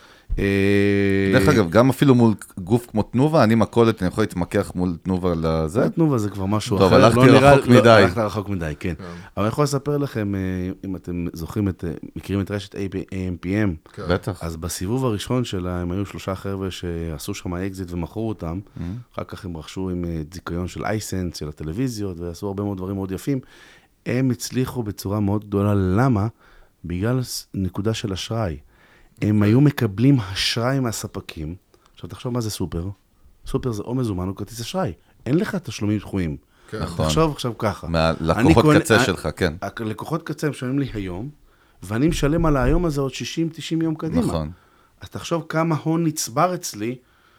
דרך אגב, גם אפילו מול גוף כמו תנובה, אני מכולת, אני יכול להתמקח מול תנובה לזה. תנובה זה כבר משהו אחר. טוב, הלכתי רחוק מדי. הלכת רחוק מדי, כן. אבל אני יכול לספר לכם, אם אתם זוכרים, מכירים את רשת איי אם פי אם, בטח. אז בסיבוב הראשון שלה, הם היו שלושה חבר'ה שעשו שם אקזיט ומכרו אותם, אחר כך הם רכשו עם זיכיון של אייסנס, של הטלוויזיות, ועשו הרבה מאוד דברים מאוד יפים. הם הצליחו בצורה מאוד גדולה. למה? בגלל נקודה של אשראי. הם היו מקבלים אשראי מהספקים. עכשיו, תחשוב מה זה סופר. סופר זה או מזומן או כרטיס אשראי. אין לך תשלומים דחויים. נכון. תחשוב עכשיו ככה. מהלקוחות קצה שלך, כן. הלקוחות קצה הם שומעים לי היום, ואני משלם על היום הזה עוד שישים תשעים יום קדימה. נכון. אז תחשוב כמה הון נצבר אצלי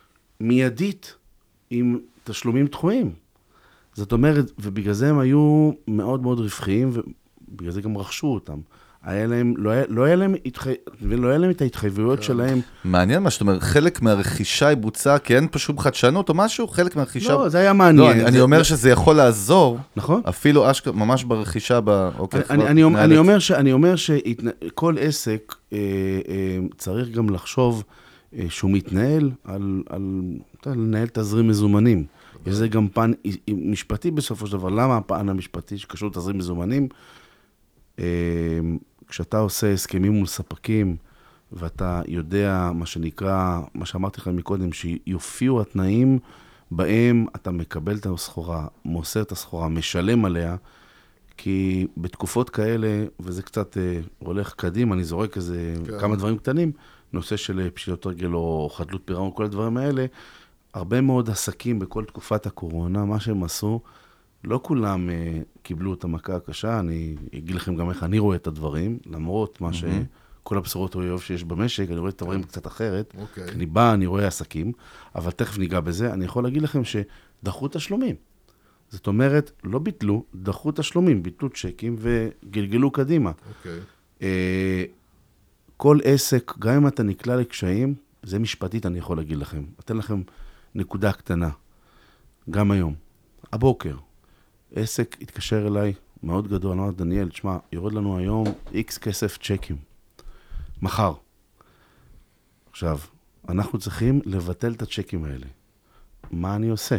מיידית עם תשלומים דחויים. זאת אומרת, ובגלל זה הם היו מאוד מאוד רווחיים, ובגלל זה גם רכשו אותם. היה להם, לא היה, לא היה להם, ולא היה להם את ההתחייבויות שלהם. מעניין מה שאתה אומר, חלק מהרכישה היא בוצעה, כי אין פשוט חדשנות או משהו, חלק מהרכישה... לא, זה היה מעניין. לא, אני, אני אומר שזה יכול לעזור, נכון? אפילו אשכ... ממש ברכישה ב... אוקיי, אני, אני, אומר, אני אומר ש, אני אומר שכל עסק אה, אה, צריך גם לחשוב אה, שהוא מתנהל על, על, על לנהל תזרים מזומנים. יש זה גם פן משפטי בסופו של דבר. למה הפן המשפטי שקשור לתזרים מזומנים? כשאתה עושה הסכמים מול ספקים, ואתה יודע מה שנקרא, מה שאמרתי לך מקודם, שיופיעו התנאים בהם אתה מקבל את הסחורה, מוסר את הסחורה, משלם עליה, כי בתקופות כאלה, וזה קצת הולך קדימה, אני זורק איזה כן. כמה דברים קטנים, נושא של פשיטות רגל או חדלות פירעון, כל הדברים האלה, הרבה מאוד עסקים בכל תקופת הקורונה, מה שהם עשו, לא כולם uh, קיבלו את המכה הקשה, אני אגיד לכם גם איך אני רואה את הדברים, למרות מה mm-hmm. שכל הבשורות האויב שיש במשק, אני רואה את הדברים קצת אחרת, okay. אני בא, אני רואה עסקים, אבל תכף ניגע בזה, אני יכול להגיד לכם שדחו תשלומים. זאת אומרת, לא ביטלו, דחו תשלומים, ביטלו צ'קים וגלגלו קדימה. Okay. Uh, כל עסק, גם אם אתה נקלע לקשיים, זה משפטית אני יכול להגיד לכם. אתן לכם נקודה קטנה, גם היום, הבוקר. עסק התקשר אליי, מאוד גדול, אני אומר, דניאל, תשמע, יורד לנו היום איקס כסף צ'קים. מחר. עכשיו, אנחנו צריכים לבטל את הצ'קים האלה. מה אני עושה?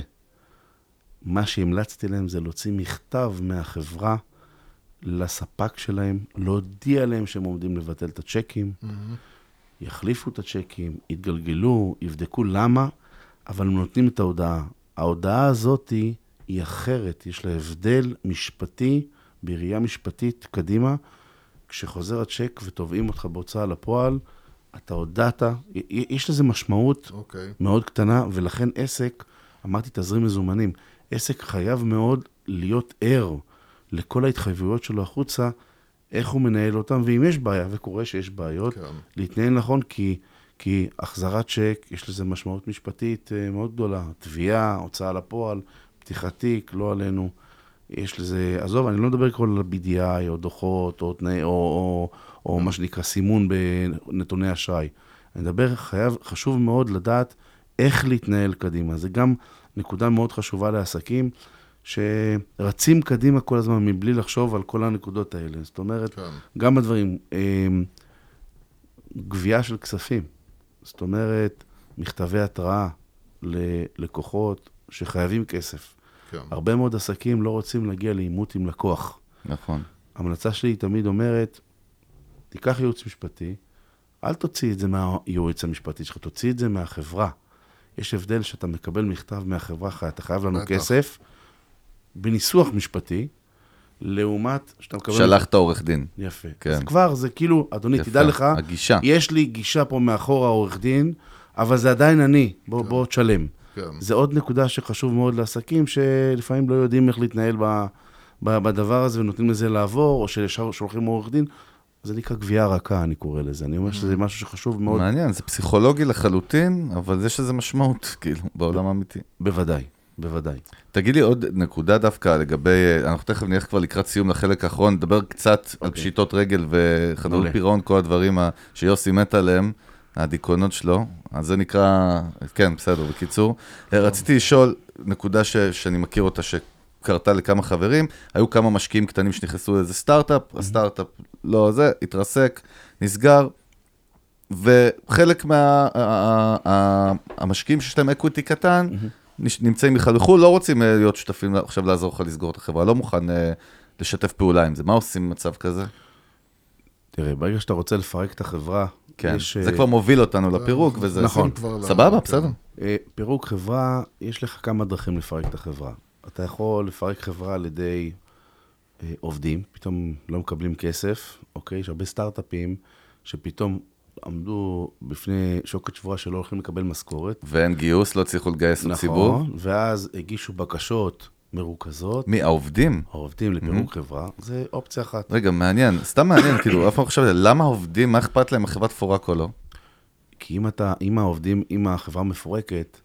מה שהמלצתי להם זה להוציא מכתב מהחברה לספק שלהם, להודיע להם שהם עומדים לבטל את הצ'קים, mm-hmm. יחליפו את הצ'קים, יתגלגלו, יבדקו למה, אבל הם נותנים את ההודעה. ההודעה הזאת היא, היא אחרת, יש לה הבדל משפטי, בראייה משפטית קדימה, כשחוזר הצ'ק ותובעים אותך בהוצאה לפועל, אתה הודעת, יש לזה משמעות okay. מאוד קטנה, ולכן עסק, אמרתי תזרים מזומנים, עסק חייב מאוד להיות ער לכל ההתחייבויות שלו החוצה, איך הוא מנהל אותם, ואם יש בעיה, וקורה שיש בעיות, okay. להתנהל נכון, כי, כי החזרת צ'ק, יש לזה משמעות משפטית מאוד גדולה, תביעה, הוצאה לפועל, פתיחת תיק, לא עלינו, יש לזה, עזוב, אני לא מדבר כל על בי די איי, או דוחות, או, תנאי, או, או, או מה שנקרא סימון בנתוני אשראי. אני מדבר, חייב, חשוב מאוד לדעת איך להתנהל קדימה. זה גם נקודה מאוד חשובה לעסקים, שרצים קדימה כל הזמן, מבלי לחשוב על כל הנקודות האלה. זאת אומרת, כן. גם הדברים, גבייה של כספים, זאת אומרת, מכתבי התראה ללקוחות שחייבים כסף. כן. הרבה מאוד עסקים לא רוצים להגיע לאימות עם לקוח. נכון. המלצה שלי תמיד אומרת, תיקח ייעוץ משפטי, אל תוציא את זה מהייעוץ המשפטי שלך, תוציא את זה מהחברה. יש הבדל שאתה מקבל מכתב מהחברה, אתה חייב לנו כסף, בניסוח משפטי, לעומת שאתה מקבל... שלחת עורך דין. יפה. כן. אז כבר זה כאילו, אדוני, יפה. תדע לך, הגישה. יש לי גישה פה מאחור העורך דין, אבל זה עדיין אני, בוא, כן. בוא תשלם. כן. זה עוד נקודה שחשוב מאוד לעסקים, שלפעמים לא יודעים איך להתנהל ב, ב, בדבר הזה, ונותנים לזה לעבור, או ששולחים עורך דין. זה נקרא גבייה רכה, אני קורא לזה. אני אומר שזה משהו שחשוב מאוד. מעניין, זה פסיכולוגי לחלוטין, אבל יש לזה משמעות, כאילו, בעולם האמיתי. בוודאי, בוודאי. תגיד לי עוד נקודה דווקא לגבי, אנחנו תכף נלך כבר לקראת סיום לחלק האחרון, נדבר קצת על פשיטות רגל וחדלות פירעון, כל הדברים שיוסי מת עליהם, הדיכאונות שלו, אז זה נקרא, כן, בסדר, בקיצור. רציתי לשאול נקודה שאני מכיר אותה שקרתה לכמה חברים, היו כמה משקיעים קטנים שנכנסו לאיזה סטארט-אפ, הסטארט-אפ לא זה, התרסק, נסגר, וחלק מהמשקיעים שיש להם אקוויטי קטן, נמצאים בכלל בחו"ל, לא רוצים להיות שותפים עכשיו לעזור לך לסגור את החברה, לא מוכן לשתף פעולה עם זה. מה עושים במצב כזה? תראה, ברגע שאתה רוצה לפרק את החברה, כן, זה כבר מוביל אותנו לפירוק, וזה... נכון. סבבה, בסדר. פירוק חברה, יש לך כמה דרכים לפרק את החברה. אתה יכול לפרק חברה על ידי עובדים, פתאום לא מקבלים כסף, אוקיי? יש הרבה סטארט-אפים שפתאום עמדו בפני שוקת שבורה שלא הולכים לקבל משכורת. ואין גיוס, לא צריכו לגייס לציבור. נכון, ואז הגישו בקשות מרוכזות. מי, העובדים? העובדים לפירוק חברה, זה אופציה אחת. רגע, מעניין, סתם מעניין, כאילו, אף אחד חושב, למה העובדים, מה אכפת להם החברת פורק או לא? כי אם אתה, אם העובדים, אם החברה מפורקת,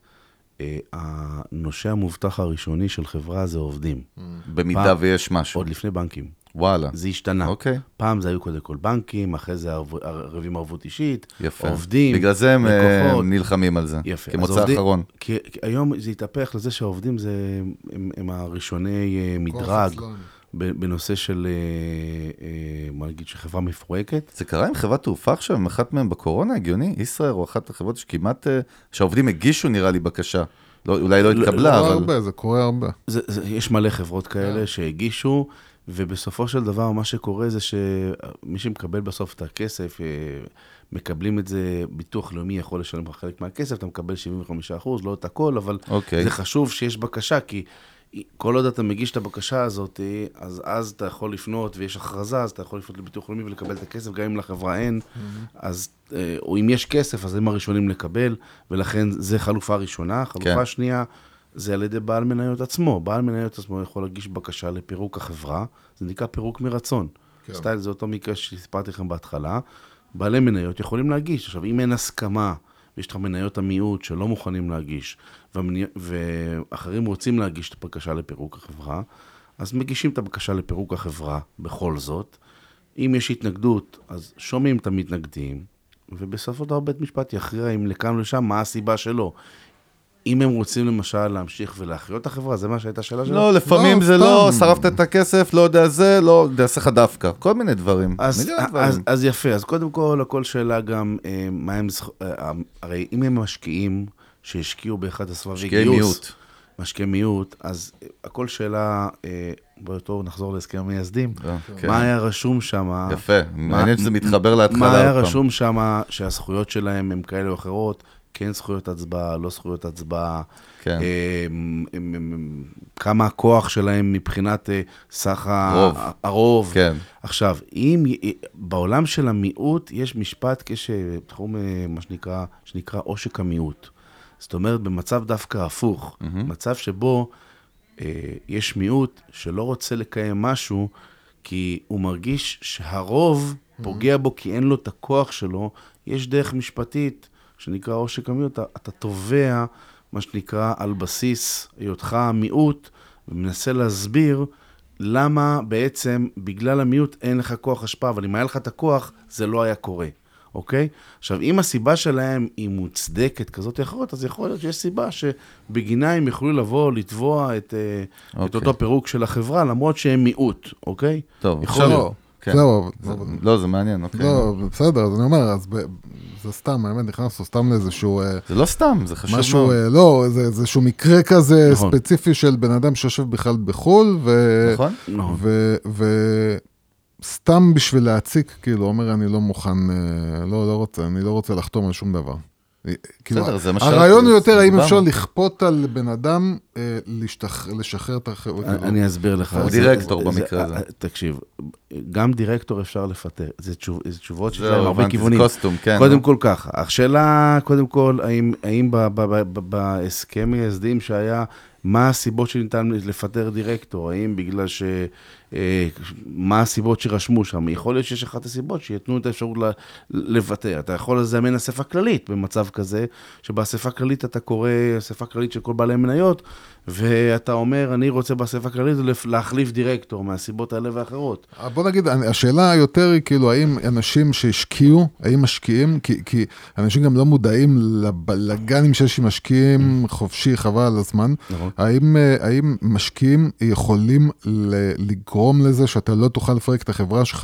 הנושא המובטח הראשוני של חברה זה עובדים. במידה ויש משהו. עוד לפני בנקים. וואלה. זה השתנה. אוקיי. פעם זה היו קודם כל בנקים, אחרי זה ערבים ערבות אישית, יפה. עובדים, בגלל זה הם לקוחות. נלחמים על זה. יפה. כמוצא האחרון. כי, כי היום זה התהפך לזה שהעובדים זה, הם, הם הראשוני מדרג, בנושא של, מה נגיד, שחברה מפורקת. זה קרה עם חברת תעופה עכשיו, עם אחת מהם בקורונה, הגיוני? ישראל או אחת החברות שכמעט, שהעובדים הגישו נראה לי בקשה. לא, אולי לא התקבלה, אבל... הרבה, זה קורה הרבה. זה, זה, יש מלא חברות כאלה שהגישו, ובסופו של דבר מה שקורה זה שמי שמקבל בסוף את הכסף, מקבלים את זה, ביטוח לאומי יכול לשלם לך חלק מהכסף, אתה מקבל שבעים וחמישה אחוז, לא את הכל, אבל אוקיי. זה חשוב שיש בקשה, כי כל עוד אתה מגיש את הבקשה הזאת, אז, אז אתה יכול לפנות, ויש הכרזה, אז אתה יכול לפנות לביטוח לאומי ולקבל את הכסף, גם אם לחברה אין, אז, או אם יש כסף, אז הם הראשונים לקבל, ולכן זה חלופה ראשונה. חלופה כן. שנייה, זה על ידי בעל מניות עצמו. בעל מניות עצמו יכול להגיש בקשה לפירוק החברה, זה נקרא פירוק מרצון. כן. סטייל, זה אותו מקרה שסיפרתי לכם בהתחלה. בעלי מניות יכולים להגיש. עכשיו, אם אין הסכמה, ויש לך מניות המיעוט שלא מוכנים להגיש, והמני... ואחרים רוצים להגיש את הבקשה לפירוק החברה, אז מגישים את הבקשה לפירוק החברה בכל זאת. אם יש התנגדות, אז שומעים את המתנגדים, ובסופו של דבר בית משפט יכריע אם לכאן ולשם מה הסיבה שלו. אם הם רוצים למשל להמשיך ולהחיות את החברה, זה מה שהייתה שאלה שלו? לא, לפעמים זה לא, שרפת את הכסף, לא יודע זה, לא, דעשה לך דווקא, כל מיני דברים. אז יפה, אז קודם כל, הכל שאלה גם, מה הם, הרי אם הם משקיעים, שהשקיעו באחד הסבבי גיוס, משקיעי מיעוט. משקיעי מיעוט, אז הכל שאלה, באותו נחזור להסכם מייסדים, מה היה רשום שם? יפה, מעניין שזה מתחבר להתחלה. מה היה רשום שם שהזכויות שלהם הם כאלה או אחרות, כן זכויות הצבעה, לא זכויות הצבעה, כן. הם, הם, הם, כמה הכוח שלהם מבחינת סך רוב. הרוב. כן. עכשיו, אם בעולם של המיעוט יש משפט כשתחום מה שנקרא, שנקרא עושק המיעוט. זאת אומרת, במצב דווקא הפוך, mm-hmm. מצב שבו אה, יש מיעוט שלא רוצה לקיים משהו, כי הוא מרגיש שהרוב mm-hmm. פוגע בו כי אין לו את הכוח שלו, יש דרך משפטית שנקרא עושק המיעוט, אתה, אתה תובע מה שנקרא על בסיס היותך המיעוט, ומנסה להסביר למה בעצם בגלל המיעוט אין לך כוח השפעה, אבל אם היה לך את הכוח זה לא היה קורה. אוקיי? עכשיו, אם הסיבה שלהם היא מוצדקת כזאת או אחרת, אז יכול להיות שיש סיבה שבגינה הם יכולו לבוא, לתבוע את, אוקיי. את אותו פירוק של החברה, למרות שהם מיעוט, אוקיי? טוב, יכול להיות. כן. זהו, זה, לא, זה מעניין, אוקיי. לא, בסדר, אז אני אומר, אז ב, זה סתם, האמת, נכנסנו סתם לאיזשהו... זה לא סתם, זה חשוב משהו, מאוד. לא, זה איזשהו מקרה כזה נכון. ספציפי של בן אדם שיושב בכלל בחול, ו... נכון? ו... ו... ו... סתם בשביל להציק, כאילו, אומר, אני לא מוכן, לא, לא רוצה, אני לא רוצה לחתום על שום דבר. בסדר, זה מה הרעיון הוא יותר, האם אפשר לכפות על בן אדם לשחרר את החברה? אני אסביר לך. דירקטור במקרה הזה. תקשיב, גם דירקטור אפשר לפטר. זה תשובות שיש להם הרבה כיוונים. זה קוסטום, כן. קודם כל ככה. השאלה, קודם כל, האם בהסכם מייסדים שהיה, מה הסיבות שניתן לפטר דירקטור? האם בגלל ש... מה הסיבות שרשמו שם? יכול להיות שיש אחת הסיבות שיתנו את האפשרות לבטר. אתה יכול לזמן אספה כללית במצב כזה, שבאספה כללית אתה קורא אספה כללית של כל בעלי מניות, ואתה אומר, אני רוצה באספה כללית להחליף דירקטור מהסיבות האלה ואחרות. בוא נגיד, השאלה היותר היא כאילו, האם אנשים שהשקיעו, האם משקיעים, כי, כי אנשים גם לא מודעים לבלגנים שיש עם משקיעים חופשי, חבל על הזמן, האם, האם משקיעים יכולים לגרום לזה שאתה לא תוכל לפרק את החברה שלך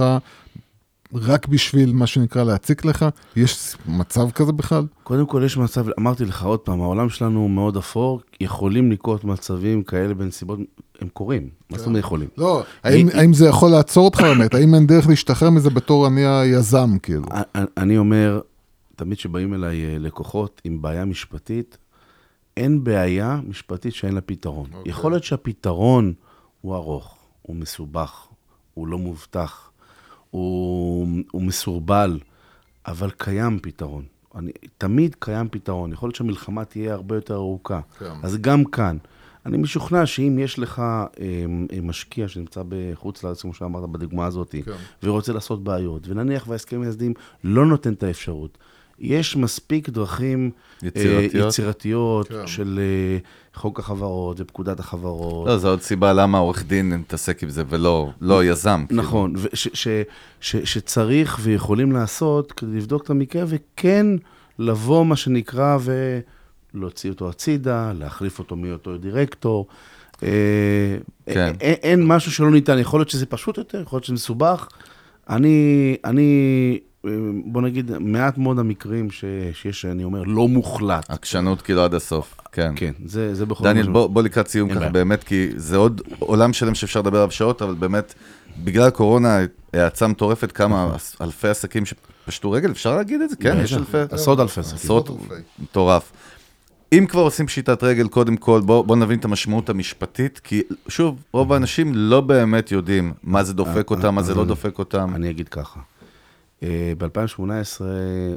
רק בשביל מה שנקרא להציק לך? יש מצב כזה בכלל? קודם כל יש מצב, אמרתי לך עוד פעם, העולם שלנו הוא מאוד אפור, יכולים לקרות מצבים כאלה בנסיבות, הם קוראים, מה זאת אומרת יכולים? לא, האם זה יכול לעצור אותך באמת? האם אין דרך להשתחרר מזה בתור אני היזם כאילו? אני אומר, תמיד שבאים אליי לקוחות עם בעיה משפטית, אין בעיה משפטית שאין לה פתרון. יכול להיות שהפתרון הוא ארוך, הוא מסובך, הוא לא מובטח, הוא, הוא מסורבל, אבל קיים פתרון. אני, תמיד קיים פתרון. יכול להיות שהמלחמה תהיה הרבה יותר ארוכה. כן. אז גם כאן, אני משוכנע שאם יש לך אה, משקיע שנמצא בחוץ לארץ, כמו שאמרת בדוגמה הזאת, כן. ורוצה לעשות בעיות, ונניח וההסכם מייסדים לא נותן את האפשרות, יש מספיק דרכים יצירתיות, יצירתיות כן. של חוק החברות ופקודת החברות. לא, זו עוד סיבה למה עורך דין נתעסק עם זה ולא לא יזם. נכון, כאילו. ש, ש, ש, שצריך ויכולים לעשות כדי לבדוק את המקרה, וכן לבוא מה שנקרא ולהוציא אותו הצידה, להחליף אותו מאותו דירקטור. כן. אין, אין משהו שלא ניתן, יכול להיות שזה פשוט יותר, יכול להיות שזה מסובך. אני, אני, בוא נגיד, מעט מאוד המקרים ש, שיש, אני אומר, לא מוחלט. עקשנות כאילו עד הסוף, כן. כן, זה, זה בכל דניאל, בוא, בוא לקראת סיום ככה, באמת, כי זה עוד עולם שלם שאפשר לדבר עליו שעות, אבל באמת, בגלל הקורונה, העצה מטורפת, כמה אלפי עסקים שפשטו רגל, אפשר להגיד את זה? כן, יש אלפי... עשרות אלפי עסקים. עשרות, מטורף. אם כבר עושים פשיטת רגל, קודם כל, בוא, בוא נבין את המשמעות המשפטית, כי שוב, רוב האנשים לא באמת יודעים מה זה דופק אותם, מה זה לא דופק אותם. אני אגיד ככה. ב-אלפיים שמונה עשרה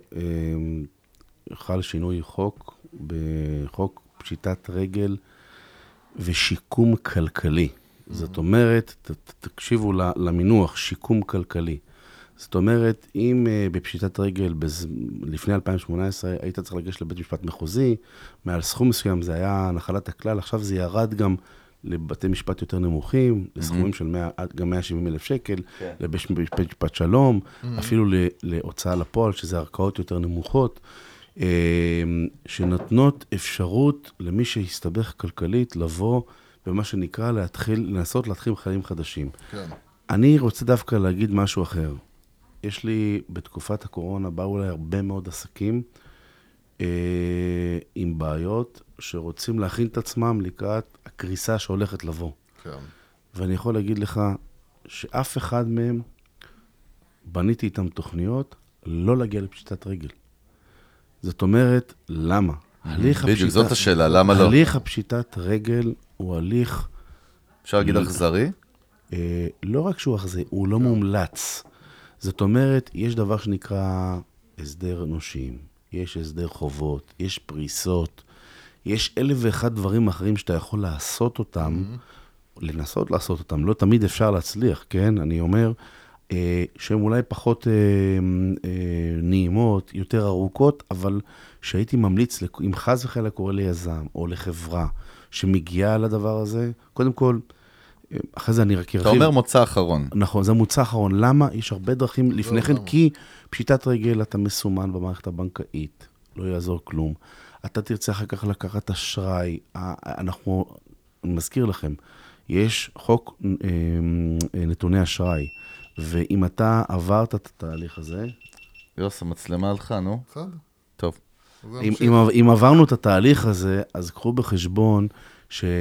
חל שינוי חוק, בחוק פשיטת רגל ושיקום כלכלי. זאת אומרת, תקשיבו למינוח, שיקום כלכלי. זאת אומרת, אם בפשיטת רגל לפני אלפיים שמונה עשרה היית צריך לגשת לבית משפט מחוזי, מעל סכום מסוים זה היה נחלת הכלל, עכשיו זה ירד גם לבתי משפט יותר נמוכים, לסכומים של גם מאה ושבעים אלף שקל, לבית משפט שלום, אפילו להוצאה לפועל, שזה ערכאות יותר נמוכות, שנותנות אפשרות למי שהסתבך כלכלית לבוא במה שנקרא להתחיל, לנסות להתחיל חיים חדשים. אני רוצה דווקא להגיד משהו אחר. יש לי, בתקופת הקורונה, באו אליי הרבה מאוד עסקים אה, עם בעיות שרוצים להכין את עצמם לקראת הקריסה שהולכת לבוא. כן. ואני יכול להגיד לך שאף אחד מהם, בניתי איתם תוכניות, לא להגיע לפשיטת רגל. זאת אומרת, למה? הליך בדיוק, הפשיטת, זאת השאלה, למה לא? הליך הפשיטת רגל הוא הליך... אפשר להגיד אכזרי? אה, לא רק שהוא אכזרי, הוא לא מומלץ. זאת אומרת, יש דבר שנקרא הסדר נושים, יש הסדר חובות, יש פריסות, יש אלף ואחד דברים אחרים שאתה יכול לעשות אותם, mm-hmm. לנסות לעשות אותם, לא תמיד אפשר להצליח, כן? אני אומר, אה, שהן אולי פחות אה, אה, נעימות, יותר ארוכות, אבל שהייתי ממליץ, אם חס וחלילה קורא ליזם או לחברה שמגיעה לדבר הזה, קודם כל, אחרי זה אני רק ארחיב. אתה אומר מוצא אחרון. נכון, זה מוצא אחרון. למה? יש הרבה דרכים לפני כן, כי פשיטת רגל אתה מסומן במערכת הבנקאית, לא יעזור כלום. אתה תרצה אחר כך לקחת אשראי. אנחנו, אני מזכיר לכם, יש חוק נתוני אשראי, ואם אתה עברת את התהליך הזה... יוס, המצלמה עליך, נו. בסדר. טוב. אם, אם, אם עברנו את התהליך הזה, אז קחו בחשבון שיש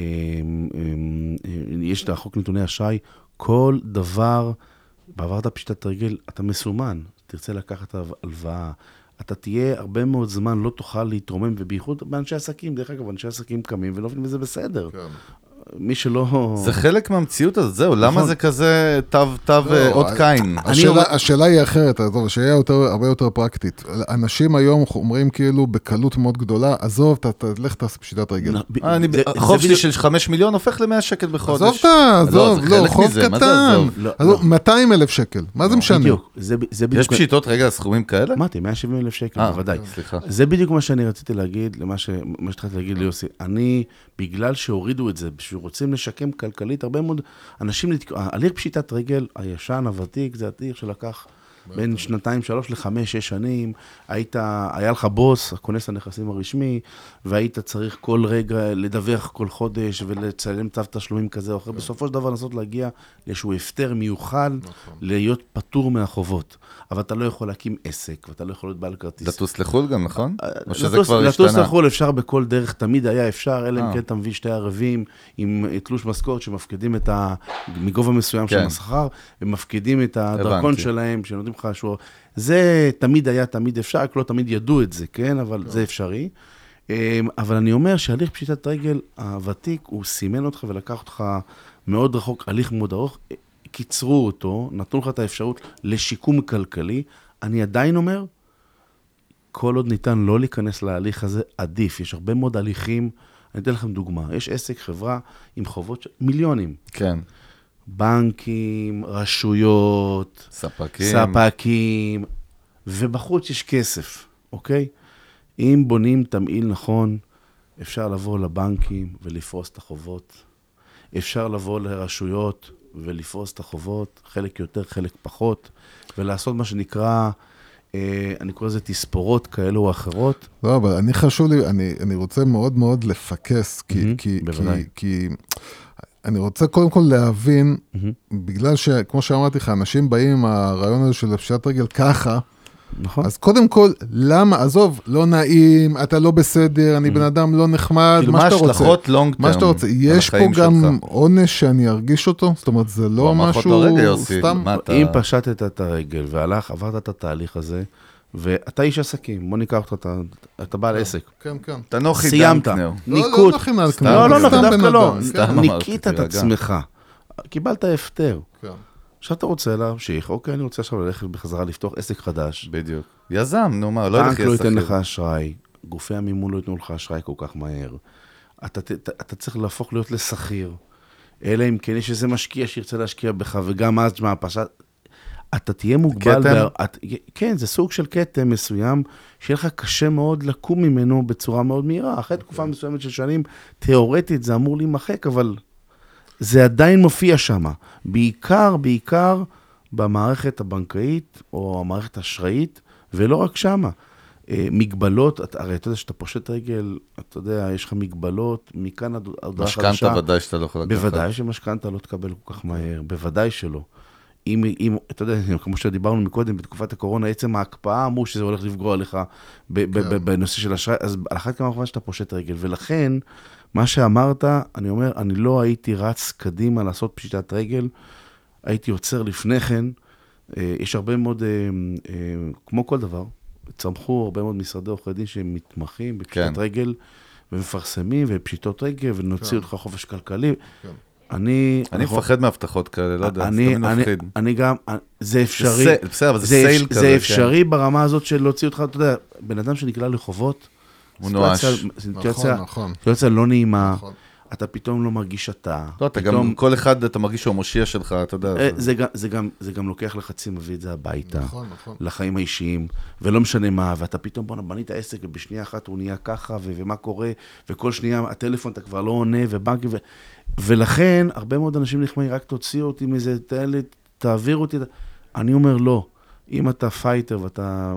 את החוק נתוני אשראי, כל דבר, בעברת פשיטת רגל, אתה מסומן, תרצה לקחת הלוואה, אתה תהיה הרבה מאוד זמן, לא תוכל להתרומם, ובייחוד באנשי עסקים, דרך אגב, אנשי עסקים קמים, ולא מבינים וזה בסדר. כן. מי שלא... זה חלק מהמציאות הזאת, זהו, למה זה כזה תו עוד קין? השאלה היא אחרת, השאלה היא הרבה יותר פרקטית. אנשים היום אומרים כאילו בקלות מאוד גדולה, עזוב, תלך תעשה פשיטת רגל. חוב שלי של חמש מיליון הופך ל-מאה שקל בחודש. עזוב אתה, עזוב, לא, חוב קטן. מאתיים אלף שקל, מה זה משנה? יש פשיטות רגל סכומים כאלה? אמרתי, מאה ושבעים אלף שקל, בוודאי. זה בדיוק מה שאני רציתי להגיד, למה שהתחלתי להגיד ליוסי. אני, בגלל שהורידו את זה, רוצים לשקם כלכלית, הרבה מאוד אנשים, הליך פשיטת רגל, הישן, הוותיק, זה הליך שלקח בין שנתיים, שלוש לחמש, שש שנים, היית, היה לך בוס, הכונס הנכסים הרשמי, והיית צריך כל רגע לדווח כל חודש, ולצלם צו תשלומים כזה או אחר, בסופו של דבר לנסות להגיע לאיזשהו הפטר מיוחד, להיות פטור מהחובות. אבל אתה לא יכול להקים עסק, ואתה לא יכול להיות בעל כרטיס. לטוס לחול גם, נכון? או שזה לטוס, כבר לטוס השתנה? לחול אפשר בכל דרך, תמיד היה אפשר, אלא אם כן אתה מביא שתי ערבים עם תלוש משכורת שמפקידים את ה... מגובה מסוים של השכר, ומפקידים את הדרכון שלהם, שנותנים לך שור. זה תמיד היה, תמיד אפשר, רק לא תמיד ידעו את זה, כן? אבל זה אפשרי. אבל אני אומר שהליך פשיטת רגל הוותיק, הוא סימן אותך ולקח אותך מאוד רחוק, הליך מאוד ארוך, קיצרו אותו, נתנו לך את האפשרות לשיקום כלכלי. אני עדיין אומר, כל עוד ניתן לא להיכנס להליך הזה, עדיף. יש הרבה מאוד הליכים, אני אתן לכם דוגמה. יש עסק, חברה עם חובות של מיליונים. כן. בנקים, רשויות, ספקים. ספקים, ובחוץ יש כסף. אוקיי? אם בונים תמעיל נכון, אפשר לבוא לבנקים ולפרוס את החובות. אפשר לבוא לרשויות ולפרוס את החובות, חלק יותר, חלק פחות, ולעשות מה שנקרא, אה, אני קורא לזה תספורות כאלו או אחרות. לא, אבל אני חשוב לי, אני, אני רוצה מאוד מאוד לפקס, כי, mm-hmm, כי, כי, כי אני רוצה קודם כל להבין, mm-hmm. בגלל שכמו שאמרתי לך, אנשים באים עם הרעיון הזה של פשיטת רגל ככה, נכון. אז קודם כל, למה, עזוב, לא נעים, אתה לא בסדר, אני בן אדם לא נחמד, מה שאתה רוצה. השלכות לונג טרם. מה שאתה רוצה. יש פה גם עונש שאני ארגיש אותו? זאת אומרת, זה לא משהו סתם. אם פשטת את הרגל והלך, עברת את התהליך הזה, ואתה איש עסקים, בוא ניקח אותך, אתה בעל עסק. כן, כן. אתה נוחי סיימת. ניקות. לא, לא, לא, דווקא לא. ניקית את עצמך. קיבלת הפטר. כן. עכשיו אתה רוצה להמשיך, אוקיי, אני רוצה עכשיו ללכת בחזרה לפתוח עסק חדש. בדיוק. יזם, נו מה, לא ילך יסחיר. בנק לא ייתן לך אשראי, גופי המימון לא ייתנו לך אשראי כל כך מהר. אתה, אתה, אתה צריך להפוך להיות לסחיר. אלא אם כן יש איזה משקיע שירצה להשקיע בך, וגם אז מה, פשט, אתה תהיה מוגבל. בה, את, כן, זה סוג של קטם מסוים, שיהיה לך קשה מאוד לקום ממנו בצורה מאוד מהירה. אחרי תקופה מסוימת של שנים, תיאורטית זה אמור להימחק, אבל זה עדיין מופיע שם. בעיקר, בעיקר במערכת הבנקאית, או המערכת האשראית, ולא רק שם. מגבלות, הרי אתה יודע שאתה פושט רגל, אתה יודע, יש לך מגבלות, מכאן ההודעה חדשה. משכנתה ודאי שאתה לא יכול לקחת. בוודאי שמשכנתה לא תקבל כל כך מהר, בוודאי שלא. אם, אם, אתה יודע, כמו שדיברנו מקודם, בתקופת הקורונה, עצם ההקפאה אמרו שזה הולך לפגוע עליך בנושא של אשראי, אז על אחת כמה כמה שאתה פושט רגל, ולכן, מה שאמרת, אני אומר, אני לא הייתי רץ קדימה לעשות פשיטת רגל, הייתי יוצר לפני כן, יש הרבה מאוד, כמו כל דבר, צמחו הרבה מאוד משרדי עורכי דין שהם מתמחים בפשיטת כן. רגל, ומפרסמים, ופשיטות רגל, ונוציא כן. אותך חופש כלכלי. כן. אני... אני מפחד מהבטחות כאלה, לא יודע, אני, אני, אני גם, זה אפשרי. זה, בסדר, אבל זה סייל כזה. זה אפשרי כן. ברמה הזאת של להוציא אותך, אתה יודע, בן אדם שנקלע לחובות, הוא נואש. נכון, נכון. סיטואציה לא נעימה. נכון. אתה פתאום לא מרגיש אתה. לא, אתה גם, כל אחד אתה מרגיש שהוא מושיע שלך, אתה יודע. זה גם, זה גם, זה גם לוקח לחצים, מביא את זה הביתה. נכון, נכון. לחיים האישיים, ולא משנה מה, ואתה פתאום, בוא נבנית העסק, ובשנייה אחת הוא נהיה ככה, ומה קורה, וכל שנייה, הטלפון אתה כבר לא עונה, ובנקים, ו... ולכן, הרבה מאוד אנשים נחמאים, רק תוציאו אותי מזה, תעביר אותי. אני אומר, לא. אם אתה פייטר, ואתה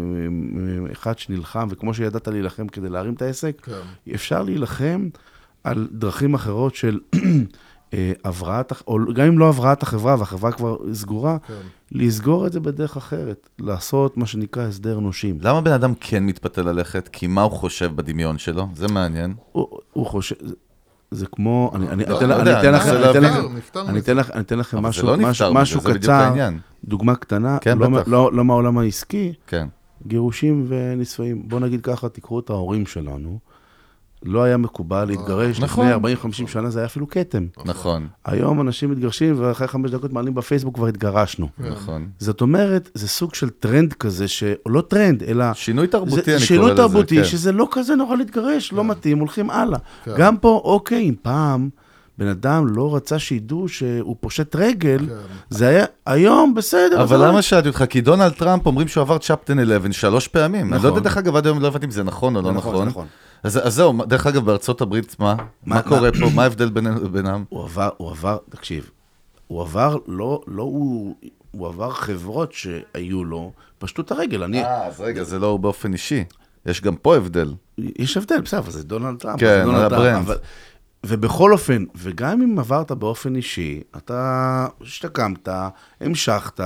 אחד שנלחם, וכמו שידעת להילחם כדי להרים את העסק, כן. אפשר להילחם על דרכים אחרות של הבראת, או גם אם לא הבראת החברה, והחברה כבר סגורה, כן. לסגור את זה בדרך אחרת, לעשות מה שנקרא הסדר נושים. למה בן אדם כן מתפתה ללכת? כי מה הוא חושב בדמיון שלו? זה מעניין. הוא, הוא חושב, זה כמו, אני, אני, לא, אני, לא אני, יודע, אתן לכם, אני, אתן לכם, אני, אתן לכם, אני אתן לכם משהו, לא משהו, משהו זה, קצר, דוגמה קטנה, כן, לא, לא, לא מהעולם העסקי, כן. גירושים ונישואים. בוא נגיד ככה, תקראו את ההורים שלנו, לא היה מקובל להתגרש, נכון. לפני ארבעים חמישים שנה זה היה אפילו קטם. נכון. היום אנשים מתגרשים, ואחרי חמש דקות מעלים בפייסבוק כבר התגרשנו. נכון. זאת אומרת, זה סוג של טרנד כזה, שלא טרנד, אלא... שינוי תרבותי, זה, אני שינוי קורא לזה. שינוי תרבותי, כן. שזה לא כזה נורא להתגרש, כן. לא מתאים, הולכים הלאה. כן. גם פה, אוקיי, אם פעם בן אדם לא רצה שידעו שהוא פושט רגל, כן. זה היה היום בסדר. אבל למה שאלתי אותך? כי דונלד טראמפ אומרים שהוא עבר צ'פטר אחת עשרה שלוש פעמים. נכון. אני לא יודע דרך אגב, עד היום לא הבנתי אם זה נכון או לא נכון. נכון. נכון. אז, אז זהו, דרך אגב, בארצות הברית, מה? מה, מה קורה מה? פה? מה ההבדל בין, בינם? הוא עבר, הוא עבר, תקשיב, הוא עבר, לא, לא הוא, הוא עבר חברות שהיו לו, פשטו את הרגל. אני... אה, אז רגע, זה לא באופן אישי. יש גם פה הבדל. יש הבדל, בסדר, אבל זה דונלד טראמפ. כן, זה הברנד. אבל... ובכל אופן, וגם אם עברת באופן אישי, אתה השתקמת, המשכת,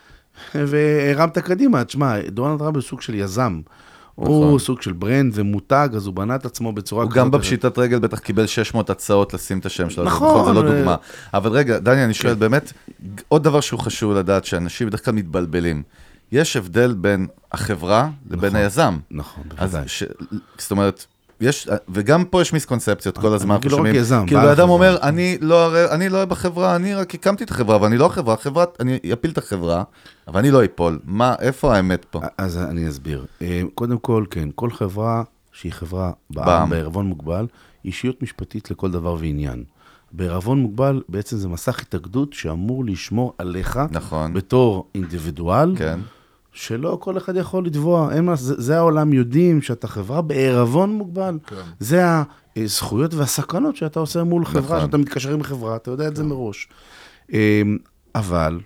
והרמת קדימה. תשמע, דונלד טראמפ הוא סוג של יזם. הוא סוג של ברנד ומותג, אז הוא בנה את עצמו בצורה כזאת. הוא גם בפשיטת רגל בטח קיבל שש מאות הצעות לשים את השם שלו. נכון. זה לא דוגמה. אבל רגע, דני, אני שואל, באמת, עוד דבר שהוא חשוב לדעת, שאנשים בדרך כלל מתבלבלים. יש הבדל בין החברה לבין היזם. נכון, בוודאי. זאת אומרת, יש, וגם פה יש מיסקונספציות כל הזמן. כאילו רק יזם. כאילו האדם אומר, אני לא בחברה, אני רק הקמתי את החברה, ואני לא החברה, חברת, אני אפיל את החברה, אבל אני לא אפול. מה, איפה האמת פה? אז אני אסביר. קודם כל, כן, כל חברה שהיא חברה בעם, בערבון מוגבל, אישיות משפטית לכל דבר ועניין. בערבון מוגבל, בעצם זה מסך התאגדות שאמור לשמור עליך, נכון. בתור אינדיבידואל, כן. שלא כל אחד יכול לתבוע. אין מה, זה, זה העולם יודעים שאתה חברה בערבון מוגבל. כן. זה הזכויות והסכנות שאתה עושה מול נכון. חברה, שאתה מתקשר עם חברה, אתה יודע כן. את זה מראש. אבל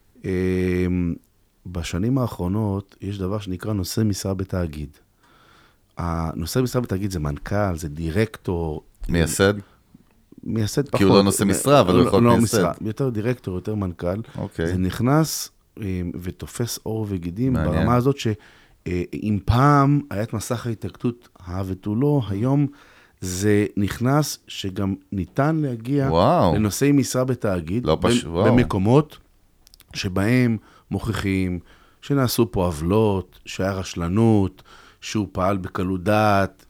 בשנים האחרונות יש דבר שנקרא נושא משרה בתאגיד. הנושא משרה בתאגיד זה מנכ"ל, זה דירקטור. מייסד? מייסד פחות. כי הוא לא נושא משרה, אבל הוא יכול לא מייסד. משרה, יותר דירקטור, יותר מנכ"ל. אוקיי. זה נכנס ותופס אור וגידים ברמה הזאת שאם פעם היה את מסך ההתאגדות ותו לא, היום זה נכנס שגם ניתן להגיע וואו. לנושאי משרה בתאגיד, לא פש... במקומות שבהם מוכיחים שנעשו פה עוולות, שהיה רשלנות, שהוא פעל בקלות דעת,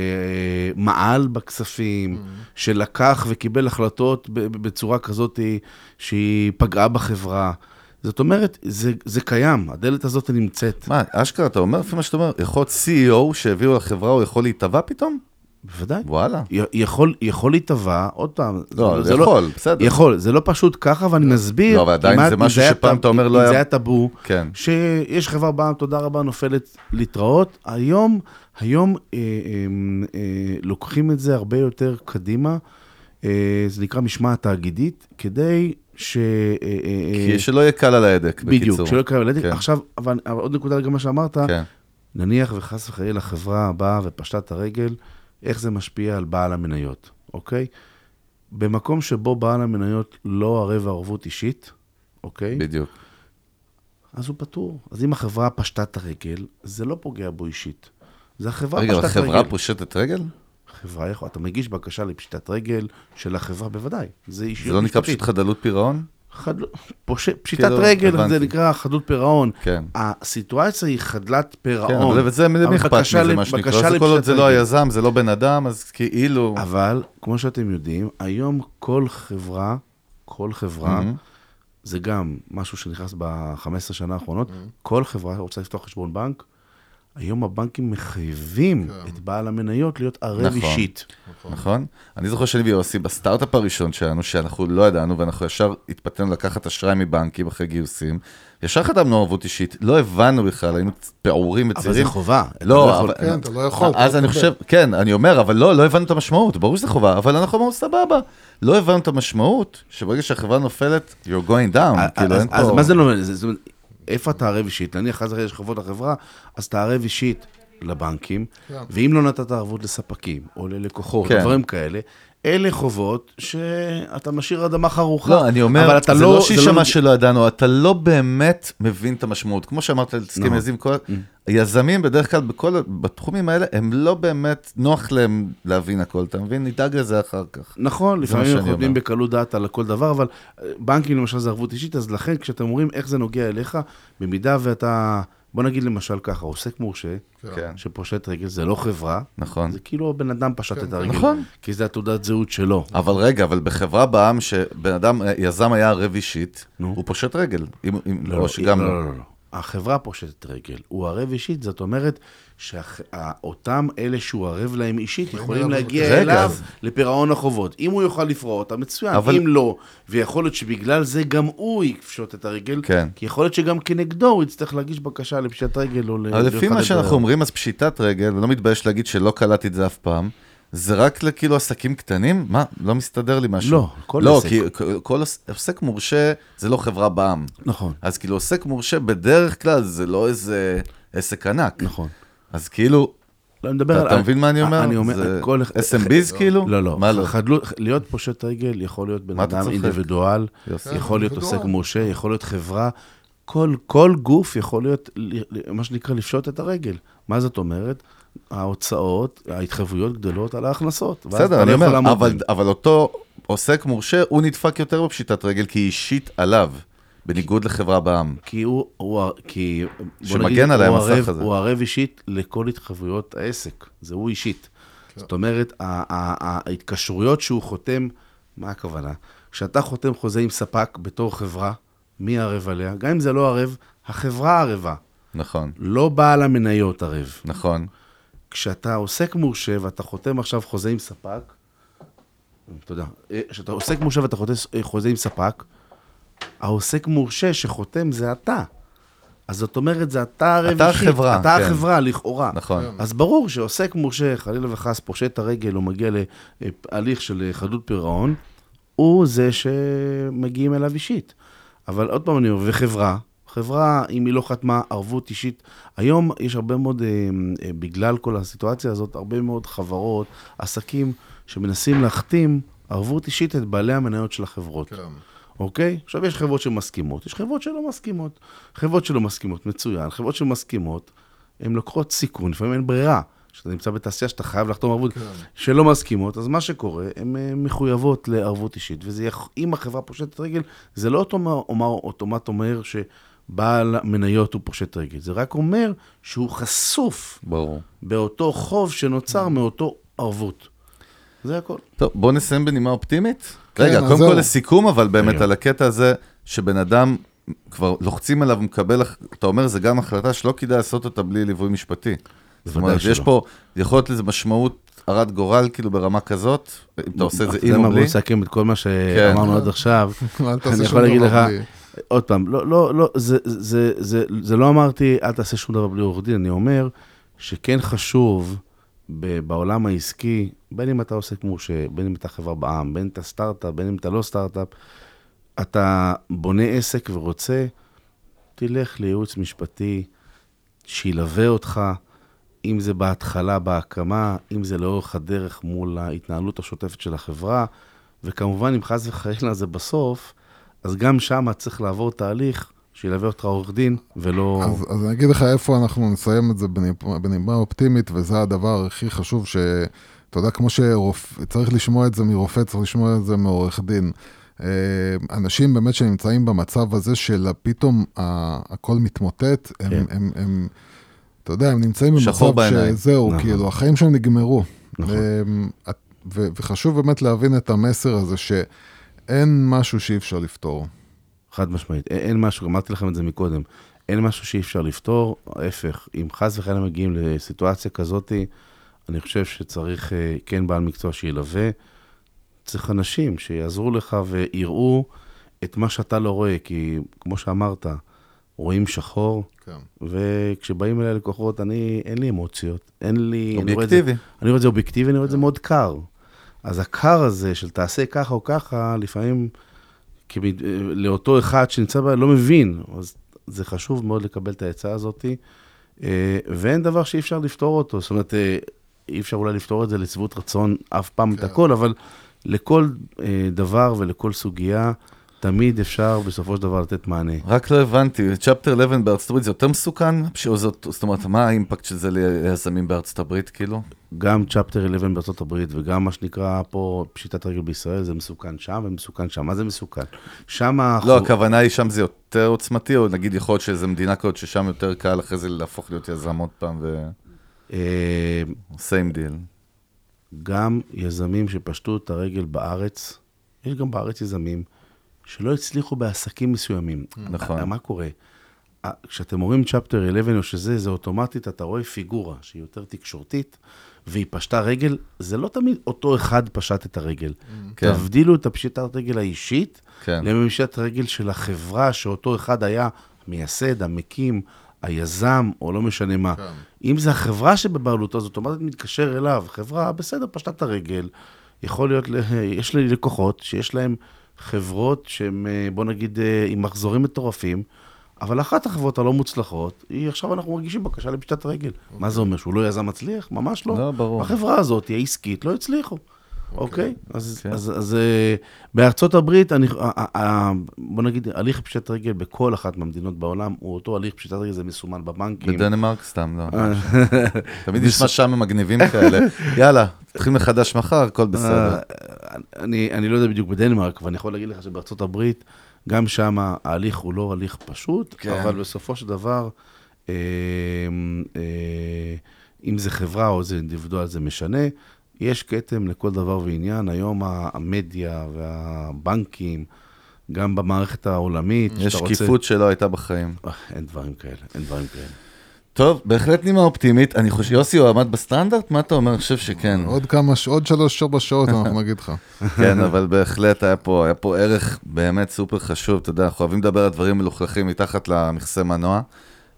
שמעל בכספים, mm-hmm. שלקח וקיבל החלטות בצורה כזאת שהיא פגעה בחברה. זאת אומרת, זה, זה קיים, הדלת הזאת נמצאת. מה, אשכרה, אתה אומר, לפי מה שאתה אומר, יכול להיות סי אי או שהביאו לחברה, הוא יכול להתאבע פתאום? בוודאי. וואלה. י- יכול, יכול להתאבע, עוד פעם. לא, זה, זה יכול, לא, בסדר. יכול, זה לא פשוט ככה, ואני מסביר. לא, אבל עדיין זה משהו שפעם אתה אומר לא היה... זה היה טאבו, כן. שיש חברה בעם, תודה רבה, נופלת להתראות. היום, היום אה, אה, אה, לוקחים את זה הרבה יותר קדימה, אה, זה נקרא משמעת תאגידית, כדי ש... כי שלא יהיה קל על ההדק, בקיצור. בדיוק, שלא יהיה קל על ההדק. כן. עכשיו, אבל עוד נקודה גם מה שאמרת, כן. נניח וחס וחלילה לחברה הבאה ופשטה את הרגל, איך זה משפיע על בעל המניות, אוקיי? במקום שבו בעל המניות לא ערב ערבות אישית, אוקיי? בדיוק. אז הוא פטור. אז אם החברה פשטה את הרגל, זה לא פוגע בו אישית. זה החברה רגע, פשטת רגל. רגע, החברה פושטת רגל? חברה יכול, אתה מגיש בקשה לפשיטת רגל של החברה בוודאי. זה אישיות זה לא נקרא פשוט חדלות פירעון? חד... פוש... פשיטת כאילו, רגל, הבנתי. זה נקרא חדלות פירעון. כן. הסיטואציה היא חדלת פירעון. כן, אבל זה מי אכפת מזה, מה שנקרא. זה כל עוד זה לא היזם, זה לא בן אדם, אז כאילו... אבל, כמו שאתם יודעים, היום כל חברה, כל חברה, mm-hmm. זה גם משהו שנכנס ב-חמש עשרה שנה האחרונות, mm-hmm. כל חברה רוצה לפתוח חשבון בנק, היום הבנקים מחייבים כן. את בעל המניות להיות ערב נכון, אישית. נכון. נכון. אני זוכר שאני ויוסי, בסטארט-אפ הראשון שלנו, שאנחנו לא ידענו, ואנחנו ישר התפתנו לקחת אשראי מבנקים אחרי גיוסים, ישר חתמנו ערבות אישית, לא הבנו בכלל, היינו פעורים וצעירים. אבל זה חובה. לא, לא אבל... יכול, כן, אתה לא יכול. אז אני חושב, כן, אני אומר, אבל לא, לא הבנו את המשמעות, ברור שזה חובה, אבל אנחנו אמרנו, סבבה. לא הבנו את המשמעות, שברגע שהחברה נופלת, you're going down, כאילו אין פה... אז מה זה לא... איפה אתה ערב אישית? נניח, אחרי יש חובות לחברה, אז אתה ערב אישית לבנקים, ואם לא נתת ערבות לספקים, או ללקוחות, כן. דברים כאלה, אלה חובות שאתה משאיר אדמה חרוכה. לא, אני אומר, זה לא, לא שישמה לא... שלא ידענו, אתה לא באמת מבין את המשמעות. כמו שאמרת, לסכים יזים, כל... היזמים בדרך כלל, בכל... בתחומים האלה, הם לא באמת נוח להם להבין הכל, אתה מבין? נדאג לזה אחר כך. נכון, לפעמים אנחנו יודעים בקלות דעת על כל דבר, אבל בנקים למשל זה ערבות אישית, אז לכן כשאתם אומרים איך זה נוגע אליך, במידה ואתה... בוא נגיד למשל ככה, עוסק מורשה, כן. שפושט רגל, זה לא חברה, נכון. זה כאילו הבן אדם פשט כן. את הרגל, נכון. כי זה התעודת זהות שלו. אבל רגע, אבל בחברה בעם שבן אדם, יזם היה ערב אישית, נו. הוא פושט רגל, אם, אם, לא, או שגם לא. לא. לא, לא, לא. החברה פושטת רגל, הוא ערב אישית, זאת אומרת שאותם אלה שהוא ערב להם אישית, יכולים להגיע אליו לפירעון החובות. אם הוא יוכל לפרוע אותה, מצוין. אם לא, ויכול להיות שבגלל זה גם הוא יפשוט את הרגל, כי יכול להיות שגם כנגדו הוא יצטרך להגיש בקשה לפשיטת רגל. אבל לפי מה שאנחנו אומרים, אז פשיטת רגל, ולא מתבייש להגיד שלא קלטתי את זה אף פעם, זה רק לכאילו עסקים קטנים? מה? לא מסתדר לי משהו. לא, כל לא, עסק. כי כל עסק מורשה זה לא חברה בעם. נכון. אז כאילו עסק מורשה בדרך כלל זה לא איזה עסק ענק. נכון. אז כאילו, לא, מדבר אתה מבין מה אני אומר? אני אומר, זה כל... אס אם ביז כאילו? לא, לא. מה לא? להיות פושט רגל יכול להיות בן אדם אינדיבידואל, יכול להיות עוסק מורשה, יכול להיות חברה. כל גוף יכול להיות, מה שנקרא, לפשוט את הרגל. מה זאת אומרת? ההוצאות, ההתחייבויות גדלות על ההכנסות. בסדר, אני אומר, אבל, אבל אותו עוסק מורשה, הוא נדפק יותר בפשיטת רגל, כי אישית עליו, בניגוד לחברה בעם. כי הוא, הוא כי, שמגן עליהם הסך הזה. הוא ערב אישית לכל התחייבויות העסק, זה הוא אישית. זאת אומרת, ההתקשרויות שהוא חותם, מה הכוונה? כשאתה חותם חוזה עם ספק בתור חברה, מי ערב עליה? גם אם זה לא ערב, החברה ערבה. נכון. לא בעל המניות ערב. נכון. כשאתה עוסק מורשה ואתה חותם עכשיו חוזה עם ספק, תודה, כשאתה עוסק מורשה ואתה חותם חוזה עם ספק, העוסק מורשה שחותם זה אתה. אז זאת אומרת, זה אתה רווחית. אתה החברה, אתה כן. החברה, לכאורה. נכון. אז ברור שעוסק מורשה, חלילה וחס, פושט הרגל, או מגיע להליך של חדלות פירעון, הוא זה שמגיעים אליו אישית. אבל עוד פעם אני אומר, וחברה, חברה, אם היא לא חתמה ערבות אישית, היום יש הרבה מאוד, בגלל כל הסיטואציה הזאת, הרבה מאוד חברות, עסקים שמנסים להחתים ערבות אישית את בעלי המניות של החברות. כן. אוקיי? עכשיו יש חברות שמסכימות, יש חברות שלא מסכימות. חברות שלא מסכימות, מצוין. חברות שמסכימות, הן לוקחות סיכון, לפעמים אין ברירה. שאתה נמצא בתעשייה שאתה חייב לחתום ערבות, כן. שלא מסכימות, אז מה שקורה, הן מחויבות לערבות אישית, ואם החברה פושטת רגל, זה לא אוטומט אומר שבעל מניות הוא פושט רגל, זה רק אומר שהוא חשוף ברור. באותו חוב שנוצר מאותו ערבות. זה הכל. טוב, בוא נסיים בנימה אופטימית. רגע, קודם כל לסיכום, אבל באמת על הקטע הזה, שבן אדם כבר לוחצים עליו ומקבל, אתה אומר, זה גם החלטה שלא כדאי לעשות אותה בלי ליווי משפטי. זאת אומרת, יש פה, יכול להיות לזה משמעות הרת גורל, כאילו ברמה כזאת, אם אתה עושה את זה עם או בלי. בוא נסכם את כל מה שאמרנו עד עכשיו. אני יכול להגיד לך, עוד פעם, זה לא אמרתי, אל תעשה שום דבר בלי עורך דין, אני אומר שכן חשוב בעולם העסקי, בין אם אתה עוסק מורשה, בין אם אתה חברה בעם, בין אם אתה סטארט-אפ, בין אם אתה לא סטארט-אפ, אתה בונה עסק ורוצה, תלך לייעוץ משפטי, שילווה אותך, אם זה בהתחלה, בהקמה, אם זה לאורך הדרך מול ההתנהלות השוטפת של החברה, וכמובן, אם חס וחלילה זה בסוף, אז גם שם צריך לעבור תהליך שילווה אותך עורך דין, ולא... אז, אז אני אגיד לך איפה אנחנו נסיים את זה בנימה אופטימית, וזה הדבר הכי חשוב ש... אתה יודע, כמו שצריך לשמוע את זה מרופא, צריך לשמוע את זה מעורך דין. אנשים באמת שנמצאים במצב הזה של פתאום הכל מתמוטט, הם... הם, הם, הם אתה יודע, הם נמצאים במצב שזהו, כאילו, החיים שהם נגמרו. וחשוב באמת להבין את המסר הזה, שאין משהו שאי אפשר לפתור. חד משמעית, אין משהו, אמרתי לכם את זה מקודם, אין משהו שאי אפשר לפתור, ההפך, אם חס וחלילה מגיעים לסיטואציה כזאת, אני חושב שצריך כן בעל מקצוע שילווה, צריך אנשים שיעזרו לך ויראו את מה שאתה לא רואה, כי כמו שאמרת, רואים שחור, כן. וכשבאים אליי לקוחות, אני, אין לי אמוציות, אין לי... אובייקטיבי. אני רואה את זה אובייקטיבי, אני רואה את זה מאוד קר. אז הקר הזה של תעשה ככה או ככה, לפעמים לאותו אחד שנמצא בה לא מבין, אז זה חשוב מאוד לקבל את ההצעה הזאת, ואין דבר שאי אפשר לפתור אותו, זאת אומרת, אי אפשר אולי לפתור את זה לצוות רצון אף פעם את הכל, אבל לכל דבר ולכל סוגיה, תמיד אפשר בסופו של דבר לתת מענה. רק לא הבנתי, צ'פטר אחת עשר בארצות הברית זה יותר מסוכן? זאת אומרת, מה האימפקט של זה ליזמים בארצות הברית, כאילו? גם צ'פטר אחת עשר בארצות הברית, וגם מה שנקרא פה פשיטת רגל בישראל, זה מסוכן שם ומסוכן שם. מה זה מסוכן? שם... לא, הכוונה היא שם זה יותר עוצמתי, או נגיד יכול להיות שזה מדינה כזאת ששם יותר קל אחרי זה להפוך להיות יזם עוד פעם ו... same deal. גם יזמים שפשטו את הרגל בארץ, יש גם בארץ יזמים, שלא הצליחו בעסקים מסוימים. נכון. מה קורה? כשאתם אומרים צ'פטר אחת עשר או שזה, זה אוטומטית, אתה רואה פיגורה שהיא יותר תקשורתית, והיא פשטה רגל, זה לא תמיד אותו אחד פשט את הרגל. כן. תבדילו את הפשיטת רגל האישית, כן. לממשת רגל של החברה, שאותו אחד היה מייסד, המקים, היזם, או לא משנה מה. כן. אם זה החברה שבבעלותו, זאת אומרת, מתקשר אליו, חברה, בסדר, פשטה את הרגל, יכול להיות, יש לי לקוחות שיש להם חברות שהם, בוא נגיד, עם מחזורים מטורפים, אבל אחת החברות הלא מוצלחות, היא עכשיו אנחנו מרגישים בקשה לפשיטת רגל. Okay. מה זה אומר? שהוא לא יזם מצליח? ממש לא. לא, ברור. החברה הזאת היא עסקית, לא הצליחו. אוקיי? Okay. Okay? אז, okay. אז, אז בארצות הברית, אני, בוא נגיד, הליך פשיטת רגל בכל אחת מהמדינות בעולם, הוא אותו הליך פשיטת רגל, זה מסומן בבנקים. בדנמרק סתם, לא. תמיד יש מה שם מגניבים כאלה. יאללה, תתחיל מחדש מחר, הכל בסדר. אני, אני לא יודע בדיוק בדנמרק, ואני יכול להגיד לך שבארצות הברית, גם שם ההליך הוא לא הליך פשוט, כן. אבל בסופו של דבר, אה, אה, אם זה חברה או זה אינדיבידואל, זה משנה. יש כתם לכל דבר ועניין. היום המדיה והבנקים, גם במערכת העולמית. יש שקיפות רוצה... שלא הייתה בחיים. אין דברים כאלה, אין דברים כאלה. טוב, בהחלט נימה אופטימית. אני חושב, יוסי, הוא עמד בסטנדרט? מה אתה אומר? אני חושב שכן. עוד כמה, עוד שלוש ארבע שעות, אנחנו נגיד לך. כן, אבל בהחלט היה פה, היה פה ערך באמת סופר חשוב. אתה יודע, אנחנו אוהבים לדבר על דברים מלוכלכים מתחת למכסה מנוע.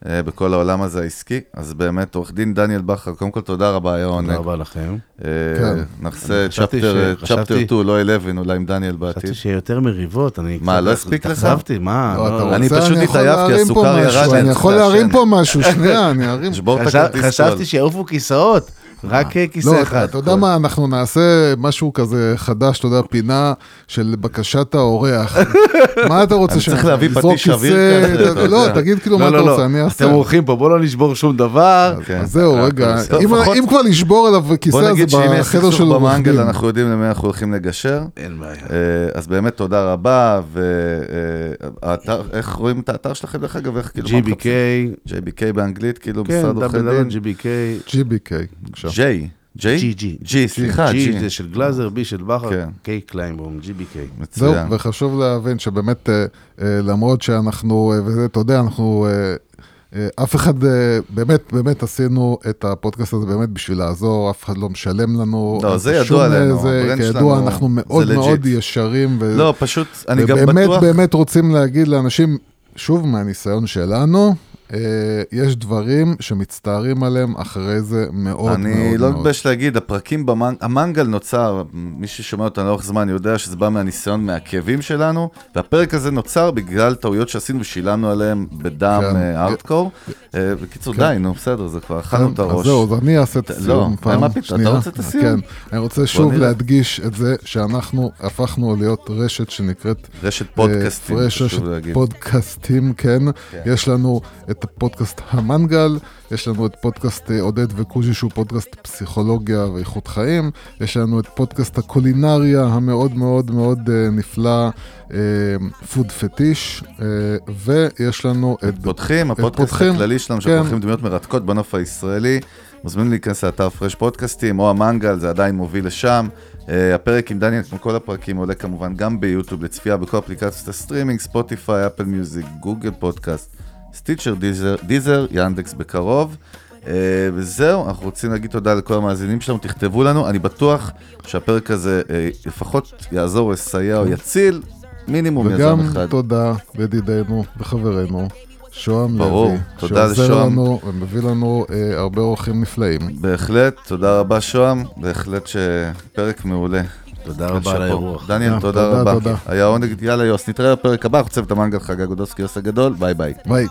בכל העולם הזה העסקי. אז באמת, עורך דין דניאל בכר, קודם כל תודה רבה, היה עונג. תודה רבה לכם. נחסה צ'פטר שתיים, לא אלף, אולי עם דניאל בעתיד. חשבתי שיהיה יותר מריבות. מה, לא הספיק לך? חשבתי, מה? אני פשוט התעייפתי, הסוכר ירד. אני יכול להרים פה משהו, שנייה, אני ארים. חשבתי שיעופו כיסאות. רק כיסא אחד. אתה יודע מה, אנחנו נעשה משהו כזה חדש, אתה יודע, פינה של בקשת האורח. מה אתה רוצה? אני צריך להביא פטיש אוויר כזה. לא, תגיד כאילו מה אתה רוצה, אני אעשה. אתם אורחים פה, בוא לא נשבור שום דבר. אז זהו, רגע, אם כבר לשבור עליו כיסא, בוא נגיד שאם יש סכסוך במנגל, אנחנו יודעים למי אנחנו הולכים לגשר. אין בעיה. אז באמת תודה רבה, ואיך רואים את האתר שלכם דרך אגב? ג'י בי קיי. ג'י בי קיי באנגלית, כאילו כן, משרד עורכי דין. ג'י בי קיי. ג'י בי קיי, בבקשה. ג'יי. ג'יי? ג'י, ג'י. ג'י, סליחה, ג'י. ג'י זה של גלאזר, בי של בכר, קיי קליימבום, ג'י בי קיי. זהו, וחשוב להבין שבאמת, למרות שאנחנו, וזה, אתה יודע, אנחנו, אף אחד, באמת, באמת עשינו את הפודקאסט הזה באמת בשביל לעזור, אף אחד לא משלם לנו. לא, זה ידוע עלינו, זה כידוע, אנחנו מאוד מאוד ישרים. לא, פשוט, אני גם בטוח. ובאמת, באמת רוצים להגיד לאנשים, שוב מהניסיון שלנו, יש דברים שמצטערים עליהם אחרי זה מאוד מאוד מאוד. אני לא מתבייש להגיד, הפרקים המנגל נוצר, מי ששומע אותנו לאורך זמן יודע שזה בא מהניסיון, מהכאבים שלנו, והפרק הזה נוצר בגלל טעויות שעשינו ושילמנו עליהם בדם הארדקור. בקיצור, די, נו, בסדר, זה כבר אכלנו את הראש. אז זהו, אז אני אעשה את הסיום פעם. מה פתאום, אתה רוצה את הסיום? כן, אני רוצה שוב להדגיש את זה שאנחנו הפכנו להיות רשת שנקראת רשת פודקאסטים, רשת פודקאסטים, כן. יש לנו את הפודקאסט המנגל, יש לנו את פודקאסט עודד וקוז'י שהוא פודקאסט פסיכולוגיה ואיכות חיים, יש לנו את פודקאסט הקולינריה המאוד מאוד מאוד נפלא, פוד פטיש, ויש לנו את פותחים, הפודקאסט הכללי שלנו שפותחים דמויות מרתקות בנוף הישראלי, מוזמנים להיכנס לאתר פרש פודקאסטים או המנגל, זה עדיין מוביל לשם. הפרק עם דניאל, כמו כל הפרקים, עולה כמובן גם ביוטיוב לצפייה בכל אפליקציות הסטרימינג, ספוטיפיי, אפל מיוזיק, גוגל פודקאסט, סטיצ'ר, דיזר, דיזר, ינדקס בקרוב. וזהו, אנחנו רוצים להגיד תודה לכל המאזינים שלנו, תכתבו לנו, אני בטוח שהפרק הזה לפחות יעזור, או יסייע או יציל מינימום יזם אחד. וגם תודה לידידנו וחברנו שוהם לוי, שעוזר לנו ומביא לנו אה, הרבה אורחים נפלאים. בהחלט, תודה רבה שוהם, בהחלט שפרק מעולה. תודה רבה על האירוח. דניאל, תודה רבה. היה עונג, יאללה יוס, נתראה בפרק הבא, חוצב את המנגל חגה גודוסקי יוס הגדול, ביי ביי. ביי.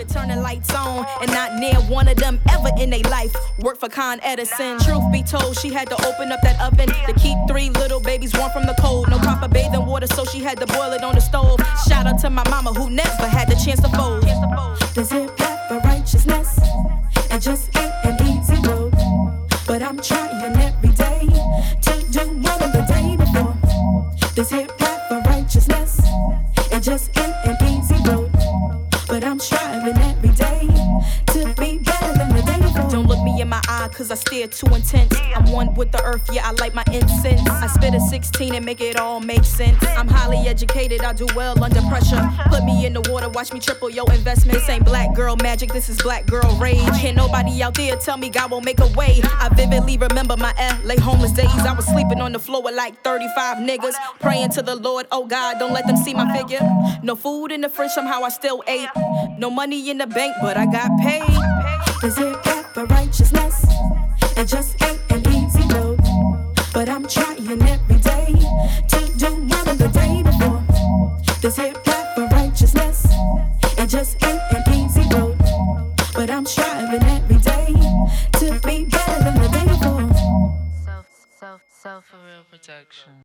Work for Con Edison. Truth be told, she had to open up that oven to keep three little babies warm from the cold. No proper bathing water, so she had to boil it on the stove. Shout out to my mama who never had the chance to fold. There's a path for righteousness, and just ain't an easy road. But I'm trying every day to do more than the day before. This here path for righteousness, it just ain't an easy road. But I'm striving every day to be better than the day before. Don't look me in my eye, cause I stare too intense. I'm one with the earth, yeah, I light my incense. I spit a sixteen and make it all make sense. I'm highly educated, I do well under pressure. Put me in the water, watch me triple your investment. This ain't black girl magic, this is black girl rage. Can't nobody out there tell me God won't make a way. I vividly remember my L A homeless days. I was sleeping on the floor with like thirty-five niggas, praying to the Lord, oh God, don't let them see my figure. No food in the fridge, somehow I still ate. No money in the bank, but I got paid. There's a path for righteousness, it just ain't an easy road. But I'm trying every day to do more than the day before. This here path for righteousness, it just ain't an easy road. But I'm striving every day to be better than the day before. Self, self, self for real protection.